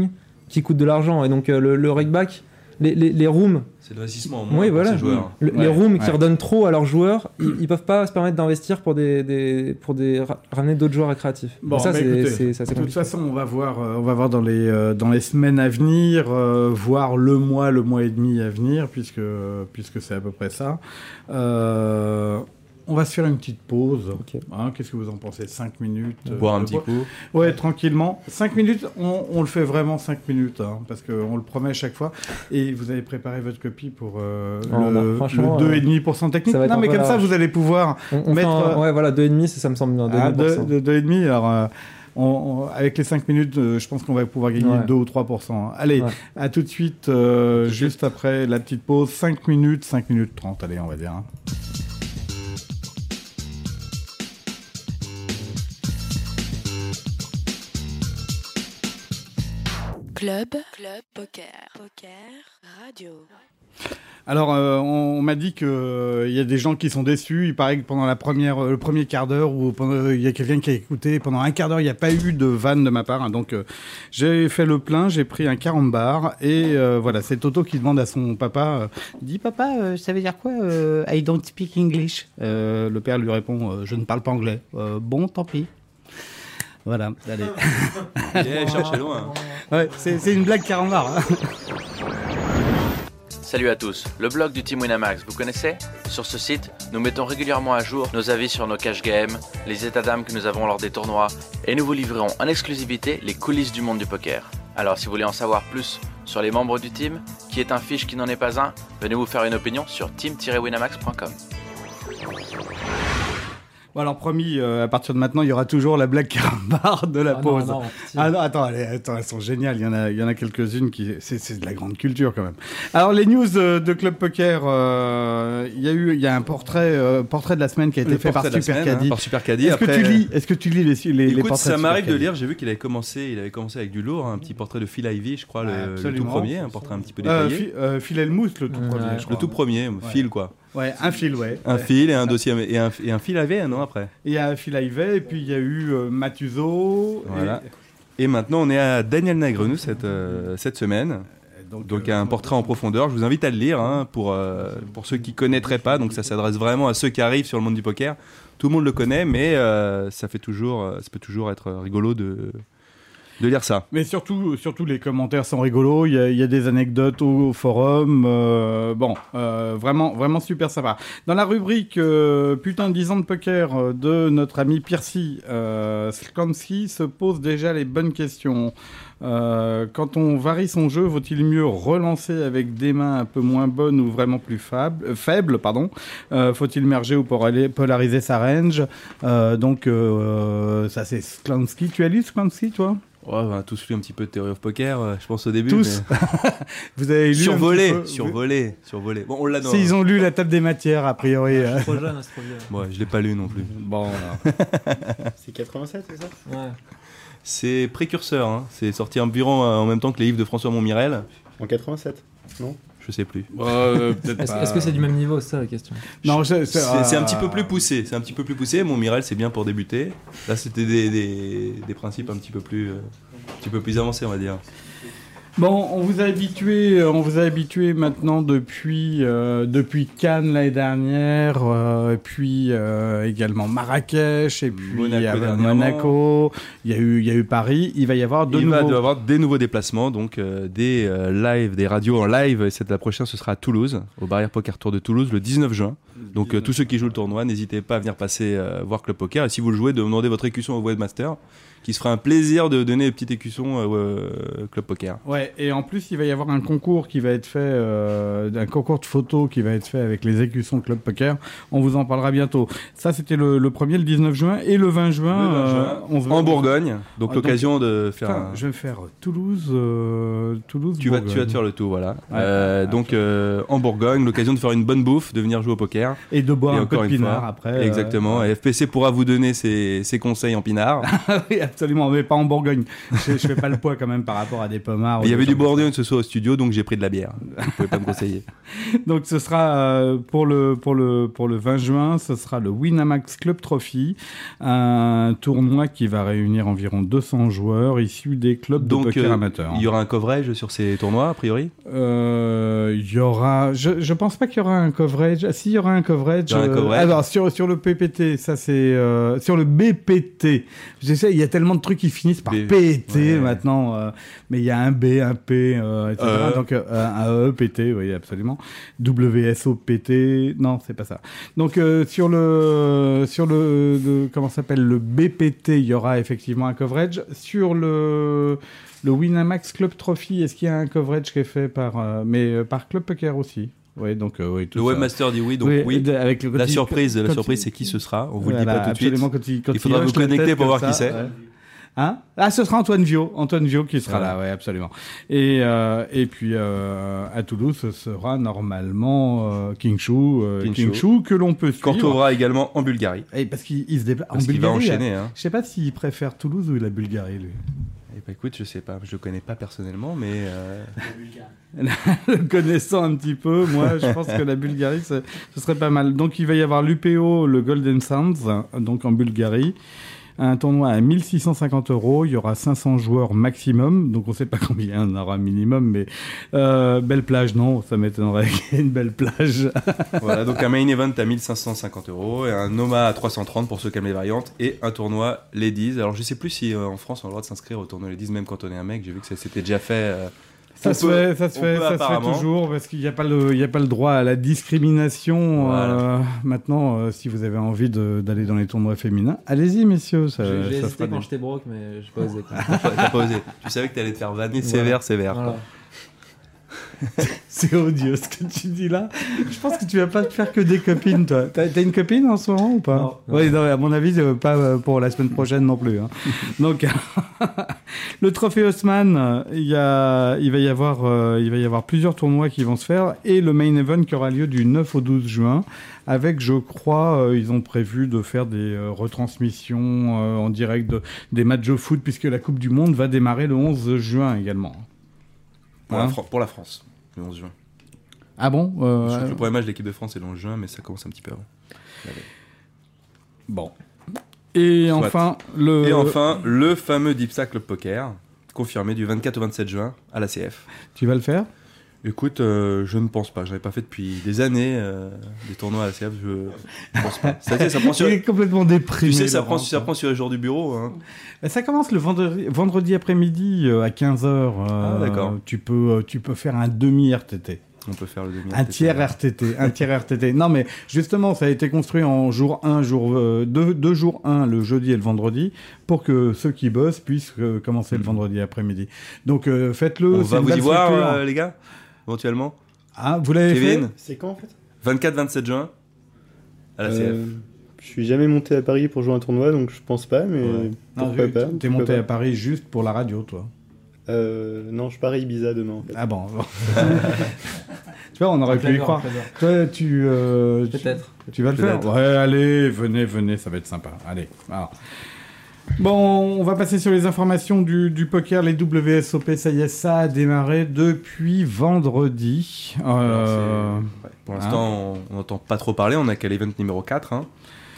qui coûtent de l'argent. Et donc, euh, le, le rakeback, les, les, les rooms. C'est l'investissement en moins Oui, pour voilà. ces joueurs. Le- Ouais, les rooms qui ouais. redonnent trop à leurs joueurs, ils, ils peuvent pas se permettre d'investir pour des, des pour des ra- ramener d'autres joueurs récréatifs. Bon, Et ça, bah, c'est, écoutez, c'est, c'est assez de toute compliqué. façon, on va voir, euh, on va voir dans les euh, dans les semaines à venir, euh, voire le mois, le mois et demi à venir, puisque puisque c'est à peu près ça. Euh, on va se faire une petite pause. Ok. Hein, qu'est-ce que vous en pensez? Cinq minutes. euh, Boire un de petit bois- coup. Ouais, tranquillement. Cinq minutes, on, on le fait vraiment cinq minutes, hein, parce qu'on le promet à chaque fois. Et vous avez préparé votre copie pour euh, Oh, le, bah, franchement, le deux euh, virgule cinq pour cent technique. ça va être Non, un mais peu comme la ça, vache. vous allez pouvoir On, on mettre, fait un- euh, ouais, voilà, deux virgule cinq, ça, ça me semble bien. ah, deux virgule cinq pour cent. de, de, deux virgule cinq. Alors, euh, on- on- avec les cinq minutes, euh, je pense qu'on va pouvoir gagner Ouais. deux ou trois pour cent. Allez, Ouais. à tout de suite, euh, juste après la petite pause. cinq minutes, cinq minutes trente, allez, on va dire. hein. Club, Club Poker, Poker Radio. Alors, euh, on, on m'a dit qu'il il y a des gens qui sont déçus. Il paraît que pendant la première, euh, le premier quart d'heure, ou pendant- il y a quelqu'un qui a écouté, pendant un quart d'heure, il n'y a pas eu de vanne de ma part. hein. donc, euh, j'ai fait le plein, j'ai pris un quarante bars. Et euh, voilà, c'est Toto qui demande à son papa, euh, dit papa, euh, ça veut dire quoi euh, I don't speak English. Euh, le père lui répond, euh, je ne parle pas anglais. Euh, bon, tant pis. Voilà, allez. Yeah, cherchez loin. Ouais, c'est c'est une blague quarante bars. hein. Salut à tous, le blog du Team Winamax, vous connaissez? Sur ce site, nous mettons régulièrement à jour nos avis sur nos cash games, les états d'âme que nous avons lors des tournois, et nous vous livrerons en exclusivité les coulisses du monde du poker. Alors si vous voulez en savoir plus sur les membres du team, qui est un fiche qui n'en est pas un, venez vous faire une opinion sur team tiret winamax point com. Bon, alors promis, euh, à partir de maintenant, il y aura toujours la blague quarante bars de la Ah non, pause. non, si. Ah non, attends, allez, attends, elles sont géniales. Il y en a, il y en a quelques-unes qui, c'est, c'est de la grande culture quand même. Alors les news euh, de Club Poker, euh, il y a eu, il y a un portrait, euh, portrait de la semaine qui a été Le fait par portrait de la Super semaine, hein, Caddy. par Super Caddy. Est-ce Après, que tu lis, est-ce que tu lis les, les, les Écoute, portraits ça de m'arrive Super de Caddy lire. J'ai vu qu'il avait commencé, il avait commencé avec du lourd, un petit portrait de Phil Ivey, je crois, le, Ouais, le tout absolument. premier, un portrait un petit peu Euh, détaillé. Fi- euh, Phil Elmousse, le tout Ouais, premier. ouais. je crois. Le tout premier, Phil quoi. Ouais, un fil, ouais. Un Ouais. fil et un dossier et un, et un fil Ivey, non après. Il y a Phil Ivey, et puis il y a eu euh, Matuso. et- Voilà. Et maintenant, on est à Daniel Negrenou cette, euh, cette semaine. Donc, Donc, euh, un portrait en profondeur. Je vous invite à le lire hein, pour, euh, pour ceux qui ne connaîtraient pas. Donc, ça s'adresse vraiment à ceux qui arrivent sur le monde du poker. Tout le monde le connaît, mais euh, ça, fait toujours, euh, ça peut toujours être rigolo de, de lire ça. Mais surtout, surtout les commentaires sont rigolos. Il y a, il y a des anecdotes au, au forum. euh, bon, euh, vraiment, vraiment super sympa. Dans la rubrique euh, putain de dix ans de poker euh, de notre ami Piercy, euh, Sklansky se pose déjà les bonnes questions. Euh, quand on varie son jeu, vaut-il mieux relancer avec des mains un peu moins bonnes ou vraiment plus faibles, euh, faibles, pardon. Euh, Faut-il merger ou polari- polariser sa range euh, Donc euh, ça c'est Sklansky. Tu as lu Sklansky, toi? Ouais, on a tous lu un petit peu de Theory of Poker, euh, je pense au début. Tous. mais- Vous avez lu un Survolé, petit peu- survolé, survolé. Bon, on l'a dans. Si ils ont lu la table des matières, a priori. euh. Trop jeune, c'est trop vieux. Ouais, je l'ai pas lu non plus. Bon, voilà. C'est quatre-vingt-sept, c'est ça? Ouais. C'est précurseur, hein. C'est sorti environ euh, en même temps que les livres de François Montmirel. En quatre-vingt-sept, non? Je sais plus. Euh, peut-être Est-ce, pas. est-ce que c'est du même niveau, c'est ça la question? Non, c'est, C'est c'est, c'est un euh, petit peu plus poussé. C'est un petit peu plus poussé. Montmirel, c'est bien pour débuter. Là, c'était des, des, des principes un petit peu plus, euh, un petit peu plus avancés, on va dire. Bon, on vous a habitué, on vous a habitué maintenant depuis euh, depuis Cannes l'année dernière, euh, et puis euh, également Marrakech, et puis Monaco il y a dernièrement. Monaco. Il y a eu il y a eu Paris. Il va y avoir de Il va y nouveaux. avoir des nouveaux déplacements, donc euh, des euh, lives, des radios en live. Et cette la prochaine, ce sera à Toulouse, au Barrière Poker Tour de Toulouse, le dix-neuf juin. Donc euh, tous ceux qui jouent le tournoi, n'hésitez pas à venir passer euh, voir Club Poker. Et si vous le jouez, demandez votre écusson au webmaster, qui se fera un plaisir de donner une petite écusson euh, euh, Club Poker. Ouais, et en plus, il va y avoir un concours qui va être fait, euh, un concours de photos qui va être fait avec les écussons Club Poker. On vous en parlera bientôt. Ça, c'était le, le premier, le dix-neuf juin, et le vingt juin, Le vingt juin, euh, on se en Bourgogne, donc Ah, l'occasion de faire. Putain, un- je vais faire Toulouse, euh, Toulouse. Tu vas, Bourgogne. tu vas te faire le tour, voilà. Ouais. Euh, Ouais, donc euh, en Bourgogne, l'occasion de faire une bonne bouffe, de venir jouer au poker. Et de boire Et un peu de encore une pinard fois, après. Exactement. euh, Et F P C pourra vous donner ses, ses conseils en pinard. oui, absolument, mais pas en Bourgogne. Je, je fais pas le poids quand même par rapport à des pommards. Il y ou avait des du choses comme Bourgogne ce soir au studio, donc j'ai pris de la bière. Vous pouvez pas me conseiller. ça. Donc ce sera euh, pour le pour le pour le vingt juin, ce sera le Winamax Club Trophy, un tournoi qui va réunir environ deux cents joueurs issus des clubs de Donc poker euh, amateurs. il y aura un coverage sur ces tournois, a priori. Euh, Il y aura, je, je pense pas qu'il y aura un coverage. Ah, si, il y aura un coverage. Il y aura un euh, coverage. alors sur sur le P P T, ça c'est euh, sur le B P T. Je sais, il y a tellement de trucs qui finissent par B- P T ouais. maintenant, euh, mais il y a un B, un P, euh, et cetera. E. Donc euh, un E P T, oui, absolument. W S O P T, non, c'est pas ça. Donc euh, sur le sur le, le comment ça s'appelle le B P T, il y aura effectivement un coverage. Sur le le Winamax Club Trophy, est-ce qu'il y a un coverage qui est fait par euh, mais euh, par Club Poker aussi? Oui, donc euh, oui, tout Le ça. webmaster dit oui, donc oui. de- avec le, quand La il- surprise, la quand surprise, il- c'est qui ce sera. On vous le dit Voilà, pas tout de suite. absolument, quand il, quand Il faudra hoche vous la connecter tête pour comme voir qui ça, c'est. ouais. Hein ah, ce sera Antoine Viau, Antoine Viau qui sera Voilà. là, ouais, absolument. Et euh, et puis euh, à Toulouse, ce sera normalement euh, King Shu, euh, King King Shu. Shu que l'on peut suivre. Kortovra également en Bulgarie. Et parce qu'il il se déplace en Parce qu'il va Bulgarie. enchaîner. Hein. Je sais pas s'il préfère Toulouse ou la Bulgarie, lui. Eh ben, écoute, je sais pas, je le connais pas personnellement, mais euh, Le connaissant un petit peu, moi, je pense que la Bulgarie, ce ce serait pas mal. Donc, il va y avoir l'U P O, le Golden Sands, donc en Bulgarie. Un tournoi à mille six cent cinquante euros. Il y aura cinq cents joueurs maximum. Donc, on sait pas combien il y en aura minimum, mais euh, belle plage, non, ça m'étonnerait qu'il y ait une belle plage. voilà. Donc un main event à mille cinq cent cinquante euros et un Noma à trois cent trente pour ceux qui aiment les variantes et un tournoi Ladies. Alors je sais plus si euh, en France on a le droit de s'inscrire au tournoi Ladies même quand on est un mec. J'ai vu que ça s'était déjà fait. euh, Ça On se peut- fait, ça se on fait, peut ça se fait apparemment. toujours parce qu'il n'y a pas le, il y a pas le droit à la discrimination. Voilà. euh, maintenant, euh, si vous avez envie de- d'aller dans les tournois féminins, allez-y, messieurs. Ça, J'ai j'ai ça hésité fera quand des- j'étais broke, mais j'ai pas osé. quoi. T'as pas osé. Tu savais que t'allais te faire vanner Voilà. sévère, sévère. Voilà. C'est odieux ce que tu dis là. Je pense que tu vas pas te faire que des copines, toi. T'as t'as une copine en ce moment ou pas? Non. Oui, non, à mon avis, euh, pas euh, pour la semaine prochaine non plus. Hein. Donc, le trophée Haussmann, euh, il y a, il va y avoir, euh, il va y avoir plusieurs tournois qui vont se faire et le main event qui aura lieu du neuf au douze juin. Avec, je crois, euh, ils ont prévu de faire des euh, retransmissions euh, en direct de, des matchs de foot puisque la Coupe du Monde va démarrer le onze juin également. Pour, Hein la Fran- pour la France, le onze juin. Ah bon? Euh, Je crois que le premier match de l'équipe de France est le onze juin, mais ça commence un petit peu avant. Bon. Et Soit. enfin, le... Et enfin, le fameux Dipsa Club Poker, confirmé du vingt-quatre au vingt-sept juin à la C F. Tu vas le faire? Écoute, euh, je ne pense pas. Je n'avais pas fait depuis des années euh, des tournois à la C F. Je ne pense pas. Ça, tu sais, ça prend sur... Il est complètement déprimé. Tu sais, ça Laurent. prend, ça prend sur les jours du bureau. Hein. Ça commence le vendredi, vendredi après-midi euh, à quinze heures. Ah, d'accord. Tu peux, euh, tu peux faire un demi-R T T. On peut faire le demi. Un tiers R T T. Un tiers R T T. Non, mais justement, ça a été construit en jour un, jour deux, deux jours un, le jeudi et le vendredi, pour que ceux qui bossent puissent euh, commencer le vendredi après-midi. Donc, euh, faites-le. On c'est va une vous y belle voir, structure. euh, les gars, éventuellement. Ah, vous l'avez fait? Kevin, C'est quand en fait vingt-quatre vingt-sept juin à la C F. Euh, Je suis jamais monté à Paris pour jouer un tournoi, donc je pense pas, mais Ouais. Non, pourquoi tu- pas. T'es pourquoi monté pas. à Paris juste pour la radio, toi. Euh, non, je pars à Ibiza demain en fait. Ah bon. bon. Tu vois, on aurait pu y croire. Toi, tu, euh, tu- Peut-être. Tu vas le faire? Peut-être. Ouais, allez, venez, venez, ça va être sympa. Allez. Alors. Bon, on va passer sur les informations du, du poker. Les W S O P, ça y est, ça a démarré depuis vendredi. Euh, Alors, c'est- ouais, Pour l'instant, on n'entend pas trop parler. On a qu'à l'event numéro quatre. Hein.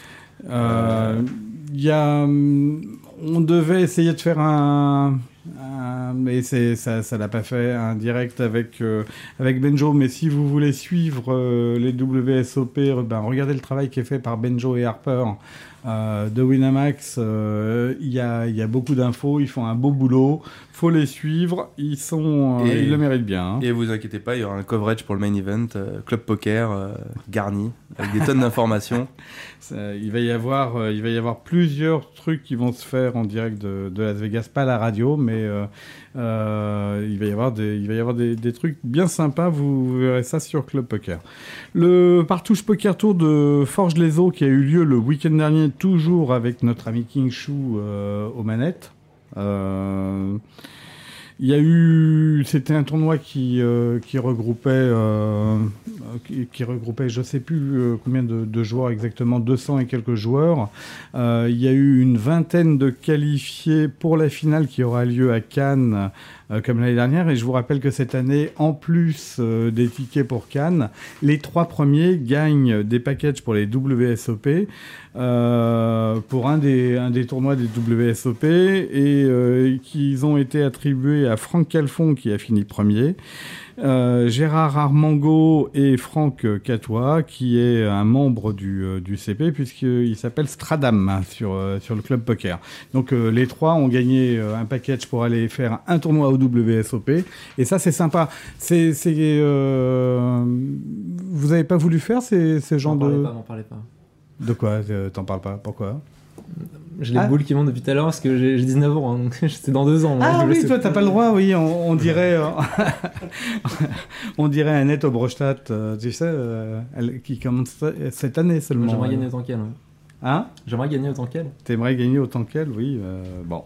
euh, il y a, hum, on devait essayer de faire un, un- mais c'est ça, ça l'a pas fait, un direct avec euh, avec Benjo. Mais si vous voulez suivre euh, les W S O P, ben regardez le travail qui est fait par Benjo et Harper. Euh, de Winamax, euh, il y, a, il y a beaucoup d'infos, ils font un beau boulot, faut les suivre, ils sont, euh, Et- ils le méritent bien. Hein. Et vous inquiétez pas, il y aura un coverage pour le main event, euh, Club Poker, euh, garni, avec des tonnes d'informations. Ça, il va y avoir, euh, il va y avoir plusieurs trucs qui vont se faire en direct de, de Las Vegas, pas à la radio, mais euh, euh, il va y avoir des, il va y avoir des, des trucs bien sympas. Vous, vous verrez ça sur Club Poker. Le Partouche Poker Tour de Forges-les-Eaux qui a eu lieu le week-end dernier, toujours avec notre ami King Shu euh, aux manettes. Euh, Il y a eu, c'était un tournoi qui euh, qui regroupait euh, qui, qui regroupait, je sais plus euh, combien de, de joueurs exactement, deux cents et quelques joueurs. Euh, il y a eu une vingtaine de qualifiés pour la finale qui aura lieu à Cannes. Euh, comme l'année dernière, et je vous rappelle que cette année, en plus euh, des tickets pour Cannes, les trois premiers gagnent des packages pour les W S O P, euh, pour un des, un des tournois des W S O P, et euh, qu'ils ont été attribués à Franck Calfon, qui a fini premier, Euh, Gérard Armango et Franck Catois, qui est un membre du, euh, du C P, puisqu'il s'appelle Stradam hein, sur, euh, sur le club poker. Donc euh, les trois ont gagné euh, un package pour aller faire un tournoi au W S O P, et ça c'est sympa. C'est, c'est, euh... Vous n'avez pas voulu faire ces, ces genres M'en parlez de... pas, m'en parlez pas. De quoi euh, T'en parles pas? Pourquoi? J'ai les Ah. boules qui montent depuis tout à l'heure parce que j'ai, j'ai dix-neuf ans, hein, donc c'est dans deux ans. moi, Ah je le oui, sais toi pas. t'as pas le droit, oui, on, on dirait, euh, on dirait Annette Obrostadt, euh, tu sais, euh, elle, qui commence cette année seulement. J'aimerais gagner autant qu'elle. Ouais. Hein? J'aimerais gagner autant qu'elle. T'aimerais gagner autant qu'elle, oui. Euh, bon.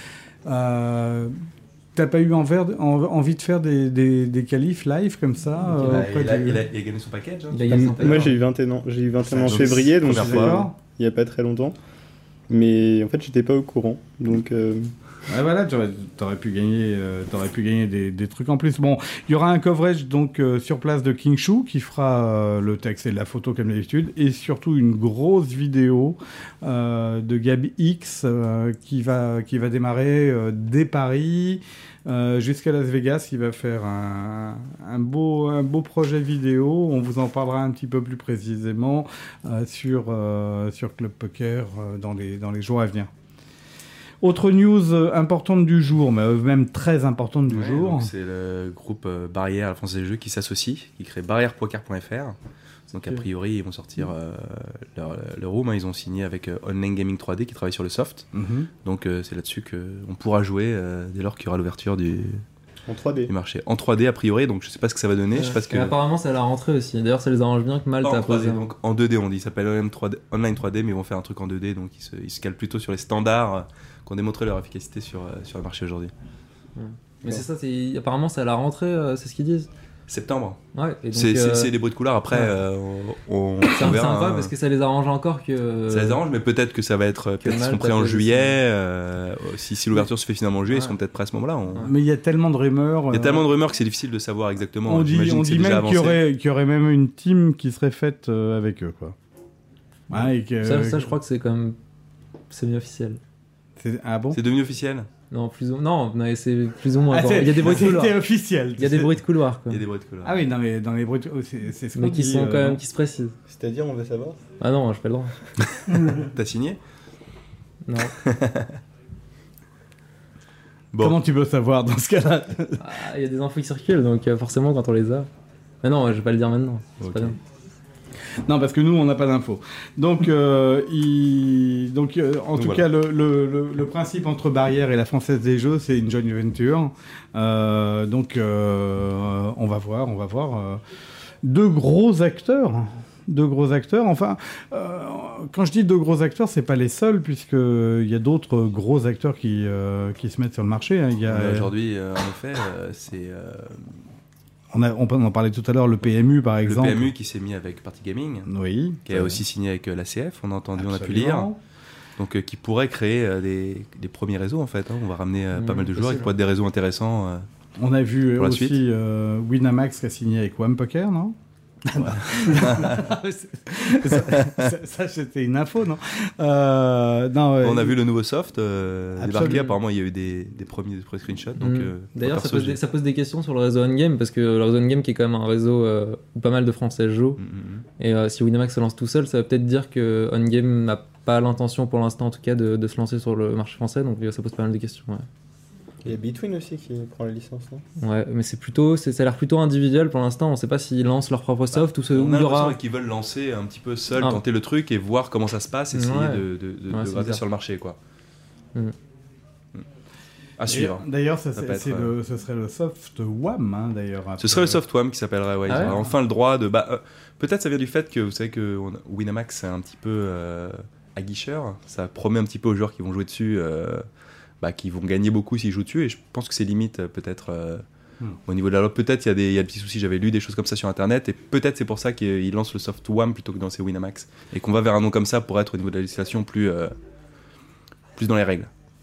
Euh, T'as pas eu envers, en- envie de faire des, des, des qualifs live comme ça Ok. euh, Bah, auprès il, a, du- il, a, il a gagné son package. Hein. Il a gagné son Moi package. j'ai eu vingt et un ans, j'ai eu vingt et un ans en Donc, février, donc première c'était fois. il y a pas très longtemps. Mais en fait j'étais pas au courant, donc euh, Ouais, voilà, t'aurais, t'aurais pu gagner, euh, t'aurais pu gagner des, des trucs en plus. Bon, il y aura un coverage donc euh, sur place de King Shu qui fera euh, le texte et la photo comme d'habitude, et surtout une grosse vidéo euh, de Gab X euh, qui va qui va démarrer euh, dès Paris euh, jusqu'à Las Vegas. Il va faire un, un beau un beau projet vidéo. On vous en parlera un petit peu plus précisément euh, sur euh, sur Club Poker euh, dans les dans les jours à venir. Autre news euh, importante du jour, mais euh, même très importante du Ouais, jour. donc c'est le groupe euh, Barrière, la France des Jeux, qui s'associe, qui crée barrière poker point f r. Donc a priori, ils vont sortir euh, leur, leur room. Hein. Ils ont signé avec euh, Online Gaming trois D qui travaille sur le soft. Mhm. Donc euh, c'est là-dessus qu'on pourra jouer euh, dès lors qu'il y aura l'ouverture du, en trois D. du marché. En trois D a priori, donc je sais pas ce que ça va donner. Je sais pas ce que... Et apparemment, c'est à la rentrée aussi. D'ailleurs, ça les arrange bien que Malte Pas en a trois D, posé. donc en deux D on dit. Il s'appelle Online trois D, Online trois D, mais ils vont faire un truc en deux D. Donc ils se, ils se calent plutôt sur les standards euh, qui ont démontré leur efficacité sur, euh, sur le marché aujourd'hui. Mais c'est ça, c'est... apparemment, c'est à la rentrée, euh, c'est ce qu'ils disent. Septembre. Ouais, et donc, C'est euh, c'est- c'est des bruits de couloir. Après, ouais. euh, on, on, c'est on verra. sympa hein. parce que ça les arrange encore que. Ça les arrange, mais peut-être que ça va être. Peut-être qu'ils Malte seront prêts a en posé juillet. ça. euh, si si l'ouverture se fait finalement en juillet, ils Ouais. seront peut-être prêts à ce moment-là. On- Ouais. Mais il y a tellement de rumeurs. Il y a euh, tellement de rumeurs que c'est difficile de savoir exactement. On dit, J'imagine on que c'est dit déjà même qu'il y, avancé. aurait, qu'il y aurait même une team qui serait faite euh, avec eux, quoi. Ouais, et que- Ça, ça, je crois que c'est quand même semi-officiel. c'est- Ah bon? C'est devenu officiel. Non, plus ou... non, mais c'est plus ou moins. Ah, encore. c'est- Il y a des bruits de couloir. C'était officiel. Il y a des bruits de couloir, quoi. Il y a des bruits de couloir. Ah oui, non, mais dans les bruits de... oh, c'est, c'est ce Mais qu'on qui dit, sont euh, quand même, non qui se précisent. C'est-à-dire on veut savoir. Ah non, j'ai pas le droit. T'as signé? Non. Bon. Comment tu peux savoir dans ce cas-là? Ah, il y a des infos qui circulent, donc euh, forcément quand on les a. Mais non, je vais pas le dire maintenant. C'est Ok. pas bien. Non, parce que nous, on n'a pas d'infos. Donc, euh, il... Donc euh, en Donc tout voilà. cas, le, le, le, le principe entre Barrière et la Française des Jeux, c'est une joint venture. Euh, donc, euh, on va voir, on va voir. euh, deux gros acteurs. Deux gros acteurs. Enfin, euh, quand je dis deux gros acteurs, c'est pas les seuls, puisqu'il y a d'autres gros acteurs qui, euh, qui se mettent sur le marché. Hein. Il y a, Euh, Aujourd'hui, euh, en effet, euh, c'est euh, on, a, on en parlait tout à l'heure, le P M U, par le exemple. P M U qui s'est mis avec Party Gaming, Oui. qui a aussi signé avec euh, l'A C F. On a entendu, on a pu lire. Absolument. Donc, euh, qui pourrait créer euh, des, des premiers réseaux en fait. Hein. On va ramener euh, pas Mmh, mal de joueurs, possible. qui pourraient être des réseaux intéressants. euh. On a vu Pour la aussi suite. euh, Winamax qui a signé avec One Poker, non? ça, ça- ça, c'était une info, non? Euh, non ouais, On a vu le nouveau soft euh, Absolument. débarquer. Apparemment, il y a eu des, des premiers, des premiers screenshots. Donc, Mm. euh, D'ailleurs, ça perso, pose, j'ai- des, ça pose des questions sur le réseau Endgame, parce que le réseau Endgame qui est quand même un réseau euh, où pas mal de Français jouent. Mm, mm, mm. Et euh, si Winamax se lance tout seul, ça veut peut-être dire que Endgame n'a pas l'intention pour l'instant, en tout cas, de, de se lancer sur le marché français. Donc euh, ça pose pas mal de questions. Ouais, Il y a Between aussi qui prend la licence, non? ouais mais c'est plutôt, c'est, ça a l'air plutôt individuel pour l'instant. On sait pas s'ils lancent leur propre soft ou ce, On où a il y aura. l'impression qu'ils veulent lancer un petit peu seul, Ah. tenter le truc et voir comment ça se passe, essayer Ouais. de, de, de, Ouais, de c'est gratter bizarre. sur le marché, quoi. Mm. Mm. À suivre. D'ailleurs, ça, Ça c'est, peut être, c'est euh, le, ce serait le soft W A M, hein, d'ailleurs. Ce serait le soft W A M qui s'appellerait, ouais. Ils Ah ouais auraient enfin le droit de. Bah, euh, peut-être ça vient du fait que vous savez que on a- Winamax c'est un petit peu euh, aguicheur. Ça promet un petit peu aux joueurs qui vont jouer dessus. euh, bah, qui vont gagner beaucoup s'ils jouent dessus, et je pense que c'est limite euh, peut-être euh, Hmm. au niveau de la loi. Peut-être il y a des il y a des petits soucis, j'avais lu des choses comme ça sur internet, et peut-être c'est pour ça qu'ils lancent le soft W A M plutôt que dans ces Winamax, et qu'on va vers un nom comme ça pour être au niveau de la législation plus euh, plus dans les règles.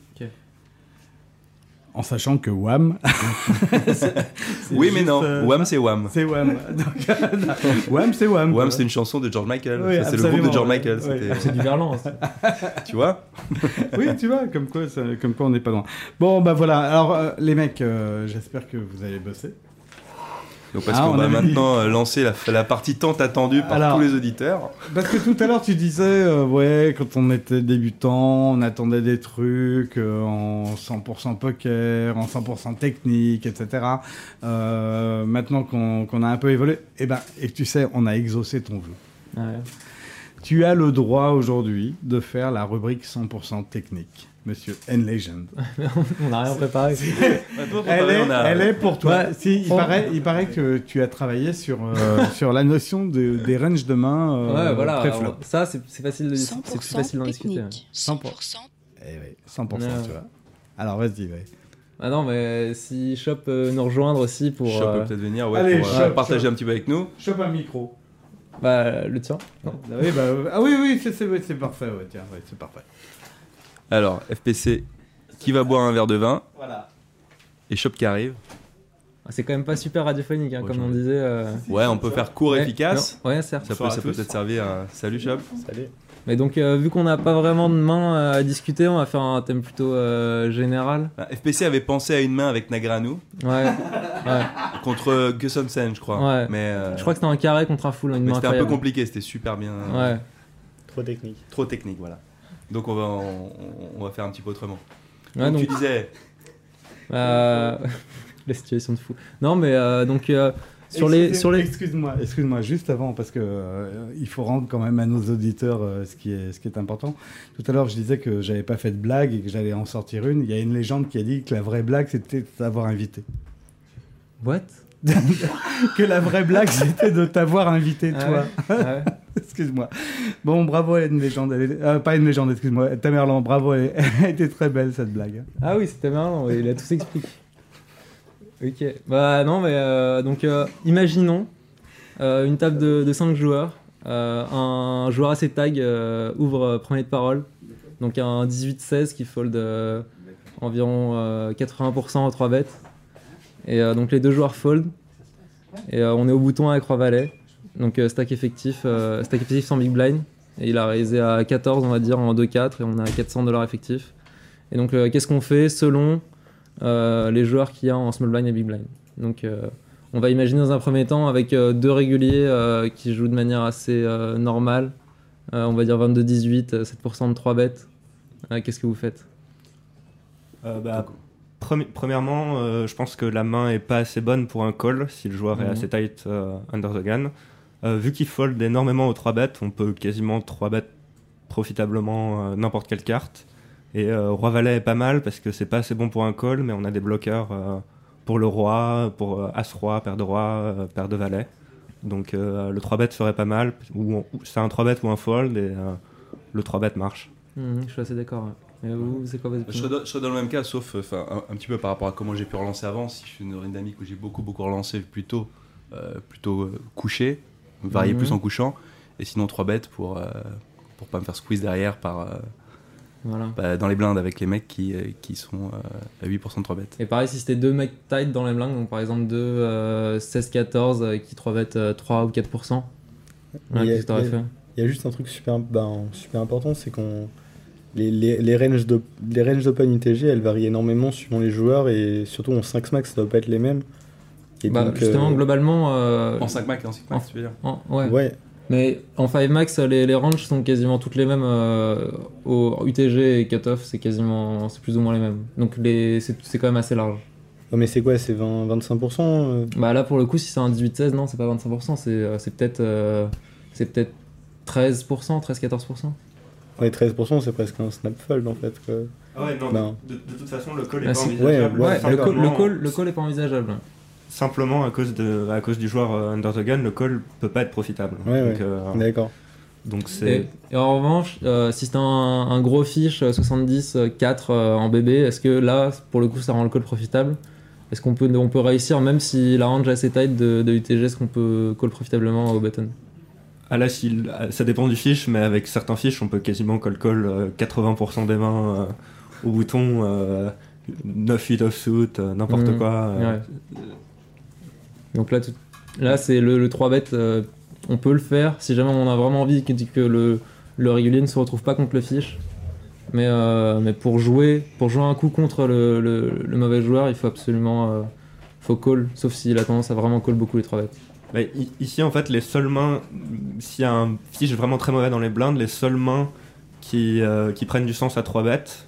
En sachant que W A M. c'est- c'est Oui mais juste, non, euh, W A M c'est W A M. C'est W A M. Donc, euh, W A M, c'est W A M. W A M quoi. c'est une chanson de George Michael. Oui, Ça, c'est le groupe de absolument, George ouais. Michael. Ouais. C'était- C'est du Verlan. ça. Tu vois. Oui, tu vois, comme quoi, ça- comme quoi on n'est pas loin. Bon, bah voilà. Alors, euh, les mecs, euh, j'espère que vous allez bosser. Donc parce Ah, qu'on on va avait dit- maintenant euh, lancer la, la partie tant attendue par Alors- tous les auditeurs. Parce que tout à l'heure, tu disais, euh, ouais, quand on était débutant, on attendait des trucs euh, en cent pour cent poker, en cent pour cent technique, et cetera. Euh, maintenant qu'on qu'on a un peu évolué, et ben, et tu sais, on a exaucé ton vœu. Ouais. Tu as le droit aujourd'hui de faire la rubrique cent pour cent technique, monsieur N-Legend. On n'a rien préparé. Elle est, elle est pour toi. Ouais. Si, il, On- paraît, il paraît que tu as travaillé sur, euh, sur la notion de, des ranges de main euh, Ouais, voilà. pré-flop. alors, Ça, c'est c'est facile de c'est plus facile d'en discuter. ouais. technique, cent pour cent Eh oui, cent pour cent, Ouais. tu vois. Alors, vas-y, ouais. Ah non, mais si Shop peut nous rejoindre aussi pour Shop euh, peut peut-être venir ouais, Allez, pour euh, Shop, partager Shop. un petit peu avec nous. Chope un micro. bah, le tien. Ah oui, bah, euh, ah oui, oui, c'est, c'est, c'est parfait, ouais, tiens, ouais, c'est parfait. Alors, F P C qui va boire un verre de vin Voilà. et Shop qui arrive. Ah, c'est quand même pas super radiophonique, hein, Ouais, comme j'en on ai- disait. euh. Ouais, on peut faire court, Ouais, efficace. non, ouais, certes. Ça peut, Bonsoir ça à peut tous. peut-être servir à... Salut Shop. Salut. Mais donc, euh, vu qu'on n'a pas vraiment de main euh, à discuter, on va faire un thème plutôt euh, général. Bah, F P C avait pensé à une main avec Nagranu Ouais. ouais. contre Gusonsen, je crois. Ouais. Mais, euh, Je crois que c'était un carré contre un full, une mais main c'était un peu incroyable. compliqué, c'était super bien. Ouais. Trop technique. Trop technique, voilà. Donc on va, on, on va faire un petit peu autrement. Ouais, donc, donc, tu disais, euh, la situation de fou. Non, mais euh, donc euh, sur les, Excusez- sur les. Excuse-moi, excuse-moi, juste avant, parce que euh, il faut rendre quand même à nos auditeurs euh, ce, qui est, ce qui est important. Tout à l'heure, je disais que j'avais pas fait de blague et que j'allais en sortir une. Il y a une légende qui a dit que la vraie blague, c'était de t'avoir invité. What? Que la vraie blague, c'était de t'avoir invité, Ah toi. ouais. Ah ouais. Excuse-moi. Bon, bravo à une légende. Elle est- euh, pas une légende, excuse-moi. Tamerlan, bravo. Elle, elle a été très belle, cette blague. Ah oui, c'était marrant, il a tout s'explique. Ok. Bah non, mais euh, donc euh, imaginons euh, une table de, de cinq joueurs. Euh, un joueur assez tag euh, ouvre euh, premier de parole. Donc un dix-huit seize qui fold euh, environ euh, quatre-vingts pour cent aux trois bêtes. Et euh, donc les deux joueurs fold. Et euh, on est au bouton avec roi valet. Donc euh, stack effectif, euh, stack effectif sans big blind. Et il a raisé à quatorze, on va dire, en deux quatre. Et on a quatre cents dollars effectifs. Et donc euh, qu'est-ce qu'on fait selon euh, les joueurs qu'il y a en small blind et big blind. Donc euh, on va imaginer dans un premier temps avec euh, deux réguliers euh, qui jouent de manière assez euh, normale. Euh, on va dire vingt-deux dix-huit, sept pour cent de trois bêtes. Euh, qu'est-ce que vous faites? Euh, bah, premi- premièrement, euh, je pense que la main est pas assez bonne pour un call si le joueur Mhm. est assez tight euh, under the gun. Euh, vu qu'il fold énormément aux trois bêtes, on peut quasiment trois bêtes profitablement euh, n'importe quelle carte. Et euh, roi valet est pas mal parce que c'est pas assez bon pour un call, mais on a des bloqueurs euh, pour le roi, pour euh, as roi, paire de roi, euh, paire de valet. Donc euh, le trois bêtes serait pas mal, ou, ou- c'est un trois bêtes ou un fold et euh, le trois bêtes marche. Mhm, je suis assez d'accord. Ouais. Et vous, c'est quoi votre je serais, opinion? dans, je serais dans le même cas, sauf enfin, un, un petit peu par rapport à comment j'ai pu relancer avant. Si je suis une dynamique où j'ai beaucoup, beaucoup relancé plutôt, euh, plutôt euh, couché, varier Mhm. plus en couchant, et sinon trois bêtes pour, euh, pour pas me faire squeeze derrière par, euh, Voilà. bah, dans les blindes avec les mecs qui, euh, qui sont euh, à huit pour cent de trois bêtes. Et pareil, si c'était deux mecs tight dans les blindes, donc par exemple deux euh, seize quatorze euh, qui trois bêtent euh, trois ou quatre pour cent, Il y a- qu'est-ce que t'aurais il y a- fait? Il y a juste un truc super, ben, super important, c'est qu'on les, les, les ranges de les ranges d'open U T G, elles varient énormément suivant les joueurs et surtout en cinq max, ça doit pas être les mêmes. Et Bah, donc, justement, euh, globalement. euh, En cinq max et en six max, tu veux dire en- ouais. ouais, Mais en five max, les, les ranges sont quasiment toutes les mêmes. Euh, au U T G et cutoff, c'est quasiment, c'est plus ou moins les mêmes. Donc les, c'est, c'est quand même assez large. Ouais, mais c'est quoi, c'est vingt, vingt-cinq pour cent euh Bah là, pour le coup, si c'est un dix-huit seize, non, c'est pas vingt-cinq pour cent, c'est, euh, c'est peut-être, euh, c'est peut-être treize pour cent, treize quatorze pour cent. Ouais, treize pour cent, c'est presque un snap fold en fait. Quoi. Ah ouais, non, Ben. de, de toute façon, le call est Ah, pas si. envisageable. Ouais, Ouais, le, d'accord. call, le, call, le call est pas envisageable. Simplement à cause, de, à cause du joueur euh, under the gun, le call peut pas être profitable. Ouais, Donc, ouais. euh, D'accord. Donc c'est... Et, et en revanche, euh, si c'est un, un gros fiche euh, soixante-dix quatre euh, en B B, est-ce que là, pour le coup, ça rend le call profitable? Est-ce qu'on peut, on peut réussir, même si la range est assez tight de, de U T G, est-ce qu'on peut call profitablement au button? Ah là, si, ça dépend du fiche, mais avec certains fiches, on peut quasiment call-call euh, quatre-vingts pour cent des mains euh, au bouton, euh, neuf huit offsuit, euh, n'importe Mmh. quoi. Euh, Ouais. Donc là, tout- là c'est le, le trois bet, euh, on peut le faire si jamais on a vraiment envie que, que le, le régulier ne se retrouve pas contre le fiche. Mais, euh, mais pour jouer pour jouer un coup contre le, le, le mauvais joueur, il faut absolument euh, faut call, sauf s'il a tendance à vraiment call beaucoup les trois bêtes. Bah, i- ici, en fait, les seules mains, s'il y a un fiche vraiment très mauvais dans les blindes, les seules mains qui, euh, qui prennent du sens à trois bêtes,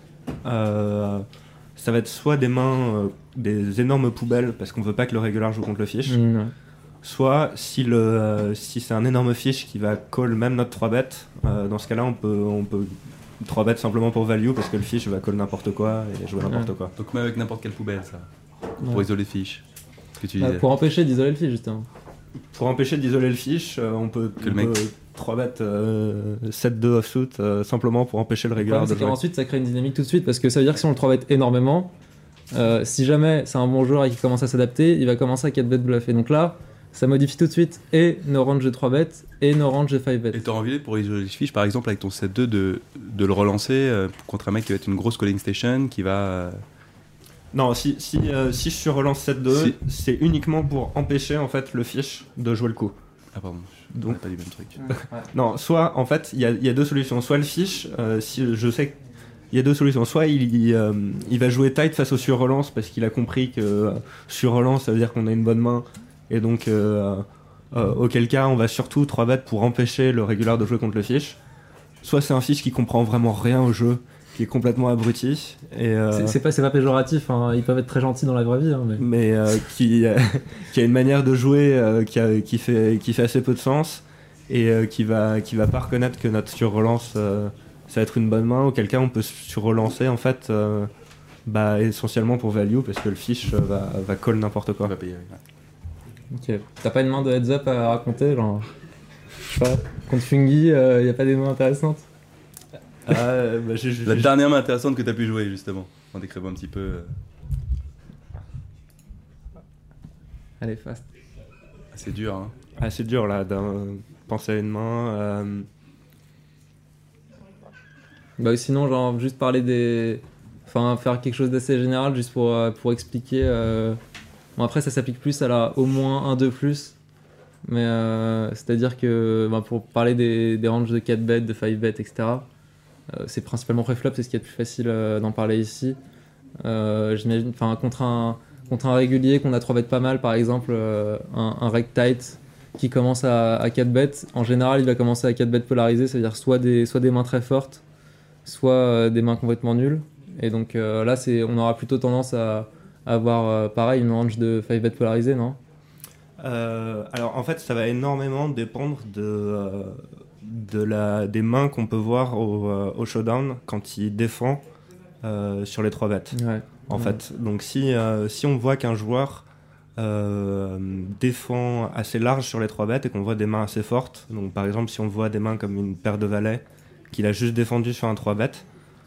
euh, ça va être soit des mains, euh, des énormes poubelles, parce qu'on veut pas que le régulier joue contre le fiche, Mmh, ouais. soit si, le, euh, si c'est un énorme fiche qui va call même notre trois bêtes, euh, dans ce cas-là, on peut, on peut trois bêtes simplement pour value, parce que le fiche va call n'importe quoi et jouer n'importe Ouais. quoi. Donc même avec n'importe quelle poubelle, ça. Pour Ouais. isoler fiche. Ce que tu Ah, disais. pour empêcher d'isoler le fiche, justement. Pour empêcher d'isoler le fiche, euh, on peut, Que le on mec- peut trois bêtes euh, sept deux offsuit, euh, simplement pour empêcher le Le régulier problème, de c'est jouer. qu'ensuite, ça crée une dynamique tout de suite, parce que ça veut dire que si on le trois bet énormément, euh, si jamais c'est un bon joueur et qu'il commence à s'adapter, il va commencer à quatre bet bluff. Et donc là, ça modifie tout de suite et nos ranges de trois bet et nos ranges de cinq bet. Et t'aurais envie pour isoler le fiche, par exemple, avec ton sept deux, de, de le relancer euh, contre un mec qui va être une grosse calling station, qui va. euh, Non, si, si, euh, si je suis relance sept deux, Si. c'est uniquement pour empêcher en fait le fiche de jouer le coup. Ah, pardon, Donc- on n'a pas du même truc. Non, soit en fait, il y a, il y a deux solutions. Soit le fiche, euh, si je sais qu'il y a deux solutions. Soit il, il, euh, il va jouer tight face au sur-relance parce qu'il a compris que euh, sur-relance, ça veut dire qu'on a une bonne main. Et donc, euh, euh, auquel cas, on va surtout trois bet pour empêcher le régulier de jouer contre le fiche. Soit c'est un fiche qui comprend vraiment rien au jeu, qui est complètement abruti. Et, euh, C'est- C'est pas, c'est pas péjoratif, hein. Ils peuvent être très gentils dans la vraie vie. Hein, mais... mais euh, qui, euh, qui a une manière de jouer euh, qui, a- qui, fait, qui fait assez peu de sens et euh, qui va, qui va pas reconnaître que notre sur-relance euh, ça va être une bonne main, auquel cas on peut sur-relancer en fait euh, bah, essentiellement pour value parce que le fiche euh, va, va call n'importe quoi. On va payer, ouais. Ok. T'as pas une main de heads up à raconter, genre. Je sais pas, contre Fungi, il euh, y a pas des mains intéressantes? Ah, bah, j'ai- j'ai- La j'ai- dernière main intéressante que t'as pu jouer, justement, en décrivant un petit peu. euh, Allez, fast. C'est dur, hein. Ah, c'est dur là, d'un- penser à une main. euh, Bah sinon, genre, juste parler des... Enfin, faire quelque chose d'assez général, juste pour, euh, pour expliquer... euh, Bon, après, ça s'applique plus à la au moins un deux plus. Mais euh, c'est-à-dire que, bah, pour parler des, des ranges de quatre bet, de cinq bet, et cetera, euh, c'est principalement préflop, c'est ce qui est le plus facile euh, d'en parler ici. Euh, j'imagine, enfin, contre un, contre un régulier qu'on a trois bet pas mal, par exemple, euh, un, un reg tight qui commence à, à quatre bet, en général, il va commencer à quatre bet polarisé, c'est-à-dire soit des, soit des mains très fortes, soit euh, des mains complètement nulles. Et donc euh, là, c'est, on aura plutôt tendance à, à avoir, euh, pareil, une range de cinq bet polarisé, non? Euh, alors en fait ça va énormément dépendre de, euh, de la, des mains qu'on peut voir au, euh, au showdown quand il défend euh, sur les trois bêtes Ouais. en Ouais. fait. Donc si, euh, si on voit qu'un joueur euh, défend assez large sur les trois bêtes et qu'on voit des mains assez fortes, donc par exemple si on voit des mains comme une paire de valets qu'il a juste défendu sur un trois bêtes,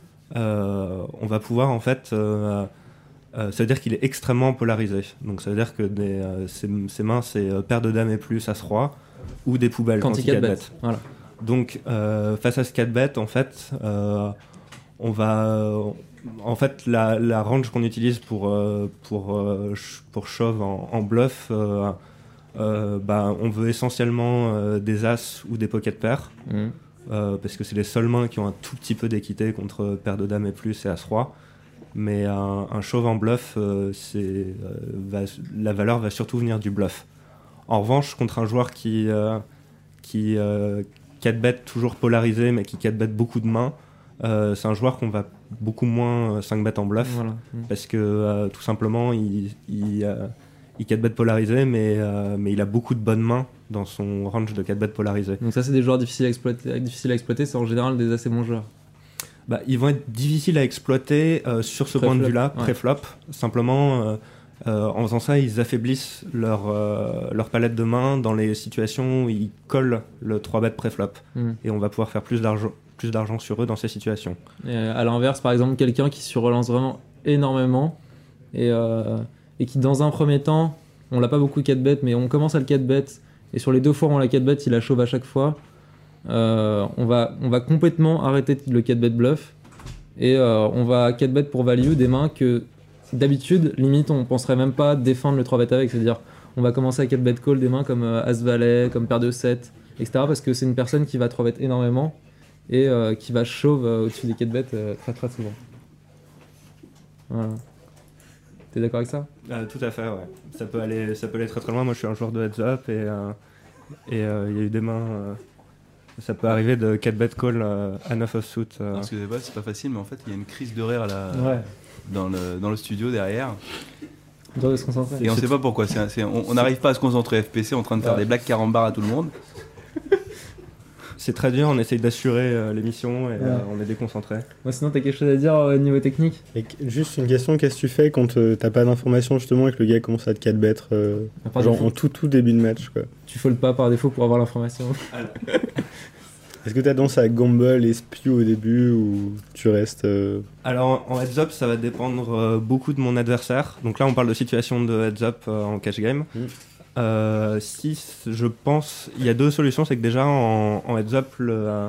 euh, on va pouvoir en fait... Euh, Euh, ça veut dire qu'il est extrêmement polarisé. Donc ça veut dire que des, euh, ses, ses mains, c'est euh, paire de dames et plus, as-roi, ou des poubelles Quand quand, il il quatre quatre bet. bet. Voilà. Donc euh, face à ce quatre bet, en fait, euh, on va, euh, en fait, la, la range qu'on utilise pour euh, pour euh, ch- pour shove en, en bluff, euh, euh, bah, on veut essentiellement euh, des as ou des pocket pairs, Mhm. euh, parce que c'est les seules mains qui ont un tout petit peu d'équité contre paire de dames et plus et as-roi. Mais un, un chauve en bluff, euh, c'est, euh, va, la valeur va surtout venir du bluff. En revanche, contre un joueur qui, euh, qui euh, quatre bet toujours polarisé, mais qui quatre bet beaucoup de mains, euh, c'est un joueur qu'on va beaucoup moins euh, cinq bet en bluff, Voilà. Mhm. parce que euh, tout simplement, il, il, euh, il quatre bet polarisé, mais, euh, mais il a beaucoup de bonnes mains dans son range de quatre bet polarisé. Donc ça, c'est des joueurs difficiles à exploiter. Difficiles à exploiter, c'est en général des assez bons joueurs. Bah, ils vont être difficiles à exploiter euh, sur ce Pré-flop, point de vue-là, ouais. pré-flop. Simplement, euh, Euh, en faisant ça, ils affaiblissent leur, euh, leur palette de main dans les situations où ils collent le trois bêtes pré-flop. Mm. Et on va pouvoir faire plus d'argent, plus d'argent sur eux dans ces situations. Et à l'inverse, par exemple, quelqu'un qui surrelance vraiment énormément et, euh, et qui, dans un premier temps, on l'a pas beaucoup quatre bet, mais on commence à le quatre bet et sur les deux fois où on l'a quatre bet, il a chauve à chaque fois. Euh, on, va, on va complètement arrêter le quatre bet bluff et euh, on va quatre bet pour value des mains que d'habitude, limite, on penserait même pas défendre le trois bet avec. C'est-à-dire, on va commencer à quatre bet call des mains comme euh, As-Valet, comme Paire de sept, et cetera. Parce que c'est une personne qui va trois bet énormément et euh, qui va chauve euh, au-dessus des quatre bet euh, très très souvent. Voilà. T'es d'accord avec ça ? Euh, tout à fait, ouais. Ça peut aller, ça peut aller très très loin. Moi, je suis un joueur de heads up et euh, et euh, il y a eu des mains. Euh, ça peut arriver de quatre bet call euh, à neuf offsuit. Euh. Parce que c'est pas, c'est pas facile, mais en fait, il y a une crise de rire à la, Ouais. dans, le, dans le studio derrière. Dur de se concentrer. Et on sait pas pourquoi. C'est, un- c'est, on n'arrive pas à se concentrer F P C en train de faire Ouais. des blagues carambars à tout le monde. C'est très dur, on essaye d'assurer euh, l'émission et Ouais. euh, on est déconcentré. Moi, sinon, t'as quelque chose à dire au niveau technique ? Et qu- juste une question, qu'est-ce que tu fais quand euh, t'as pas d'informations justement et que le gars commence à te quatre bet euh, À part genre défaut. en tout tout début de match quoi. Tu fold pas par défaut pour avoir l'information. Est-ce que t'as tendance à gamble et spew au début ou tu restes euh, Alors en heads up, ça va dépendre euh, beaucoup de mon adversaire. Donc là, on parle de situation de heads up euh, en cash game. Mm. Euh, si je pense, il y a deux solutions. C'est que déjà en, en heads up, le, euh,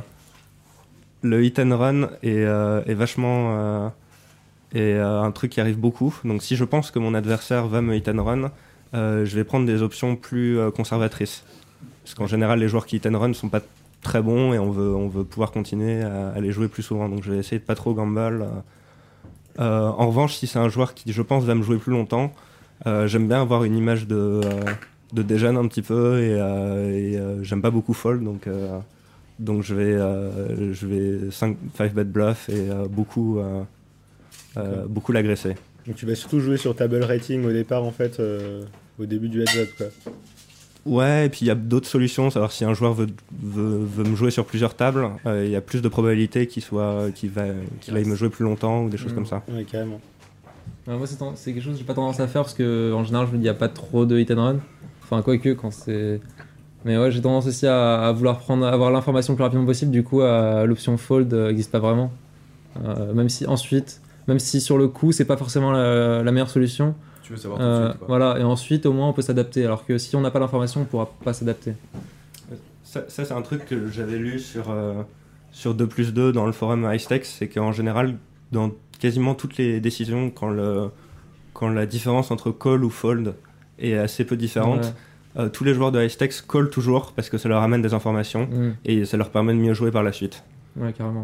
le hit and run est, euh, est vachement euh, est euh, un truc qui arrive beaucoup. Donc si je pense que mon adversaire va me hit and run, euh, je vais prendre des options plus euh, conservatrices. Parce qu'en général, les joueurs qui hit and run sont pas très bons et on veut, on veut pouvoir continuer à, à les jouer plus souvent. Donc je vais essayer de pas trop gamble. Euh, en revanche, si c'est un joueur qui, je pense, va me jouer plus longtemps, euh, j'aime bien avoir une image de, euh, de déjeune un petit peu et, euh, et euh, j'aime pas beaucoup fold. Donc, euh, donc je vais, euh, je vais cinq bet bluff et euh, beaucoup, euh, euh, beaucoup l'agresser. donc tu vas surtout jouer sur table rating au départ en fait euh, au début du heads up quoi. Ouais, et puis il y a d'autres solutions. Savoir si un joueur veut, veut, veut me jouer sur plusieurs tables, euh, il y a plus de probabilité qu'il soit, qu'il va, qu'il aille me jouer plus longtemps ou des choses Mmh. comme ça. Ouais carrément. Ouais, moi, c'est, ten- c'est quelque chose que j'ai pas tendance à faire parce que en général, je me dis, il n'y a pas trop de hit and run. Enfin, quoique, quand c'est. Mais ouais, j'ai tendance aussi à, à vouloir prendre, avoir l'information le plus rapidement possible. Du coup, à, l'option fold n'existe pas vraiment. Euh, même si ensuite, même si sur le coup, c'est pas forcément la, la meilleure solution. Tu veux savoir Euh, tout de suite, quoi. voilà, et ensuite, au moins, on peut s'adapter. Alors que si on n'a pas l'information, on pourra pas s'adapter. Ça, ça, c'est un truc que j'avais lu sur, euh, sur deux plus deux dans le forum High-Stakes, c'est qu'en général, dans quasiment toutes les décisions, quand, le, quand la différence entre call ou fold est assez peu différente, Ouais. euh, tous les joueurs de High-Stakes call toujours parce que ça leur amène des informations Mmh. et ça leur permet de mieux jouer par la suite. Ouais, carrément.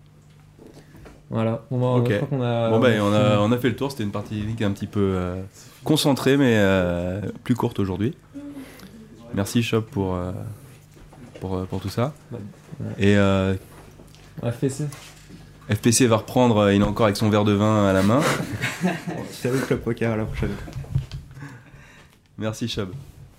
Voilà. Bon, bah, Ok. je crois qu'on a. Bon, ben, on a, on a fait le tour. C'était une partie technique un petit peu euh, concentrée, mais euh, plus courte aujourd'hui. Merci, Shop, pour, euh, pour, euh, pour tout ça. Et euh, Ouais, F P C. F P C va reprendre. euh, Il est encore avec son verre de vin à la main. Salut Club Poker, à la prochaine. Merci, Shop.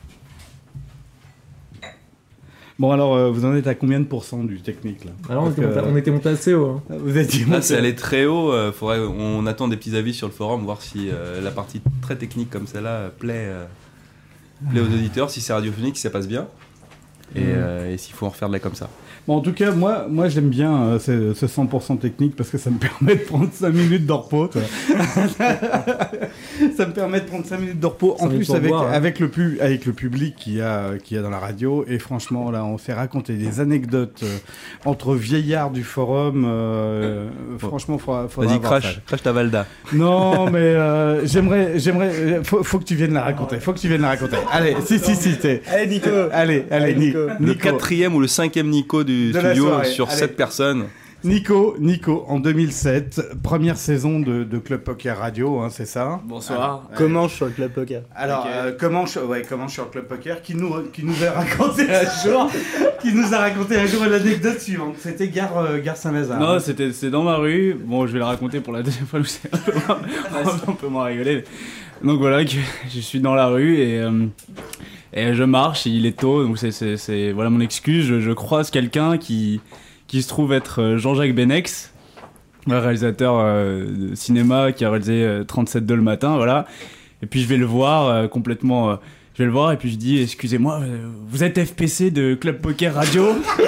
Bon, alors, euh, vous en êtes à combien de pourcents du technique là Alors, on Parce était, que, monté, on était monté assez haut. Hein. Vous êtes Là, c'est allé très haut. euh, faudrait, on attend des petits avis sur le forum, voir si euh, la partie très technique comme celle-là euh, plaît, euh, plaît aux auditeurs, si c'est radiophonique, si ça passe bien. Et, Mm. euh, et s'il faut en refaire de la comme ça. Bon, en tout cas, moi, moi j'aime bien euh, ce, ce cent pour cent technique parce que ça me permet de prendre cinq minutes de repos. toi. Ça me permet de prendre cinq minutes de repos. En cinq minutes plus, pour avec, boire, hein. avec, le pu- avec le public qu'il y, a, qu'il y a dans la radio. Et franchement, là, on s'est raconté des anecdotes euh, entre vieillards du forum. euh, franchement, faudra, faudra Vas-y, avoir crash, ça. crash ta Valda. Non, mais euh, j'aimerais, j'aimerais, faut, faut que tu viennes la raconter. Faut que tu viennes la raconter. Allez, si, si, si, t'es. Allez Nico. Allez, allez, Allez, Nico. Nico. Le Nico. quatrième ou le cinquième Nico du De la studio soirée. sur Allez. sept personnes. Nico, Nico, en deux mille sept, première saison de, de Club Poker Radio, hein, c'est ça? Bonsoir. Alors, Comment je suis sur le Club Poker? Alors, Ok. euh, comment, je, ouais, comment je suis en Club Poker, qui nous, qui nous a raconté un jour, qui nous a raconté un jour l'anecdote suivante. C'était Gare, euh, Gare Saint-Lazare. Non, c'était c'est dans ma rue. Bon, je vais la raconter pour la deuxième fois, c'est un peu moins, un peu moins rigolé. Donc voilà, que je suis dans la rue et, euh, et je marche, il est tôt, donc c'est, c'est, c'est voilà mon excuse. Je, je croise quelqu'un qui, qui se trouve être Jean-Jacques Benex, le réalisateur euh, de cinéma qui a réalisé euh, trente-sept deux le matin, voilà. Et puis je vais le voir euh, complètement. Euh, je vais le voir et puis je dis excusez-moi, euh, vous êtes F P C de Club Poker Radio.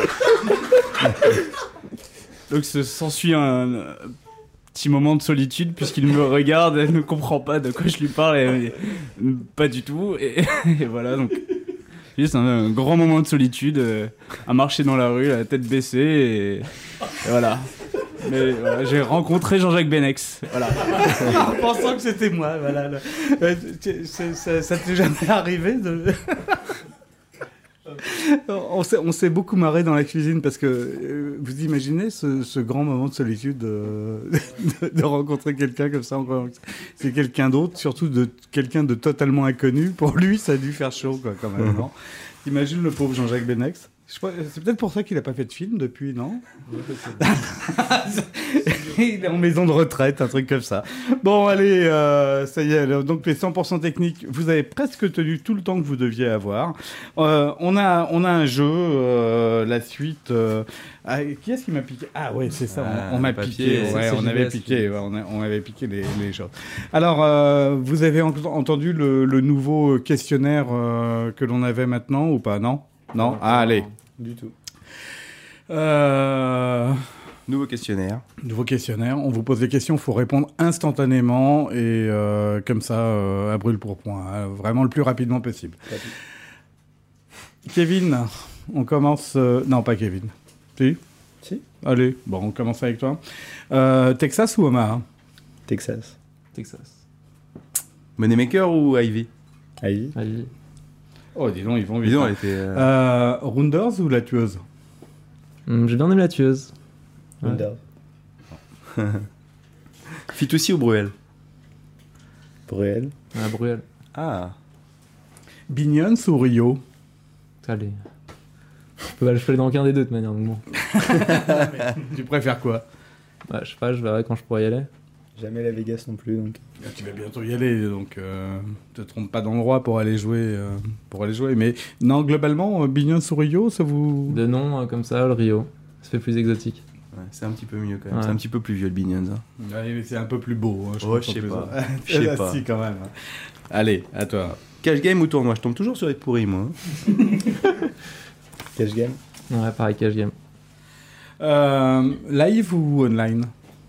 Donc ce- s'ensuit un euh, petit moment de solitude puisqu'il me regarde, elle ne comprend pas de quoi je lui parle, et, et, pas du tout. Et, et voilà donc. Juste un, un grand moment de solitude, euh, à marcher dans la rue, la tête baissée, et, et voilà. Mais voilà, j'ai rencontré Jean-Jacques Benex, voilà. En pensant que c'était moi, voilà. le- euh, tu- c'est- ça, ça t'est jamais arrivé de... on, s'est, on s'est beaucoup marré dans la cuisine parce que euh, vous imaginez ce, ce grand moment de solitude euh, de, de rencontrer quelqu'un comme ça. Encore, c'est quelqu'un d'autre, surtout de quelqu'un de totalement inconnu. Pour lui, ça a dû faire chaud, quoi, quand même. Non. Imagine le pauvre Jean-Jacques Benex. Je crois- C'est peut-être pour ça qu'il n'a pas fait de film depuis, non? Il est en maison de retraite, un truc comme ça. Bon, allez, euh, ça y est. alors, Donc, les cent pour cent techniques, vous avez presque tenu tout le temps que vous deviez avoir. Euh, on, a, on a un jeu, euh, la suite. Euh, ah, qui est-ce qui m'a piqué? Ah, ouais, c'est ça. Ah, on on m'a le papier, piqué. c'est- Ouais, c'est on J B S, avait piqué. Ouais, on, a- on avait piqué les, les choses. Alors, euh, vous avez en- entendu le, le nouveau questionnaire euh, que l'on avait maintenant ou pas? Non? Non? Ah, allez. Du tout. Euh, Nouveau questionnaire. Nouveau questionnaire. On vous pose des questions, il faut répondre instantanément et euh, comme ça, euh, à brûle pour point. hein, vraiment le plus rapidement possible. Kevin, on commence. euh, Non, pas Kevin. Si? Si. Allez, bon, on commence avec toi. Euh, Texas ou Omaha? Texas. Texas. Moneymaker ou Ivy? Ivy. Ivy. Oh, dis donc, ils vont vite. Dis donc, hein. elle était. euh, Euh, Rounders ou la tueuse? Hum, J'ai bien aimé la tueuse. Ouais. Wonder. Fitoussi ou Bruel? Bruel. Ah, Bruel. Ah. Binions ou Rio? Allez. Je peux pas le choisir dans aucun des deux de toute manière, donc bon. Tu préfères quoi? Ouais, je sais pas, je verrai quand je pourrai y aller. Jamais la Vegas non plus, donc. Tu vas bientôt y aller, donc euh, te trompe pas d'endroit pour aller jouer, euh, pour aller jouer. Mais non, globalement, euh, Binions ou Rio, ça vous... De nom euh, comme ça, le Rio. Ça fait plus exotique. Ouais, c'est un petit peu mieux quand même. Ouais. C'est un petit peu plus vieux le Binions. Hein. Ouais, mais c'est un peu plus beau. Hein, Ouais, trouve, je sais en plus. pas. Je sais Ah, pas. si, quand même. Allez, à toi. Cash game ou tournoi? Je tombe toujours sur les pourris, moi. hein. Cash game. Ouais, pareil, cash game. Euh, live ou online?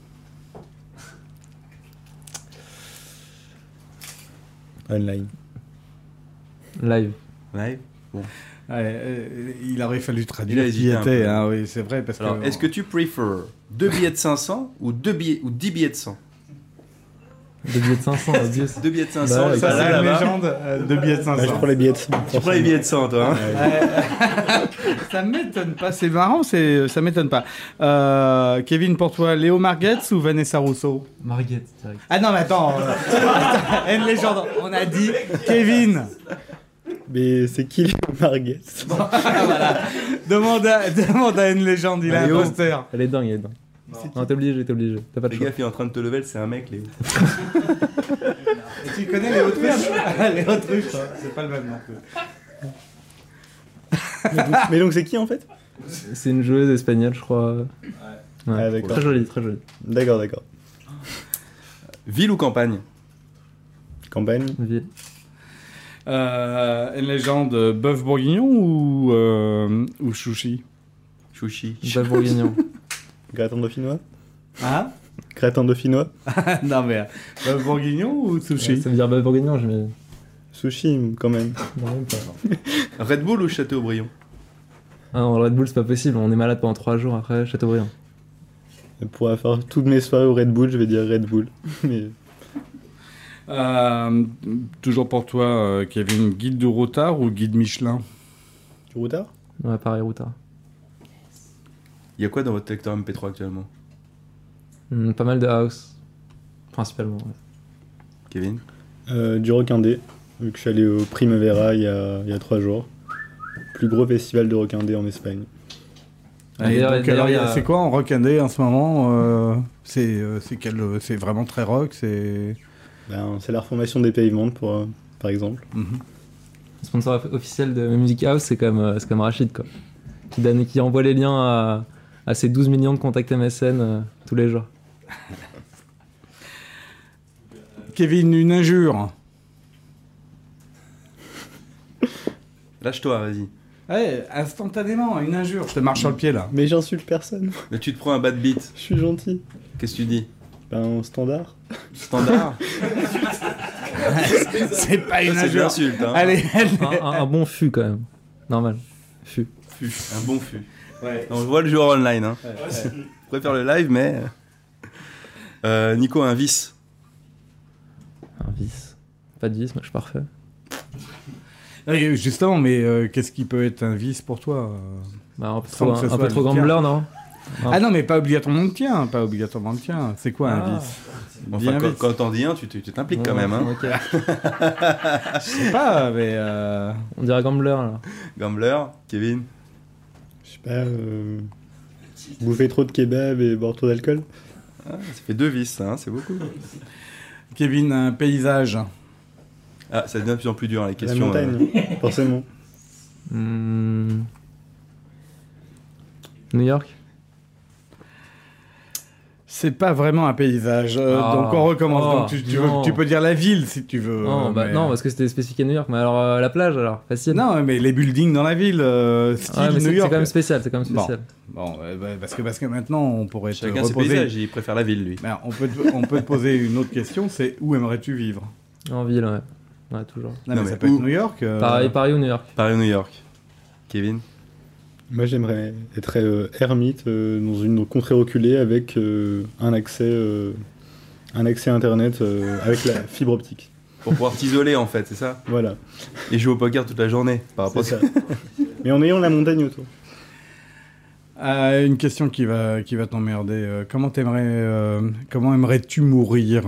Online. Live. Live. Ouais, euh, il aurait fallu Il traduire a qui hésité un était. peu. Hein, oui, c'est vrai. Parce Alors, que, est-ce que tu préfères deux billets de cinq cents ou deux billets ou dix billets de cent? Deux billets de cinq cents, obvious. Deux billets de cinq Bah, cents, ouais, les ça, gars, c'est une là-bas. légende euh, de billets de Bah, je cinq cents. prends les billets de Tu prends les billets de cent, toi. Hein. Ça m'étonne pas, c'est marrant, c'est, ça m'étonne pas. Euh, Kevin, pour toi, Léo Marguetz ou Vanessa Rousseau? Marguerite, direct. Ah non, mais attends, euh, attends, une légende, on a dit Kevin. Mais c'est qui les Marguerite? Voilà. Demande à, demande à une légende, il a un Léo. poster. Elle est dingue, elle est dingue. Non, t'es obligé, t'es obligé. T'as pas de Les choix. gars, il est en train de te level, c'est un mec, Léo. Et tu connais les autruches? Les autruches, hein, c'est pas le même non plus. mais, donc, mais donc c'est qui en fait? C'est une joueuse espagnole, je crois. Ouais. Ah, d'accord. Très jolie, très jolie. D'accord, d'accord. Ville ou campagne? Campagne. Ville. Euh, une légende, euh, bœuf bourguignon ou, euh, ou chouchi? Chouchi. Bœuf bourguignon. Gratin dauphinois. Hein? Gratin dauphinois. Non mais, euh, bœuf bourguignon ou sushi? Ça veut dire bœuf bourguignon, je mets. Sushi quand même. Non, même pas. Red Bull ou Châteaubriand? Ah non, le Red Bull, c'est pas possible. On est malade pendant trois jours après Châteaubriand. Pour faire toutes mes soirées au Red Bull, je vais dire Red Bull. Mais Euh, toujours pour toi, euh, Kevin, guide de routard ou guide Michelin? du routard. Ouais, pareil, routard. Il y a quoi dans votre lecteur M P trois actuellement? Hmm, pas mal de house. Principalement, ouais. Kevin? Euh, du Rockindé, vu que je suis allé au Primavera il y a, il y a trois jours. Plus gros festival de Rockindé en Espagne. Et D'ailleurs- donc, d'ailleurs, alors, il y a- c'est quoi en rock indé en ce moment? euh, c'est, euh, c'est, quel, euh, c'est vraiment très rock, c'est... Ben, c'est la reformation des Pavements, pour, euh, par exemple. Mhm. Le sponsor officiel de Music House, c'est comme, euh, c'est comme Rachid, quoi. Qui, donne, qui envoie les liens à, à ses douze millions de contacts M S N euh, tous les jours. Kevin, une injure. Lâche-toi, vas-y. Ouais, instantanément, une injure. Je te marche sur le pied là. Mais j'insulte personne. Mais tu te prends un bad beat. Je suis gentil. Qu'est-ce que tu dis? Ben, standard. Standard. C'est pas une Ça, c'est de injure. l'insulte, hein. Allez, allez. Un, un- un bon fût quand même. Normal. Fût. Fût, un bon fût. Ouais. On voit le joueur online. Hein. Ouais. Je préfère le live, mais. Euh, Nico, un vice. Un vice. Pas de vice, moi je suis parfait. Ouais, justement, mais euh, qu'est-ce qui peut être un vice pour toi? Bah, un peu Sans trop, que ce un, soit peu trop le tien. gambler, non? Ah non, mais pas obligatoirement le tien, pas obligatoirement le tien. C'est quoi un Ah. vice? Enfin, Bien quand, vice. quand t'en dis un, tu tu- tu t'impliques quand Ouais, même. Hein. ok. Je sais pas, mais... Euh... On dirait gambler là. Gambler, Kevin. Je sais pas. Euh... Bouffer trop de kebab et boire trop d'alcool. Ah, ça fait deux vices, ça, hein, c'est beaucoup. Kevin, un paysage. Ah, ça devient de plus en plus dur, les La questions. montagne, euh. forcément. Hmm. New York. C'est pas vraiment un paysage, euh, Ah. donc on recommence. Oh, donc tu, tu, non. veux- tu peux dire la ville si tu veux. Non, euh, bah, mais- non, parce que c'était spécifique à New York. Mais alors euh, la plage, alors facile. Non, mais les buildings dans la ville, euh, style Ouais, mais New c'est c'est York. quand même spécial. C'est quand même Bon. spécial. Bon, euh, bah, parce, que, parce que maintenant on pourrait Chacun te ses reposer. paysages, il préfère la ville, lui. Ben, on, peut te, on peut te poser une autre question, c'est où aimerais-tu vivre? En ville, ouais. Ouais, toujours. Non, Non, mais mais ça peut où? être New York. euh, Paris, Paris ou New York. Paris ou New York. Kevin. Moi, j'aimerais être euh, ermite euh, dans une contrée reculée avec euh, un accès, euh, un accès internet euh, avec la fibre optique. Pour pouvoir t'isoler, en fait, c'est ça? Voilà. Et jouer au poker toute la journée, par rapport C'est ça. Mais en ayant la montagne autour. euh, une question qui va, qui va t'emmerder. euh, comment t'aimerais, euh, comment aimerais-tu mourir?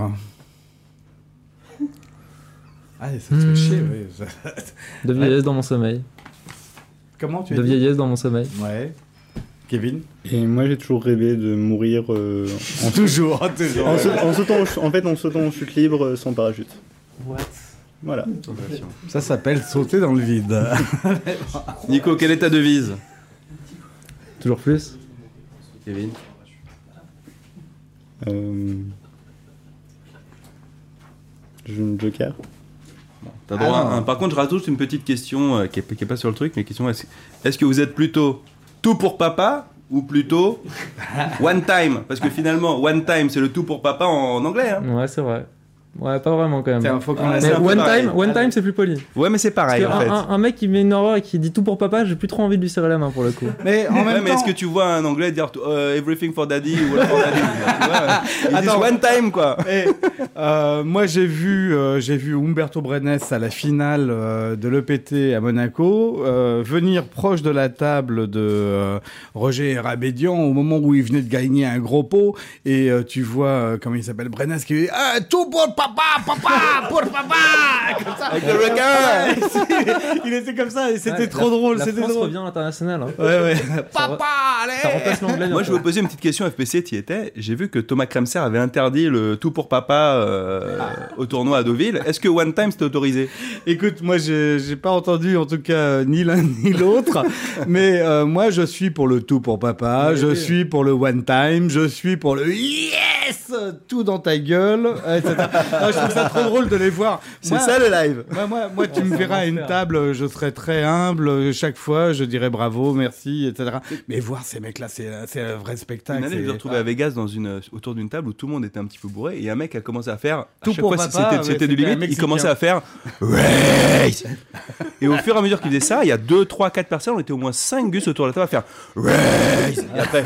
Ah, ça te fait Hmm. chier, oui. ça- De vieillesse dans mon sommeil. Comment tu as De dit? vieillesse dans mon sommeil. Ouais. Kevin? Et moi, j'ai toujours rêvé de mourir euh, en, Toujours, toujours. en, saut- en sautant, en ch- en fait, en sautant en chute libre euh, sans parachute. What? Voilà. Ça s'appelle sauter dans le vide. Nico, quelle est ta devise? Toujours plus. Kevin. Euh... Je joue une joker. T'as droit Ah, à un- Par contre, je rajoute une petite question euh, qui, est, qui est pas sur le truc, mais question est-ce, est-ce que vous êtes plutôt tout pour papa ou plutôt one time? Parce que finalement, one time, c'est le tout pour papa en, en anglais. Hein. Ouais, c'est vrai. Ouais, pas vraiment quand même. Tiens, faut qu'on Ah, essaie c'est Mais un peu one pareil. time, one time, c'est plus poli. Ouais, mais c'est Parce pareil que en un, fait. un- un mec qui met une horreur et qui dit tout pour papa, j'ai plus trop envie de lui serrer la main pour le coup. Mais en Ouais, même mais temps, est-ce que tu vois un anglais dire euh, everything for daddy ou all for daddy? Tu vois, ils disent Attends. one time quoi. Eh, euh, moi j'ai vu, euh, j'ai vu Umberto Brenes à la finale euh, de l'E P T à Monaco euh, venir proche de la table de euh, Roger Rabédian au moment où il venait de gagner un gros pot et euh, tu vois euh, comment il s'appelle Brenes qui dit ah, tout pour papa, papa, pour papa, comme ça. Avec le requin. Il était comme ça et c'était Ouais, trop la- drôle, La c'était France drôle. revient à l'international. Hein. Ouais ouais. Ça Papa, Ça allez. remplace l'anglais. Moi, bientôt. je vais vous poser une petite question. F P C, tu y étais. J'ai vu que Thomas Kremser avait interdit le tout pour papa euh, au tournoi à Deauville. Est-ce que one time c'était autorisé? Écoute, moi j'ai j'ai pas entendu en tout cas euh, ni l'un ni l'autre, mais euh, moi je suis pour le tout pour papa, Oui, je oui. suis pour le one time, je suis pour le yes, tout dans ta gueule, et cetera. Ah, je trouve ça trop drôle de les voir. C'est Moi- ça le live. Moi, moi, moi, tu Oh, me c'est verras à un une enfer. table, je serai très humble. Chaque fois, je dirai bravo, merci, et cetera. Mais voir ces mecs-là, c'est c'est un vrai spectacle. Une année, je me c'est- suis retrouvé à Vegas dans une, autour d'une table où tout le monde était un petit peu bourré et un mec a commencé à faire. À Tout chaque pour fois, papa, c'était, ouais, c'était du c'était un limite. Il Mexicain. commençait à faire. Race Et au fur et à mesure qu'il faisait ça, il y a deux, trois, quatre personnes, on était au moins cinq gus autour de la table à faire. Race Et après.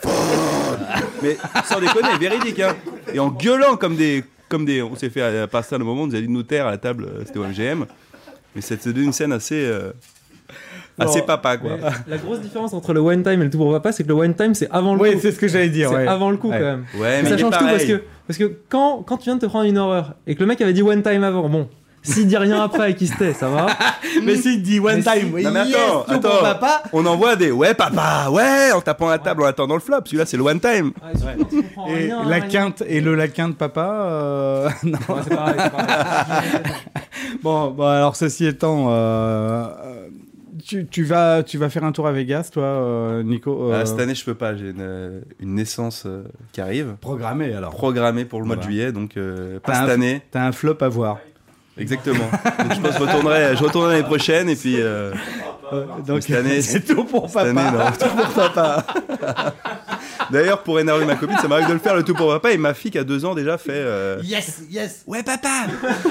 Mais sans déconner, véridique, hein. Et en gueulant comme des. Comme des on s'est fait à partir du moment où on nous a dit de nous taire à la table, euh, c'était au M G M. Mais c'était une scène assez. euh, assez Bon, papa, quoi. Mais la grosse différence entre le one time et le tout pour papa, c'est que le one time, c'est avant le Oui, coup. c'est ce que j'allais dire. C'est ouais. avant le coup Ouais. quand même. Ouais, Mais mais ça il est change tout parce pareil. que, parce que quand, quand tu viens de te prendre une horreur et que le mec avait dit one time avant, bon, s'il dit rien après et qu'il se tait, ça va. Mais s'il dit one Mais si- time, oui, Non, mais yes, attends, tout pour attends. papa. On envoie des ouais papa, ouais, en tapant la table en attendant le flop. Celui-là, c'est le one time. Ah, et surtout quand tu comprends Et rien, la rien. quinte et le laquin de papa, euh, non. Ouais, c'est pareil, c'est pareil. Bon, bon, alors ceci étant, euh, euh, tu, tu vas, tu vas faire un tour à Vegas, toi, euh, Nico. euh, Ah, cette année, je peux pas. J'ai une, une naissance euh, qui arrive, Programmé alors. programmée pour le mois de Voilà. juillet, donc euh, pas T'as cette un- année. T'as un flop à voir. Exactement. Donc je pense que je retournerai, je retournerai l'année prochaine et puis. Euh, euh, donc cette année, c'est tout pour cette papa. Année, non, tout pour papa. D'ailleurs, pour énerver ma copine, ça m'arrive de le faire le tout pour papa et ma fille qui a deux ans déjà fait. Euh... Yes, yes. Ouais, papa.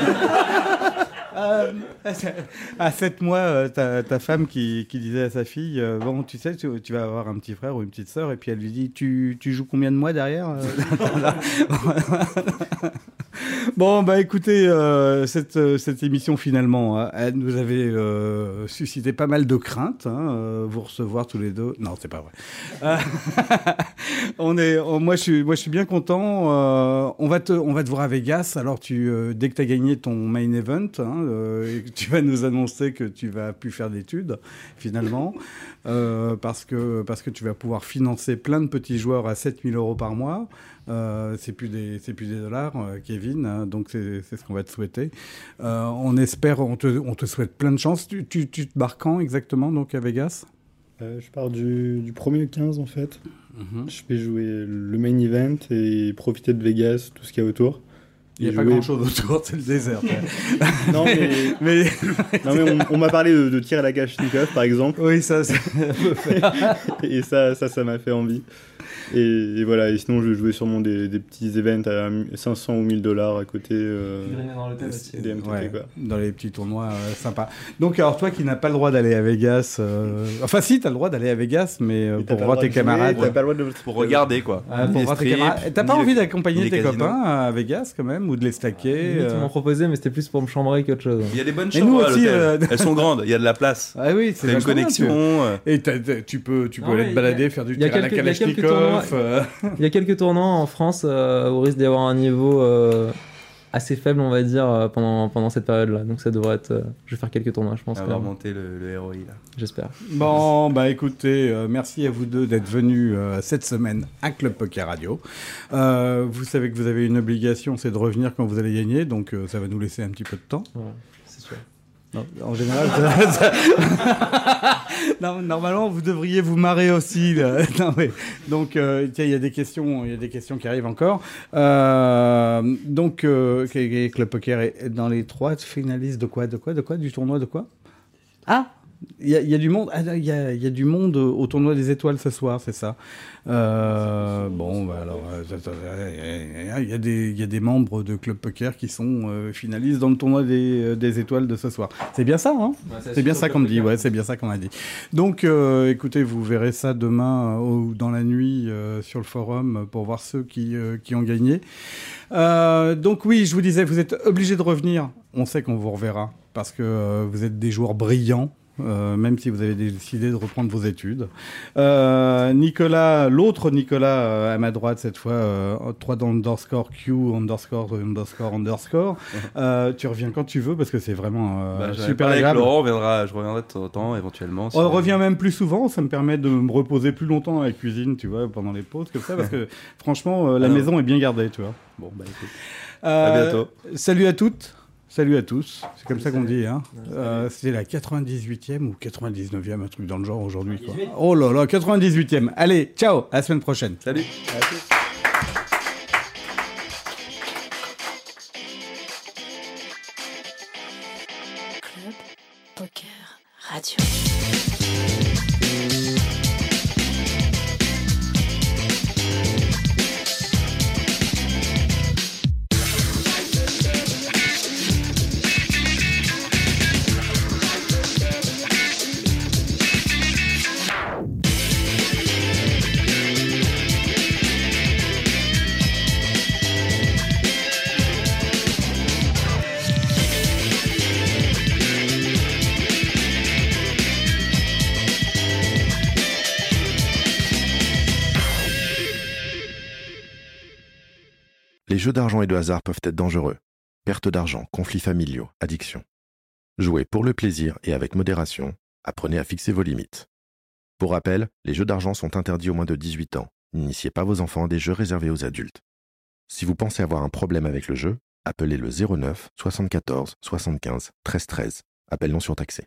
Euh, à sept mois, euh, ta, ta femme qui, qui disait à sa fille euh, bon, tu sais, tu, tu vas avoir un petit frère ou une petite sœur, et puis elle lui dit tu, tu joues combien de mois derrière euh Bon, bah écoutez, euh, cette, cette émission finalement, hein, elle nous avait euh, suscité pas mal de craintes, hein, euh, vous recevoir tous les deux. Non, c'est pas vrai. Euh, on est, on, moi, je suis, moi, je suis bien content. Euh, on va te, on va te voir à Vegas. Alors, tu, euh, dès que tu as gagné ton main event, hein, euh, et que tu vas nous annoncer que tu vas plus faire d'études finalement, euh, parce que parce que tu vas pouvoir financer plein de petits joueurs à sept mille euros par mois. Euh, c'est plus des c'est plus des dollars, euh, Kevin, hein, donc c'est c'est ce qu'on va te souhaiter. Euh, on espère, on te on te souhaite plein de chance. Tu tu, tu te barres quand exactement donc à Vegas? euh, Je pars du, du premier au quinze en fait. Mm-hmm. Je vais jouer le main event et profiter de Vegas, tout ce qu'il y a autour. Il n'y a jouer... pas grand-chose autour, c'est le désert. non, mais, mais... non, mais on, on m'a parlé de, de tir à la Kalachnikov, par exemple. Oui, ça, ça peut faire. Et ça, ça, ça m'a fait envie. Et, et voilà, et sinon, je vais jouer sûrement des, des petits events à cinq cents ou mille dollars à côté. Euh, dans, le aussi. Des M T T, ouais, quoi. Dans les petits tournois euh, sympas. Donc, alors, toi qui n'as pas le droit d'aller à Vegas, euh... enfin, si, tu as le droit d'aller à Vegas, mais euh, pour voir tes camarades. T'as pas le droit de... Pour regarder, quoi. Ah, pour voir tes camarades. T'as pas envie d'accompagner tes copains à Vegas, quand même, ou de les stacker? Ils m'ont proposé, mais c'était plus pour me chambrer qu'autre chose. Il y a des bonnes chambres à l'hôtel. Euh... Elles sont grandes, il y a de la place. Ah oui, c'est une connexion. Bien, tu... Et t'as, t'as, tu peux, tu peux non, aller te balader, a, faire du tir à la Kalachnikov. Il y a quelques tournois en France euh, où on risque d'y avoir un niveau euh, assez faible, on va dire, euh, pendant, pendant cette période-là. Donc ça devrait être... Euh, je vais faire quelques tournois, je pense. On va remonter le, le R O I, là. J'espère. Bon, bah écoutez, euh, merci à vous deux d'être venus euh, cette semaine à Club Poker Radio. Euh, vous savez que vous avez une obligation, c'est de revenir quand vous allez gagner, donc euh, ça va nous laisser un petit peu de temps. Ouais, c'est sûr. Non, en général, ça, ça... non, normalement, vous devriez vous marrer aussi. Là. Non, mais, donc, euh, tiens, il y a des questions, il y a des questions qui arrivent encore. Euh, donc, euh, Club Poker est dans les trois finalistes de quoi, de quoi, de quoi, du tournoi de quoi? Ah. Il y, y a du monde, il ah, y, a, y a du monde au tournoi des étoiles ce soir, c'est ça. Euh, bon, bah alors, il y a des, il y a des membres de Club Poker qui sont euh, finalistes dans le tournoi des, des étoiles de ce soir. C'est bien ça, hein? Ouais, c'est, c'est bien ça qu'on me dit. Ouais, c'est bien ça qu'on a dit. Donc, euh, écoutez, vous verrez ça demain ou dans la nuit euh, sur le forum pour voir ceux qui, euh, qui ont gagné. Euh, donc oui, je vous disais, vous êtes obligés de revenir. On sait qu'on vous reverra parce que euh, vous êtes des joueurs brillants. Euh, même si vous avez décidé de reprendre vos études. Euh, Nicolas, l'autre Nicolas euh, à ma droite cette fois, euh, trois underscore Q, underscore, underscore, underscore. Euh, tu reviens quand tu veux parce que c'est vraiment euh, bah, super agréable. Laurent, viendra, je reviendrai de temps en temps éventuellement. On revient même plus souvent, ça me permet de me reposer plus longtemps à la cuisine, tu vois, pendant les pauses comme ça, parce que franchement, euh, la Alors. maison est bien gardée, tu vois. Bon, bah écoute. Euh, à bientôt. Salut à toutes. Salut à tous, c'est comme ça qu'on dit. Hein. Euh, c'est la quatre-vingt-dix-huitième ou quatre-vingt-dix-neuvième, un truc dans le genre aujourd'hui. Quoi. Oh là là, quatre-vingt-dix-huitième. Allez, ciao, à la semaine prochaine. Salut. Salut. Club Poker Radio. Les jeux d'argent et de hasard peuvent être dangereux. Perte d'argent, conflits familiaux, addiction. Jouez pour le plaisir et avec modération. Apprenez à fixer vos limites. Pour rappel, les jeux d'argent sont interdits aux moins de dix-huit ans. N'initiez pas vos enfants à des jeux réservés aux adultes. Si vous pensez avoir un problème avec le jeu, appelez le zéro neuf soixante-quatorze soixante-quinze treize treize. Appel non surtaxé.